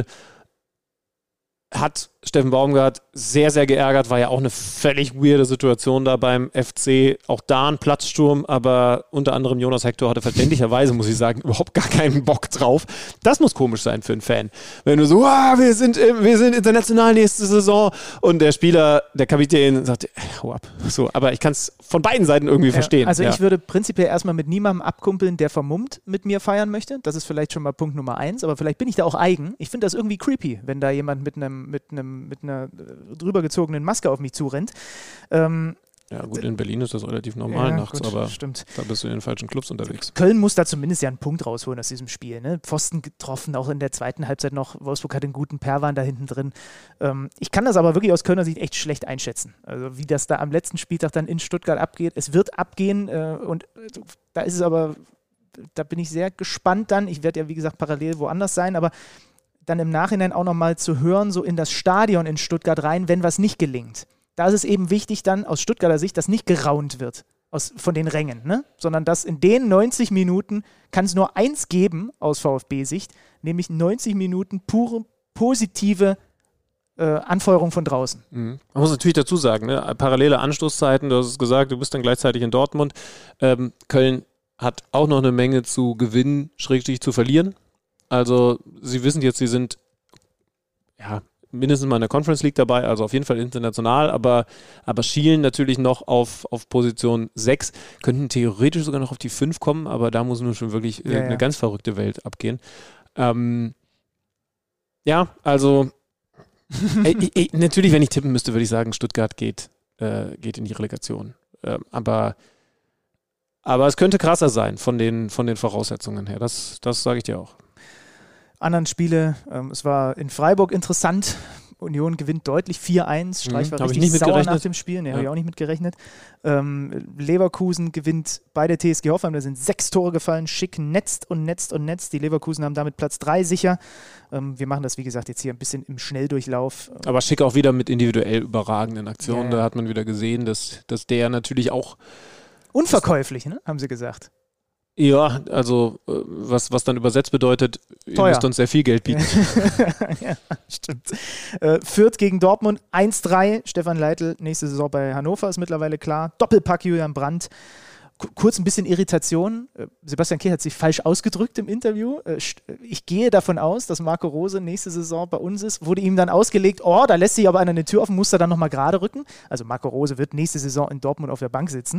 Speaker 4: Hat Steffen Baumgart sehr, sehr geärgert, war ja auch eine völlig weirde Situation da beim F C. Auch da ein Platzsturm, aber unter anderem Jonas Hector hatte verständlicherweise, muss ich sagen, überhaupt gar keinen Bock drauf. Das muss komisch sein für einen Fan. Wenn du so, ah, wir sind, wir sind international nächste Saison und der Spieler, der Kapitän sagt, hau ab. So, aber ich kann es von beiden Seiten irgendwie
Speaker 5: ja,
Speaker 4: verstehen.
Speaker 5: Also
Speaker 4: ja.
Speaker 5: ich würde prinzipiell erstmal mit niemandem abkumpeln, der vermummt mit mir feiern möchte. Das ist vielleicht schon mal Punkt Nummer eins, aber vielleicht bin ich da auch eigen. Ich finde das irgendwie creepy, wenn da jemand mit einem mit einem mit einer drüber gezogenen Maske auf mich zurennt. Ähm,
Speaker 4: ja gut, in Berlin ist das relativ normal
Speaker 5: ja,
Speaker 4: nachts,
Speaker 5: gut,
Speaker 4: aber
Speaker 5: stimmt.
Speaker 4: Da bist du in den falschen Clubs unterwegs.
Speaker 5: Köln muss da zumindest ja einen Punkt rausholen aus diesem Spiel. Ne? Pfosten getroffen, auch in der zweiten Halbzeit noch. Wolfsburg hat einen guten Perwan da hinten drin. Ähm, ich kann das aber wirklich aus Kölner Sicht echt schlecht einschätzen. Also wie das da am letzten Spieltag dann in Stuttgart abgeht. Es wird abgehen äh, und äh, da ist es aber, da bin ich sehr gespannt dann. Ich werde ja wie gesagt parallel woanders sein, aber dann im Nachhinein auch nochmal zu hören, so in das Stadion in Stuttgart rein, wenn was nicht gelingt. Da ist es eben wichtig dann aus Stuttgarter Sicht, dass nicht geraunt wird aus, von den Rängen, ne? Sondern dass in den neunzig Minuten kann es nur eins geben aus VfB-Sicht, nämlich neunzig Minuten pure positive äh, Anfeuerung von draußen.
Speaker 4: Mhm. Man muss natürlich dazu sagen, ne? Parallele Anstoßzeiten, du hast es gesagt, du bist dann gleichzeitig in Dortmund. Ähm, Köln hat auch noch eine Menge zu gewinnen, schrägstrich zu verlieren. Also sie wissen jetzt, sie sind ja mindestens mal in der Conference League dabei, also auf jeden Fall international, aber, aber schielen natürlich noch auf, auf Position sechs, könnten theoretisch sogar noch auf die fünf kommen, aber da muss nun schon wirklich äh,
Speaker 5: ja,
Speaker 4: eine
Speaker 5: ja.
Speaker 4: ganz verrückte Welt abgehen. Ähm, ja, also äh, äh, natürlich, wenn ich tippen müsste, würde ich sagen, Stuttgart geht, äh, geht in die Relegation. Ähm, aber, aber es könnte krasser sein von den, von den Voraussetzungen her, das, das sage ich dir auch.
Speaker 5: Anderen Spiele, ähm, es war in Freiburg interessant. Union gewinnt deutlich vier eins. Streich war
Speaker 4: mhm,
Speaker 5: richtig
Speaker 4: nicht
Speaker 5: sauer nach dem Spiel. Ne,
Speaker 4: ja.
Speaker 5: habe ich auch nicht mit gerechnet. Ähm, Leverkusen gewinnt bei der T S G Hoffenheim. Da sind sechs Tore gefallen. Schick netzt und netzt und netzt. Die Leverkusen haben damit Platz drei sicher. Ähm, wir machen das, wie gesagt, jetzt hier ein bisschen im Schnelldurchlauf.
Speaker 4: Aber Schick auch wieder mit individuell überragenden Aktionen.
Speaker 5: Ja.
Speaker 4: Da hat man wieder gesehen, dass, dass der natürlich auch
Speaker 5: unverkäuflich, ne? Haben sie gesagt.
Speaker 4: Ja, also was, was dann übersetzt bedeutet,
Speaker 5: Teuer.
Speaker 4: Ihr müsst uns sehr viel Geld bieten.
Speaker 5: Ja, stimmt. Äh, Fürth gegen Dortmund eins drei. Stefan Leitl, nächste Saison bei Hannover ist mittlerweile klar. Doppelpack Julian Brandt. K- kurz ein bisschen Irritation. Äh, Sebastian Kehl hat sich falsch ausgedrückt im Interview. Äh, st- ich gehe davon aus, dass Marco Rose nächste Saison bei uns ist. Wurde ihm dann ausgelegt, oh, da lässt sich aber einer eine Tür offen, muss er dann nochmal gerade rücken. Also Marco Rose wird nächste Saison in Dortmund auf der Bank sitzen.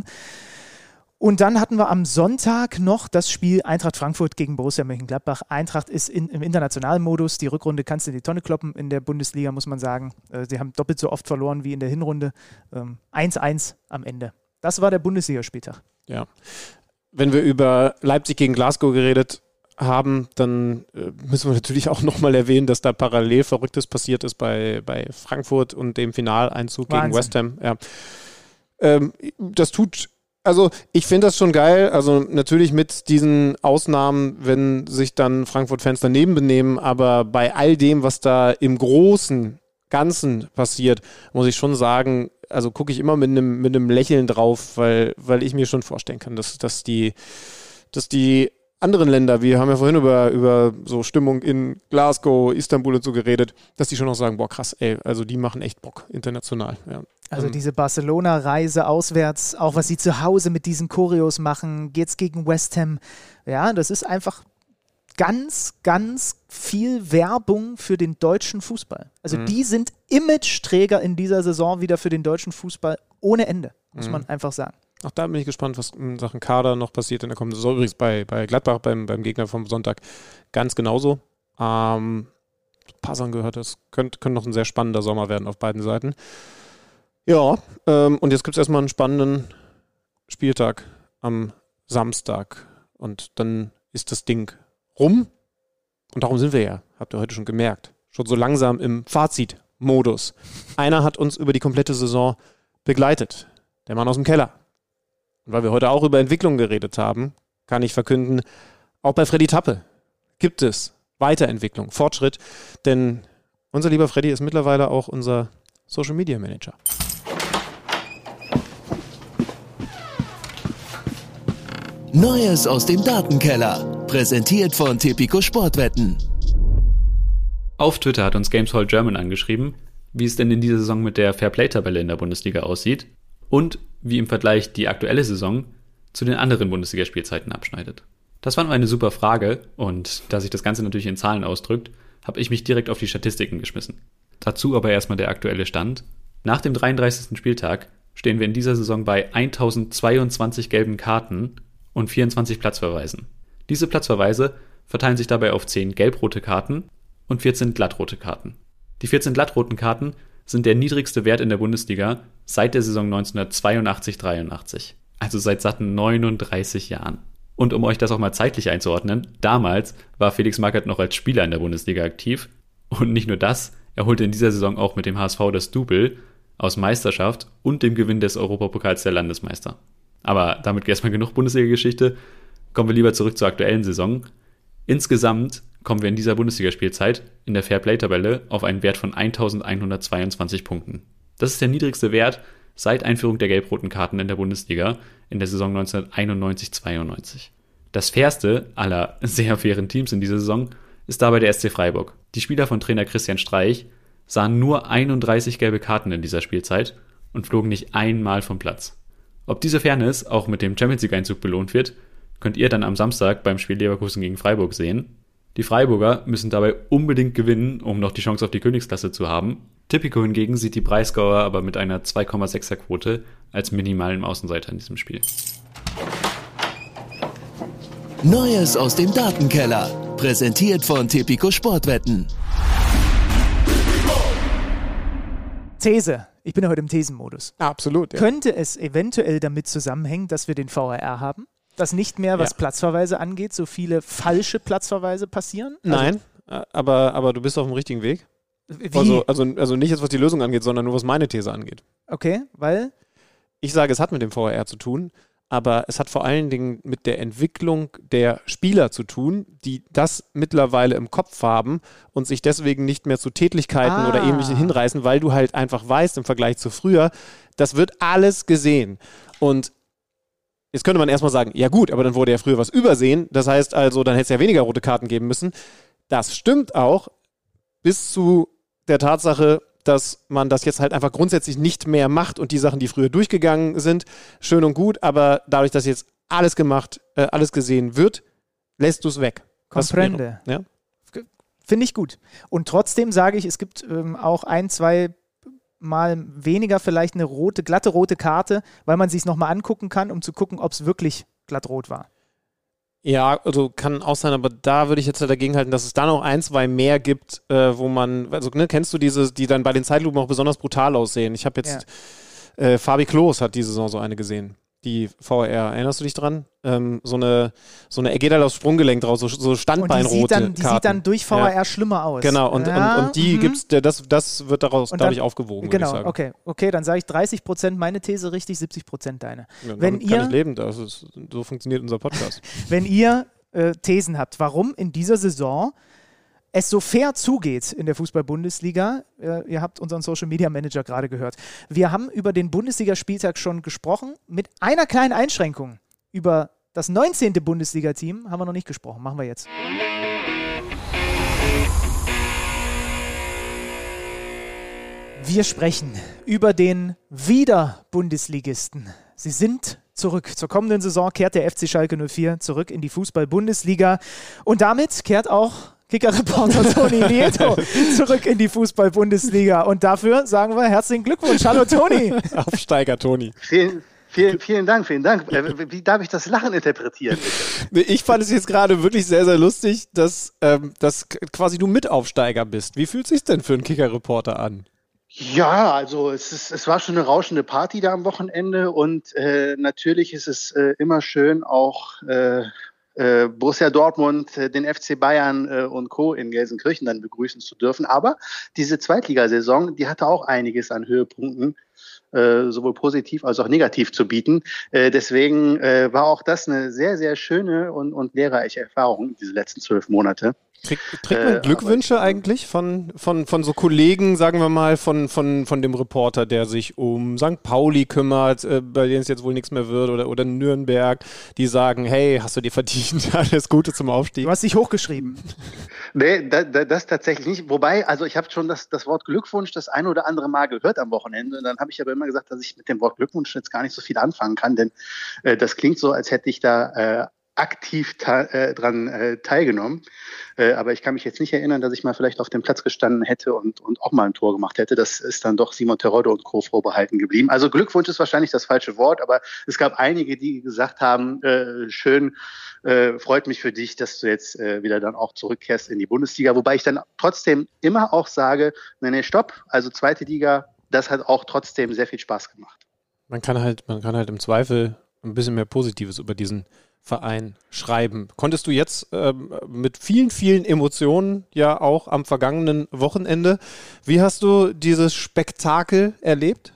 Speaker 5: Und dann hatten wir am Sonntag noch das Spiel Eintracht Frankfurt gegen Borussia Mönchengladbach. Eintracht ist in, im internationalen Modus. Die Rückrunde kannst du in die Tonne kloppen in der Bundesliga, muss man sagen. Äh, sie haben doppelt so oft verloren wie in der Hinrunde. Ähm, eins eins am Ende. Das war der Bundesligaspieltag.
Speaker 4: Ja. Wenn wir über Leipzig gegen Glasgow geredet haben, dann äh, müssen wir natürlich auch nochmal erwähnen, dass da parallel Verrücktes passiert ist bei, bei Frankfurt und dem Finaleinzug
Speaker 5: Wahnsinn.
Speaker 4: gegen West Ham. Ja. Ähm, das tut Also ich finde das schon geil, also natürlich mit diesen Ausnahmen, wenn sich dann Frankfurt-Fans daneben benehmen, aber bei all dem, was da im großen Ganzen passiert, muss ich schon sagen, also gucke ich immer mit einem mit einem Lächeln drauf, weil, weil ich mir schon vorstellen kann, dass, dass, die, dass die anderen Länder, wir haben ja vorhin über, über so Stimmung in Glasgow, Istanbul und so geredet, dass die schon noch sagen, boah krass, ey, also die machen echt Bock, international. Ja.
Speaker 5: Also diese Barcelona-Reise auswärts, auch was sie zu Hause mit diesen Choreos machen, geht's gegen West Ham. Ja, das ist einfach ganz, ganz viel Werbung für den deutschen Fußball. Also
Speaker 4: Mhm.
Speaker 5: die sind Imageträger in dieser Saison wieder für den deutschen Fußball ohne Ende, muss
Speaker 4: Mhm.
Speaker 5: man einfach sagen.
Speaker 4: Auch da bin ich gespannt, was in Sachen Kader noch passiert in der kommenden Saison. Übrigens bei, bei Gladbach, beim, beim Gegner vom Sonntag, ganz genauso. Ähm, Pasan gehört, das könnte, könnte noch ein sehr spannender Sommer werden auf beiden Seiten. Ja, ähm, und jetzt gibt es erstmal einen spannenden Spieltag am Samstag und dann ist das Ding rum und darum sind wir ja, habt ihr heute schon gemerkt, schon so langsam im Fazitmodus. Einer hat uns über die komplette Saison begleitet, der Mann aus dem Keller. Und weil wir heute auch über Entwicklung geredet haben, kann ich verkünden, auch bei Freddy Tappe gibt es Weiterentwicklung, Fortschritt, denn unser lieber Freddy ist mittlerweile auch unser Social Media Manager.
Speaker 3: Neues aus dem Datenkeller. Präsentiert von Tipico Sportwetten.
Speaker 6: Auf Twitter hat uns Games Hall German angeschrieben, wie es denn in dieser Saison mit der Fairplay-Tabelle in der Bundesliga aussieht und wie im Vergleich die aktuelle Saison zu den anderen Bundesligaspielzeiten abschneidet. Das fand wir eine super Frage und da sich das Ganze natürlich in Zahlen ausdrückt, habe ich mich direkt auf die Statistiken geschmissen. Dazu aber erstmal der aktuelle Stand. Nach dem dreiunddreißigsten Spieltag stehen wir in dieser Saison bei tausendzweiundzwanzig gelben Karten und vierundzwanzig Platzverweisen. Diese Platzverweise verteilen sich dabei auf zehn gelb-rote Karten und vierzehn glattrote Karten. Die vierzehn glattroten Karten sind der niedrigste Wert in der Bundesliga seit der Saison neunzehnhundertzweiundachtzig dreiundachtzig, also seit satten neununddreißig Jahren. Und um euch das auch mal zeitlich einzuordnen, damals war Felix Magath noch als Spieler in der Bundesliga aktiv und nicht nur das, er holte in dieser Saison auch mit dem H S V das Double aus Meisterschaft und dem Gewinn des Europapokals der Landesmeister. Aber damit erstmal genug Bundesliga-Geschichte. Kommen wir lieber zurück zur aktuellen Saison. Insgesamt kommen wir in dieser Bundesligaspielzeit in der Fairplay-Tabelle auf einen Wert von eintausendeinhundertzweiundzwanzig Punkten. Das ist der niedrigste Wert seit Einführung der gelb-roten Karten in der Bundesliga in der Saison neunzehnhunderteinundneunzig zweiundneunzig. Das fairste aller sehr fairen Teams in dieser Saison ist dabei der S C Freiburg. Die Spieler von Trainer Christian Streich sahen nur einunddreißig gelbe Karten in dieser Spielzeit und flogen nicht einmal vom Platz. Ob diese Fairness auch mit dem Champions-League-Einzug belohnt wird, könnt ihr dann am Samstag beim Spiel Leverkusen gegen Freiburg sehen. Die Freiburger müssen dabei unbedingt gewinnen, um noch die Chance auf die Königsklasse zu haben. Tipico hingegen sieht die Breisgauer aber mit einer zwei Komma sechser Quote als minimalen Außenseiter in diesem Spiel.
Speaker 3: Neues aus dem Datenkeller. Präsentiert von Tipico Sportwetten.
Speaker 5: These. Ich bin ja heute im Thesenmodus.
Speaker 4: Absolut. Ja.
Speaker 5: Könnte es eventuell damit zusammenhängen, dass wir den V R R haben? Dass nicht mehr, was ja. Platzverweise angeht, so viele falsche Platzverweise passieren?
Speaker 4: Nein, also, aber, aber du bist auf dem richtigen Weg.
Speaker 5: Wie?
Speaker 4: Also, also, also nicht jetzt, was die Lösung angeht, sondern nur, was meine These angeht.
Speaker 5: Okay, weil?
Speaker 4: Ich sage, es hat mit dem V R R zu tun, aber es hat vor allen Dingen mit der Entwicklung der Spieler zu tun, die das mittlerweile im Kopf haben und sich deswegen nicht mehr zu Tätlichkeiten ah. oder Ähnlichem hinreißen, weil du halt einfach weißt, im Vergleich zu früher, das wird alles gesehen. Und jetzt könnte man erstmal sagen, ja gut, aber dann wurde ja früher was übersehen, das heißt also, dann hätte es ja weniger rote Karten geben müssen. Das stimmt auch, bis zu der Tatsache, dass man das jetzt halt einfach grundsätzlich nicht mehr macht und die Sachen, die früher durchgegangen sind, schön und gut, aber dadurch, dass jetzt alles gemacht, äh, alles gesehen wird, lässt du es weg.
Speaker 5: Comprende.
Speaker 4: Ja?
Speaker 5: Finde ich gut. Und trotzdem sage ich, es gibt ähm, auch ein, zwei Mal weniger vielleicht eine rote, glatte rote Karte, weil man sich es nochmal angucken kann, um zu gucken, ob es wirklich glattrot war.
Speaker 4: Ja, also kann auch sein, aber da würde ich jetzt dagegen halten, dass es da noch ein, zwei mehr gibt, äh, wo man, also ne, kennst du diese, die dann bei den Zeitlupen auch besonders brutal aussehen? Ich habe jetzt, ja. äh, Fabi Klos hat diese Saison so eine gesehen, die V R R, erinnerst du dich dran? Ähm, so eine, so eine, er geht halt aufs Sprunggelenk draus, so, so Standbeinrote
Speaker 5: und die sieht dann, die
Speaker 4: Karten.
Speaker 5: sieht dann durch V R R ja. schlimmer aus.
Speaker 4: Genau, und,
Speaker 5: ja,
Speaker 4: und, und die
Speaker 5: mhm.
Speaker 4: gibt's, das, das wird daraus
Speaker 5: und
Speaker 4: dadurch
Speaker 5: dann,
Speaker 4: aufgewogen,
Speaker 5: genau,
Speaker 4: würde ich sagen.
Speaker 5: Okay, okay, dann sage ich dreißig Prozent meine These richtig, siebzig Prozent deine.
Speaker 4: Ja,
Speaker 5: Wenn
Speaker 4: kann
Speaker 5: ihr,
Speaker 4: ich leben, das ist, so funktioniert unser Podcast.
Speaker 5: Wenn ihr äh, Thesen habt, warum in dieser Saison es so fair zugeht in der Fußball-Bundesliga. Äh, ihr habt unseren Social-Media-Manager gerade gehört. Wir haben über den Bundesligaspieltag schon gesprochen, mit einer kleinen Einschränkung. Über das neunzehnte Bundesliga-Team haben wir noch nicht gesprochen. Machen wir jetzt. Wir sprechen über den Wieder-Bundesligisten. Sie sind zurück. Zur kommenden Saison kehrt der F C Schalke null vier zurück in die Fußball-Bundesliga. Und damit kehrt auch Kicker-Reporter Toni Nieto zurück in die Fußball-Bundesliga. Und dafür sagen wir herzlichen Glückwunsch. Hallo Toni.
Speaker 4: Aufsteiger Toni.
Speaker 7: Vielen, Vielen, vielen Dank, vielen Dank. Äh, wie darf ich das Lachen interpretieren?
Speaker 4: Ich fand es jetzt gerade wirklich sehr, sehr lustig, dass, ähm, dass quasi du Mitaufsteiger bist. Wie fühlt es sich denn für einen Kicker-Reporter an?
Speaker 7: Ja, also es, ist, es war schon eine rauschende Party da am Wochenende und äh, natürlich ist es äh, immer schön, auch äh, äh, Borussia Dortmund, äh, den F C Bayern äh, und Co. in Gelsenkirchen dann begrüßen zu dürfen. Aber diese Zweitligasaison, die hatte auch einiges an Höhepunkten, äh, sowohl positiv als auch negativ zu bieten. Äh, deswegen äh, war auch das eine sehr, sehr schöne und, und lehrreiche Erfahrung, diese letzten zwölf Monate.
Speaker 4: Krieg, kriegt man Glückwünsche äh, eigentlich von, von, von so Kollegen, sagen wir mal, von, von, von dem Reporter, der sich um Sankt Pauli kümmert, äh, bei denen es jetzt wohl nichts mehr wird, oder, oder Nürnberg, die sagen, hey, hast du dir verdient, alles Gute zum Aufstieg?
Speaker 5: Du hast dich hochgeschrieben.
Speaker 7: Nee, da, da, das tatsächlich nicht. Wobei, also ich habe schon das, das Wort Glückwunsch das ein oder andere Mal gehört am Wochenende. Dann habe ich aber immer gesagt, dass ich mit dem Wort Glückwunsch jetzt gar nicht so viel anfangen kann, denn äh, das klingt so, als hätte ich da äh, aktiv ta- äh, dran äh, teilgenommen. Äh, aber ich kann mich jetzt nicht erinnern, dass ich mal vielleicht auf dem Platz gestanden hätte und, und auch mal ein Tor gemacht hätte. Das ist dann doch Simon Terodde und Co. vorbehalten geblieben. Also Glückwunsch ist wahrscheinlich das falsche Wort, aber es gab einige, die gesagt haben, äh, schön, äh, freut mich für dich, dass du jetzt äh, wieder dann auch zurückkehrst in die Bundesliga. Wobei ich dann trotzdem immer auch sage, nee, nee, stopp, also zweite Liga, das hat auch trotzdem sehr viel Spaß gemacht.
Speaker 4: Man kann halt, man kann halt im Zweifel ein bisschen mehr Positives über diesen Verein schreiben. Konntest du jetzt ähm, mit vielen, vielen Emotionen ja auch am vergangenen Wochenende, wie hast du dieses Spektakel erlebt?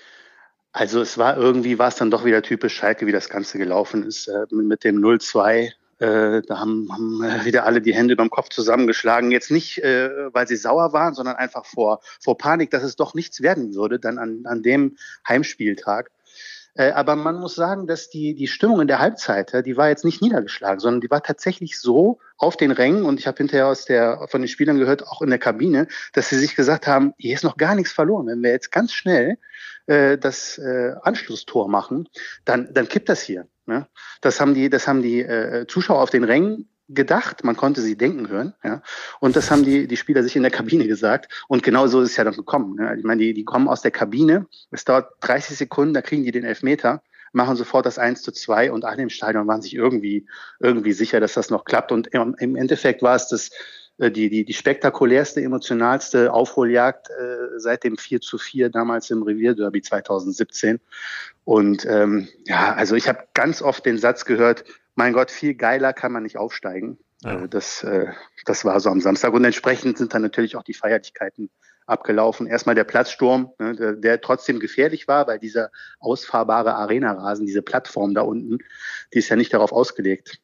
Speaker 7: Also es war irgendwie, war es dann doch wieder typisch Schalke, wie das Ganze gelaufen ist, äh, mit dem null zwei. Äh, da haben, haben wieder alle die Hände beim Kopf zusammengeschlagen. Jetzt nicht, äh, weil sie sauer waren, sondern einfach vor, vor Panik, dass es doch nichts werden würde, dann an, an dem Heimspieltag. Äh, aber man muss sagen, dass die, die Stimmung in der Halbzeit, die war jetzt nicht niedergeschlagen, sondern die war tatsächlich so auf den Rängen, und ich habe hinterher aus der, von den Spielern gehört, auch in der Kabine, dass sie sich gesagt haben, hier ist noch gar nichts verloren. Wenn wir jetzt ganz schnell äh, das äh, Anschlusstor machen, dann, dann kippt das hier. Ne? Das haben die, das haben die äh, Zuschauer auf den Rängen gedacht, man konnte sie denken hören, ja, und das haben die die Spieler sich in der Kabine gesagt, und genau so ist es ja dann gekommen. Ne? Ich meine, die die kommen aus der Kabine, es dauert dreißig Sekunden, da kriegen die den Elfmeter, machen sofort das eins zu zwei, und alle im Stadion waren sich irgendwie irgendwie sicher, dass das noch klappt, und im, im Endeffekt war es das die die die spektakulärste, emotionalste Aufholjagd äh, seit dem vier zu vier damals im Revierderby zweitausendsiebzehn. Und ähm, ja, also ich habe ganz oft den Satz gehört, mein Gott, viel geiler kann man nicht aufsteigen. Ja. Das, äh, das war so am Samstag. Und entsprechend sind dann natürlich auch die Feierlichkeiten abgelaufen. Erstmal der Platzsturm, ne, der, der trotzdem gefährlich war, weil dieser ausfahrbare Arena-Rasen, diese Plattform da unten, die ist ja nicht darauf ausgelegt.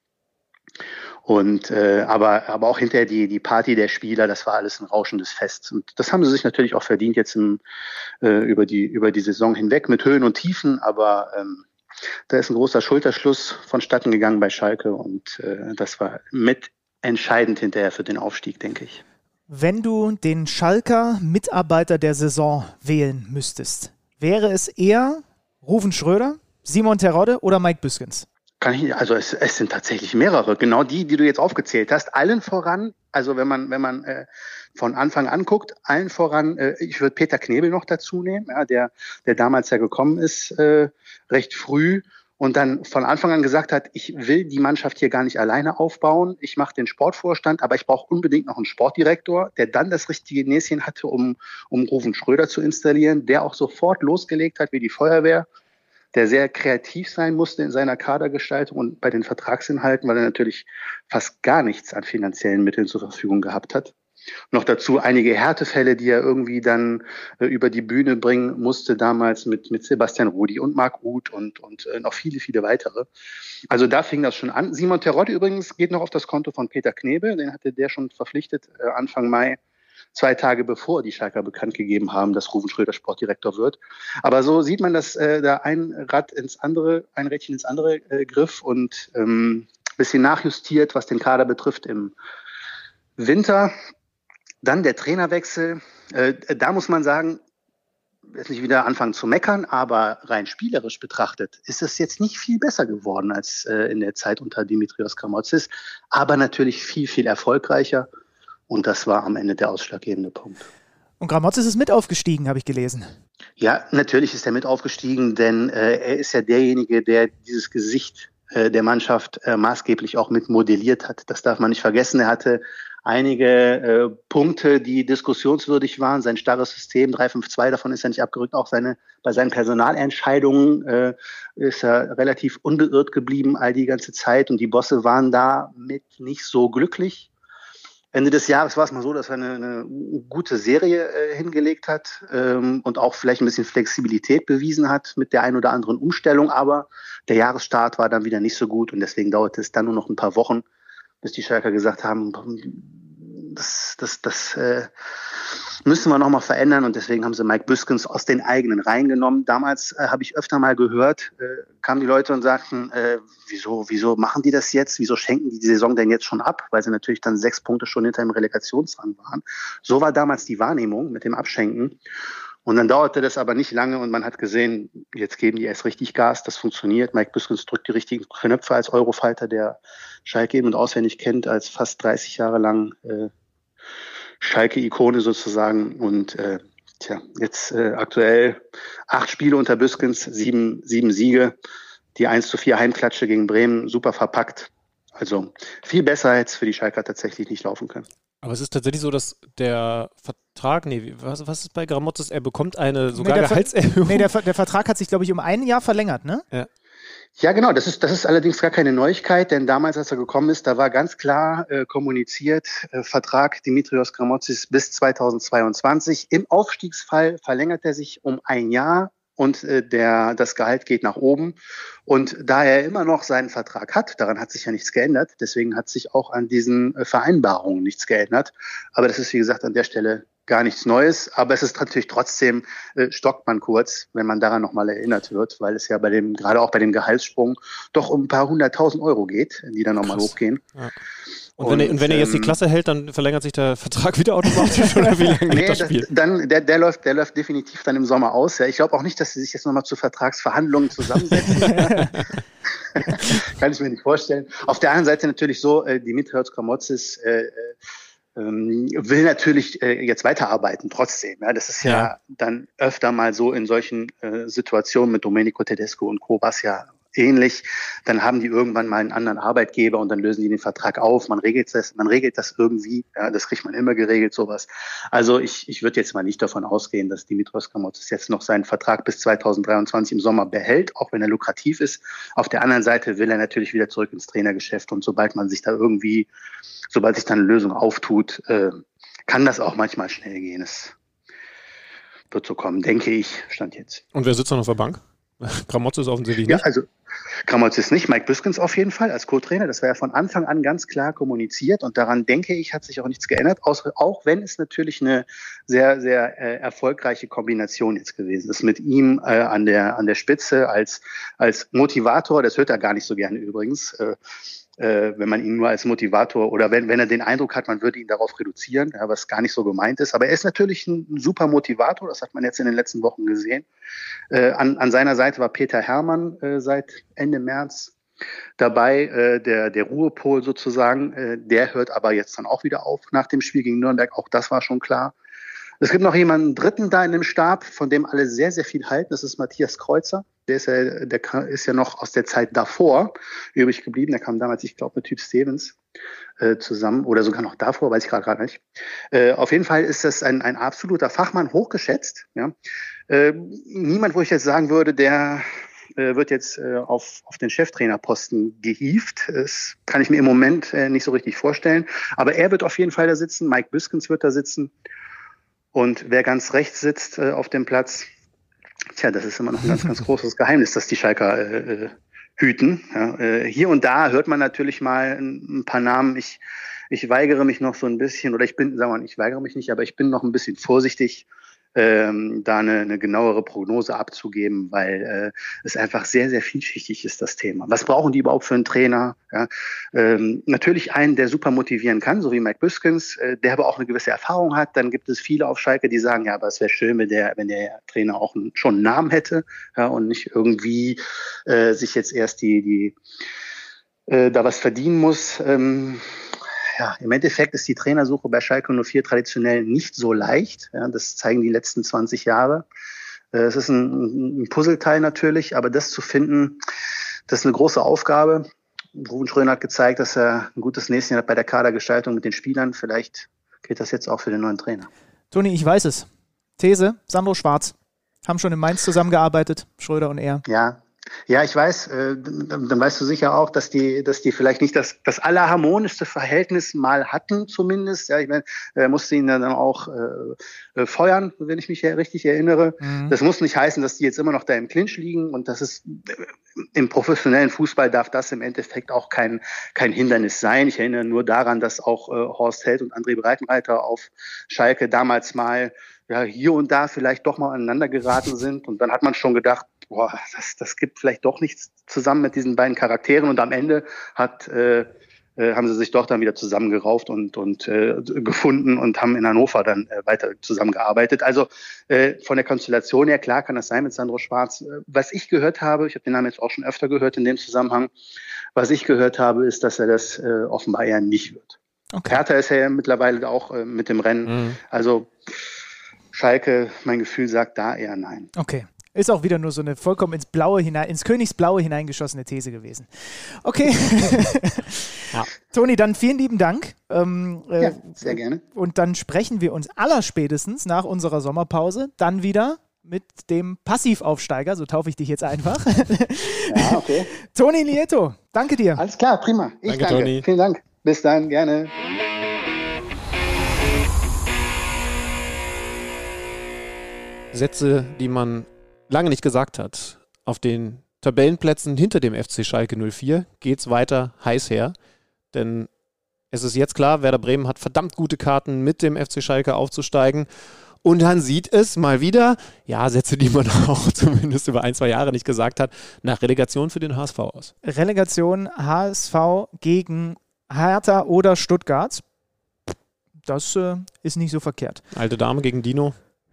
Speaker 7: Und äh, aber aber auch hinterher die die Party der Spieler, das war alles ein rauschendes Fest, und das haben sie sich natürlich auch verdient jetzt im, äh, über die über die Saison hinweg mit Höhen und Tiefen, aber ähm, da ist ein großer Schulterschluss vonstatten gegangen bei Schalke, und äh, das war mit entscheidend hinterher für den Aufstieg, denke ich.
Speaker 5: Wenn du den Schalker Mitarbeiter der Saison wählen müsstest, wäre es eher Ruven Schröder, Simon Terodde oder Mike Büskens?
Speaker 7: Kann ich, also es, es sind tatsächlich mehrere, genau die, die du jetzt aufgezählt hast. Allen voran, also wenn man wenn man äh, von Anfang an guckt, allen voran, äh, ich würde Peter Knebel noch dazu nehmen, ja, der der damals ja gekommen ist, äh, recht früh, und dann von Anfang an gesagt hat, ich will die Mannschaft hier gar nicht alleine aufbauen, ich mache den Sportvorstand, aber ich brauche unbedingt noch einen Sportdirektor, der dann das richtige Näschen hatte, um um Ruven Schröder zu installieren, der auch sofort losgelegt hat wie die Feuerwehr, der sehr kreativ sein musste in seiner Kadergestaltung und bei den Vertragsinhalten, weil er natürlich fast gar nichts an finanziellen Mitteln zur Verfügung gehabt hat. Noch dazu einige Härtefälle, die er irgendwie dann äh, über die Bühne bringen musste, damals mit mit Sebastian Rudi und Marc Uth und und äh, noch viele, viele weitere. Also da fing das schon an. Simon Terodde übrigens geht noch auf das Konto von Peter Knebel, den hatte der schon verpflichtet äh, Anfang Mai, zwei Tage bevor die Schalker bekannt gegeben haben, dass Ruven Schröder Sportdirektor wird. Aber so sieht man, dass äh, da ein Rad ins andere, ein Rädchen ins andere äh, griff, und ähm, ein bisschen nachjustiert, was den Kader betrifft im Winter. Dann der Trainerwechsel. Äh, da muss man sagen, jetzt nicht wieder anfangen zu meckern, aber rein spielerisch betrachtet ist es jetzt nicht viel besser geworden als äh, in der Zeit unter Dimitrios Kramotzis, aber natürlich viel, viel erfolgreicher. Und das war am Ende der ausschlaggebende Punkt.
Speaker 5: Und Gramotzes ist mit aufgestiegen, habe ich gelesen.
Speaker 7: Ja, natürlich ist er mit aufgestiegen, denn äh, er ist ja derjenige, der dieses Gesicht äh, der Mannschaft äh, maßgeblich auch mit modelliert hat. Das darf man nicht vergessen. Er hatte einige äh, Punkte, die diskussionswürdig waren. Sein starres System, drei fünf zwei, davon ist er nicht abgerückt. Auch seine, bei seinen Personalentscheidungen äh, ist er relativ unbeirrt geblieben all die ganze Zeit. Und die Bosse waren damit nicht so glücklich. Ende des Jahres war es mal so, dass er eine, eine gute Serie äh, hingelegt hat ähm, und auch vielleicht ein bisschen Flexibilität bewiesen hat mit der einen oder anderen Umstellung. Aber der Jahresstart war dann wieder nicht so gut und deswegen dauerte es dann nur noch ein paar Wochen, bis die Schalker gesagt haben, das, das, das äh, müssen wir nochmal verändern. Und deswegen haben sie Mike Büskens aus den eigenen Reihen genommen. Damals äh, habe ich öfter mal gehört, äh, kamen die Leute und sagten, äh, wieso, wieso machen die das jetzt? Wieso schenken die die Saison denn jetzt schon ab? Weil sie natürlich dann sechs Punkte schon hinter dem Relegationsrang waren. So war damals die Wahrnehmung mit dem Abschenken. Und dann dauerte das aber nicht lange und man hat gesehen, jetzt geben die erst richtig Gas, das funktioniert. Mike Büskens drückt die richtigen Knöpfe als Eurofighter, der Schalke eben und auswendig kennt, als fast dreißig Jahre lang äh, Schalke-Ikone sozusagen. Und äh, tja, jetzt äh, aktuell acht Spiele unter Büskens, sieben, sieben Siege, die eins zu vier Heimklatsche gegen Bremen, super verpackt. Also viel besser hätte es für die Schalker tatsächlich nicht laufen können.
Speaker 4: Aber es ist tatsächlich so, dass der Vertrag, nee, was, was ist bei Gramotzes? Er bekommt eine sogar
Speaker 5: nee, der
Speaker 4: Gehaltserhöhung.
Speaker 5: Nee, der, der Vertrag hat sich, glaube ich, um ein Jahr verlängert, ne?
Speaker 4: Ja.
Speaker 7: Ja, genau. Das ist, das ist allerdings gar keine Neuigkeit, denn damals, als er gekommen ist, da war ganz klar äh, kommuniziert, äh, Vertrag Dimitrios Gramotzes bis zweitausendzweiundzwanzig. Im Aufstiegsfall verlängert er sich um ein Jahr und äh, der, das Gehalt geht nach oben. Und da er immer noch seinen Vertrag hat, daran hat sich ja nichts geändert, deswegen hat sich auch an diesen äh, Vereinbarungen nichts geändert. Aber das ist, wie gesagt, an der Stelle gar nichts Neues, aber es ist natürlich trotzdem, äh, stockt man kurz, wenn man daran nochmal erinnert wird, weil es ja bei dem, gerade auch bei dem Gehaltssprung, doch um ein paar hunderttausend Euro geht, die dann nochmal hochgehen.
Speaker 4: Ja. Und, und, wenn, er, und wenn er jetzt die
Speaker 7: ähm,
Speaker 4: Klasse hält, dann verlängert sich der Vertrag wieder automatisch oder wie lange geht
Speaker 7: nee,
Speaker 4: das Spiel?
Speaker 7: Das, dann, der, der, läuft, der läuft definitiv dann im Sommer aus. Ja. Ich glaube auch nicht, dass sie sich jetzt nochmal zu Vertragsverhandlungen zusammensetzen. Kann ich mir nicht vorstellen. Auf der anderen Seite natürlich so, äh, Dimitrios Gramotzes äh, ähm, will natürlich äh, jetzt weiterarbeiten trotzdem. Ja. Das ist ja, ja dann öfter mal so in solchen äh, Situationen mit Domenico Tedesco und Co. was ja ähnlich, dann haben die irgendwann mal einen anderen Arbeitgeber und dann lösen die den Vertrag auf. Man regelt das, man regelt das irgendwie. Ja, das kriegt man immer geregelt, sowas. Also ich, ich würde jetzt mal nicht davon ausgehen, dass Dimitrios Gramotzes jetzt noch seinen Vertrag bis zweitausenddreiundzwanzig im Sommer behält, auch wenn er lukrativ ist. Auf der anderen Seite will er natürlich wieder zurück ins Trainergeschäft und sobald man sich da irgendwie, sobald sich dann eine Lösung auftut, äh, kann das auch manchmal schnell gehen. Es wird so kommen, denke ich, Stand jetzt.
Speaker 4: Und wer sitzt noch auf der Bank? Gramotzes offensichtlich
Speaker 7: nicht.
Speaker 4: Ja,
Speaker 7: also Gramotzes nicht, Mike Büskens auf jeden Fall als Co-Trainer. Das war ja von Anfang an ganz klar kommuniziert und daran, denke ich, hat sich auch nichts geändert, auch wenn es natürlich eine sehr, sehr äh, erfolgreiche Kombination jetzt gewesen ist mit ihm äh, an der an der Spitze als als Motivator. Das hört er gar nicht so gerne übrigens. Äh, Äh, wenn man ihn nur als Motivator oder wenn, wenn er den Eindruck hat, man würde ihn darauf reduzieren, ja, was gar nicht so gemeint ist. Aber er ist natürlich ein, ein super Motivator, das hat man jetzt in den letzten Wochen gesehen. Äh, an, an seiner Seite war Peter Herrmann äh, seit Ende März dabei, äh, der, der Ruhepol sozusagen. Äh, der hört aber jetzt dann auch wieder auf nach dem Spiel gegen Nürnberg. Auch das war schon klar. Es gibt noch jemanden Dritten da in dem Stab, von dem alle sehr, sehr viel halten. Das ist Matthias Kreuzer. Der ist ja, der ist ja noch aus der Zeit davor übrig geblieben. Der kam damals, ich glaube, mit Typ Stevens äh, zusammen oder sogar noch davor, weiß ich gerade gar nicht. Äh, auf jeden Fall ist das ein, ein absoluter Fachmann, hochgeschätzt. Ja. Äh, niemand, wo ich jetzt sagen würde, der äh, wird jetzt äh, auf, auf den Cheftrainerposten gehievt. Das kann ich mir im Moment äh, nicht so richtig vorstellen. Aber er wird auf jeden Fall da sitzen. Mike Büskens wird da sitzen. Und wer ganz rechts sitzt äh, auf dem Platz, tja, das ist immer noch ein ganz, ganz großes Geheimnis, das die Schalker äh, hüten. Ja, äh, hier und da hört man natürlich mal ein, ein paar Namen. Ich, ich weigere mich noch so ein bisschen, oder ich bin, sagen wir mal, ich weigere mich nicht, aber ich bin noch ein bisschen vorsichtig, ähm, da eine, eine genauere Prognose abzugeben, weil äh, es einfach sehr, sehr vielschichtig ist, das Thema. Was brauchen die überhaupt für einen Trainer? Ja, ähm, natürlich einen, der super motivieren kann, so wie Mike Büskens, äh, der aber auch eine gewisse Erfahrung hat. Dann gibt es viele auf Schalke, die sagen, ja, aber es wäre schön, wenn der, wenn der Trainer auch einen, schon einen Namen hätte, ja, und nicht irgendwie äh, sich jetzt erst die, die äh, da was verdienen muss. Ähm, ja, im Endeffekt ist die Trainersuche bei Schalke null vier traditionell nicht so leicht. Ja, das zeigen die letzten zwanzig Jahre. Äh, es ist ein, ein Puzzleteil natürlich, aber das zu finden, das ist eine große Aufgabe. Ruven Schröder hat gezeigt, dass er ein gutes nächstes Jahr hat bei der Kadergestaltung mit den Spielern. Vielleicht gilt das jetzt auch für den neuen Trainer.
Speaker 5: Toni, ich weiß es. These, Sandro Schwarz. Haben schon in Mainz zusammengearbeitet, Schröder und er.
Speaker 7: Ja, ja, ich weiß, äh, dann, dann weißt du sicher auch, dass die, dass die vielleicht nicht das, das allerharmonischste Verhältnis mal hatten, zumindest. Ja, ich meine, er musste ihn dann auch äh, äh, feuern, wenn ich mich ja richtig erinnere. Mhm. Das muss nicht heißen, dass die jetzt immer noch da im Clinch liegen und das ist im professionellen Fußball darf das im Endeffekt auch kein, kein Hindernis sein. Ich erinnere nur daran, dass auch äh, Horst Held und André Breitenreiter auf Schalke damals mal ja, hier und da vielleicht doch mal aneinander geraten sind und dann hat man schon gedacht, boah, das, das gibt vielleicht doch nichts zusammen mit diesen beiden Charakteren und am Ende hat, äh, äh, haben sie sich doch dann wieder zusammengerauft und, und äh, gefunden und haben in Hannover dann äh, weiter zusammengearbeitet. Also äh, von der Konstellation her, klar kann das sein mit Sandro Schwarz. Äh, was ich gehört habe, ich habe den Namen jetzt auch schon öfter gehört in dem Zusammenhang, was ich gehört habe, ist, dass er das äh, offenbar eher nicht wird. Okay. Hertha ist ja mittlerweile auch äh, mit dem Rennen. Mhm. Also Schalke, mein Gefühl sagt da eher nein.
Speaker 5: Okay. Ist auch wieder nur so eine vollkommen ins Blaue hinein, ins Königsblaue hineingeschossene These gewesen. Okay. Ja. Toni, dann vielen lieben Dank. Ähm, äh,
Speaker 7: ja, sehr gerne.
Speaker 5: Und dann sprechen wir uns allerspätestens nach unserer Sommerpause dann wieder mit dem Passivaufsteiger, so taufe ich dich jetzt einfach.
Speaker 7: Ja, okay.
Speaker 5: Toni Lieto, danke dir.
Speaker 7: Alles klar, prima. Ich
Speaker 4: danke,
Speaker 7: danke.
Speaker 4: Toni.
Speaker 7: Vielen Dank. Bis dann, gerne.
Speaker 4: Sätze, die man lange nicht gesagt hat. Auf den Tabellenplätzen hinter dem F C Schalke null vier geht es weiter heiß her. Denn es ist jetzt klar, Werder Bremen hat verdammt gute Karten, mit dem F C Schalke aufzusteigen. Und dann sieht es mal wieder, ja, Sätze, die man auch zumindest über ein, zwei Jahre nicht gesagt hat, nach Relegation für den H S V aus.
Speaker 5: Relegation H S V gegen Hertha oder Stuttgart. Das äh, ist nicht so verkehrt.
Speaker 4: Alte Dame gegen Dino.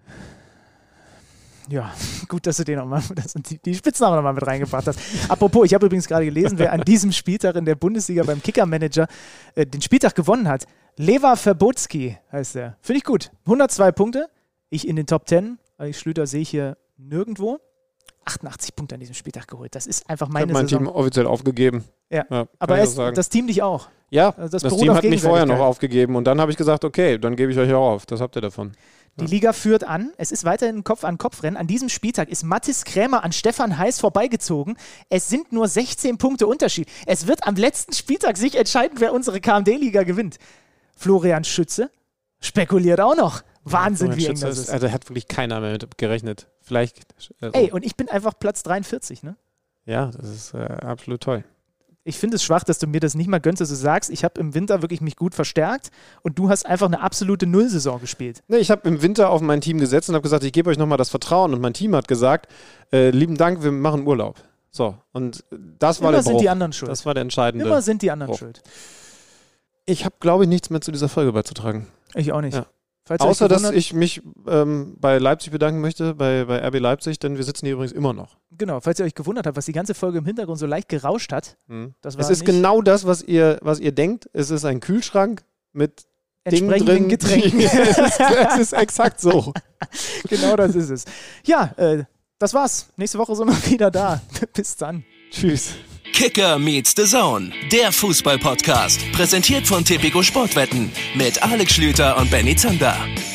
Speaker 5: Ja, gut, dass du den auch mal, dass du die, die Spitznamen noch mal mit reingebracht hast. Apropos, ich habe übrigens gerade gelesen, wer an diesem Spieltag in der Bundesliga beim Kicker-Manager äh, den Spieltag gewonnen hat. Lewa Verbotski heißt er. Finde ich gut. hundertzwei Punkte. Ich in den Top zehn. Alex Schlüter sehe ich hier nirgendwo. achtundachtzig Punkte an diesem Spieltag geholt. Das ist einfach meine
Speaker 4: ich habe mein
Speaker 5: Saison.
Speaker 4: Team offiziell aufgegeben.
Speaker 5: Ja, ja aber erst, das Team dich auch.
Speaker 4: Ja,
Speaker 5: also das,
Speaker 4: das Team hat mich vorher noch aufgegeben und dann habe ich gesagt, okay, dann gebe ich euch auch auf. Das habt ihr davon.
Speaker 5: Die Liga führt an. Es ist weiterhin ein Kopf-an-Kopf-Rennen. An diesem Spieltag ist Mathis Krämer an Stefan Heiß vorbeigezogen. Es sind nur sechzehn Punkte Unterschied. Es wird am letzten Spieltag sich entscheiden, wer unsere K M D-Liga gewinnt. Florian Schütze spekuliert auch noch. Wahnsinn, ja, wie eng das ist.
Speaker 4: Also hat wirklich keiner mehr mit gerechnet. Vielleicht. Also
Speaker 5: Ey, und ich bin einfach Platz dreiundvierzig, ne?
Speaker 4: Ja, das ist äh, absolut toll.
Speaker 5: Ich finde es schwach, dass du mir das nicht mal gönnst, dass du sagst, ich habe im Winter wirklich mich gut verstärkt und du hast einfach eine absolute Nullsaison gespielt.
Speaker 4: Nee, ich habe im Winter auf mein Team gesetzt und habe gesagt, ich gebe euch nochmal das Vertrauen und mein Team hat gesagt, äh, lieben Dank, wir machen Urlaub. So, und das war
Speaker 5: Immer
Speaker 4: der Bruch.
Speaker 5: sind die anderen schuld.
Speaker 4: Das war der entscheidende
Speaker 5: Immer sind die anderen
Speaker 4: Bruch.
Speaker 5: schuld.
Speaker 4: Ich habe, glaube ich, nichts mehr zu dieser Folge beizutragen.
Speaker 5: Ich auch nicht.
Speaker 4: Ja. Außer, dass ich mich ähm, bei Leipzig bedanken möchte, bei, bei R B Leipzig, denn wir sitzen hier übrigens immer noch.
Speaker 5: Genau, falls ihr euch gewundert habt, was die ganze Folge im Hintergrund so leicht gerauscht hat.
Speaker 4: Hm.
Speaker 5: Das war
Speaker 4: es ist
Speaker 5: nicht
Speaker 4: genau das, was ihr, was ihr denkt. Es ist ein Kühlschrank mit Dingen drin.
Speaker 5: Getränken.
Speaker 4: es, ist, es ist exakt so.
Speaker 5: Genau das ist es. Ja, äh, das war's. Nächste Woche sind wir wieder da. Bis dann.
Speaker 4: Tschüss.
Speaker 3: Kicker meets the Zone, der Fußball-Podcast. Präsentiert von Tipico Sportwetten mit Alex Schlüter und Benny Zander.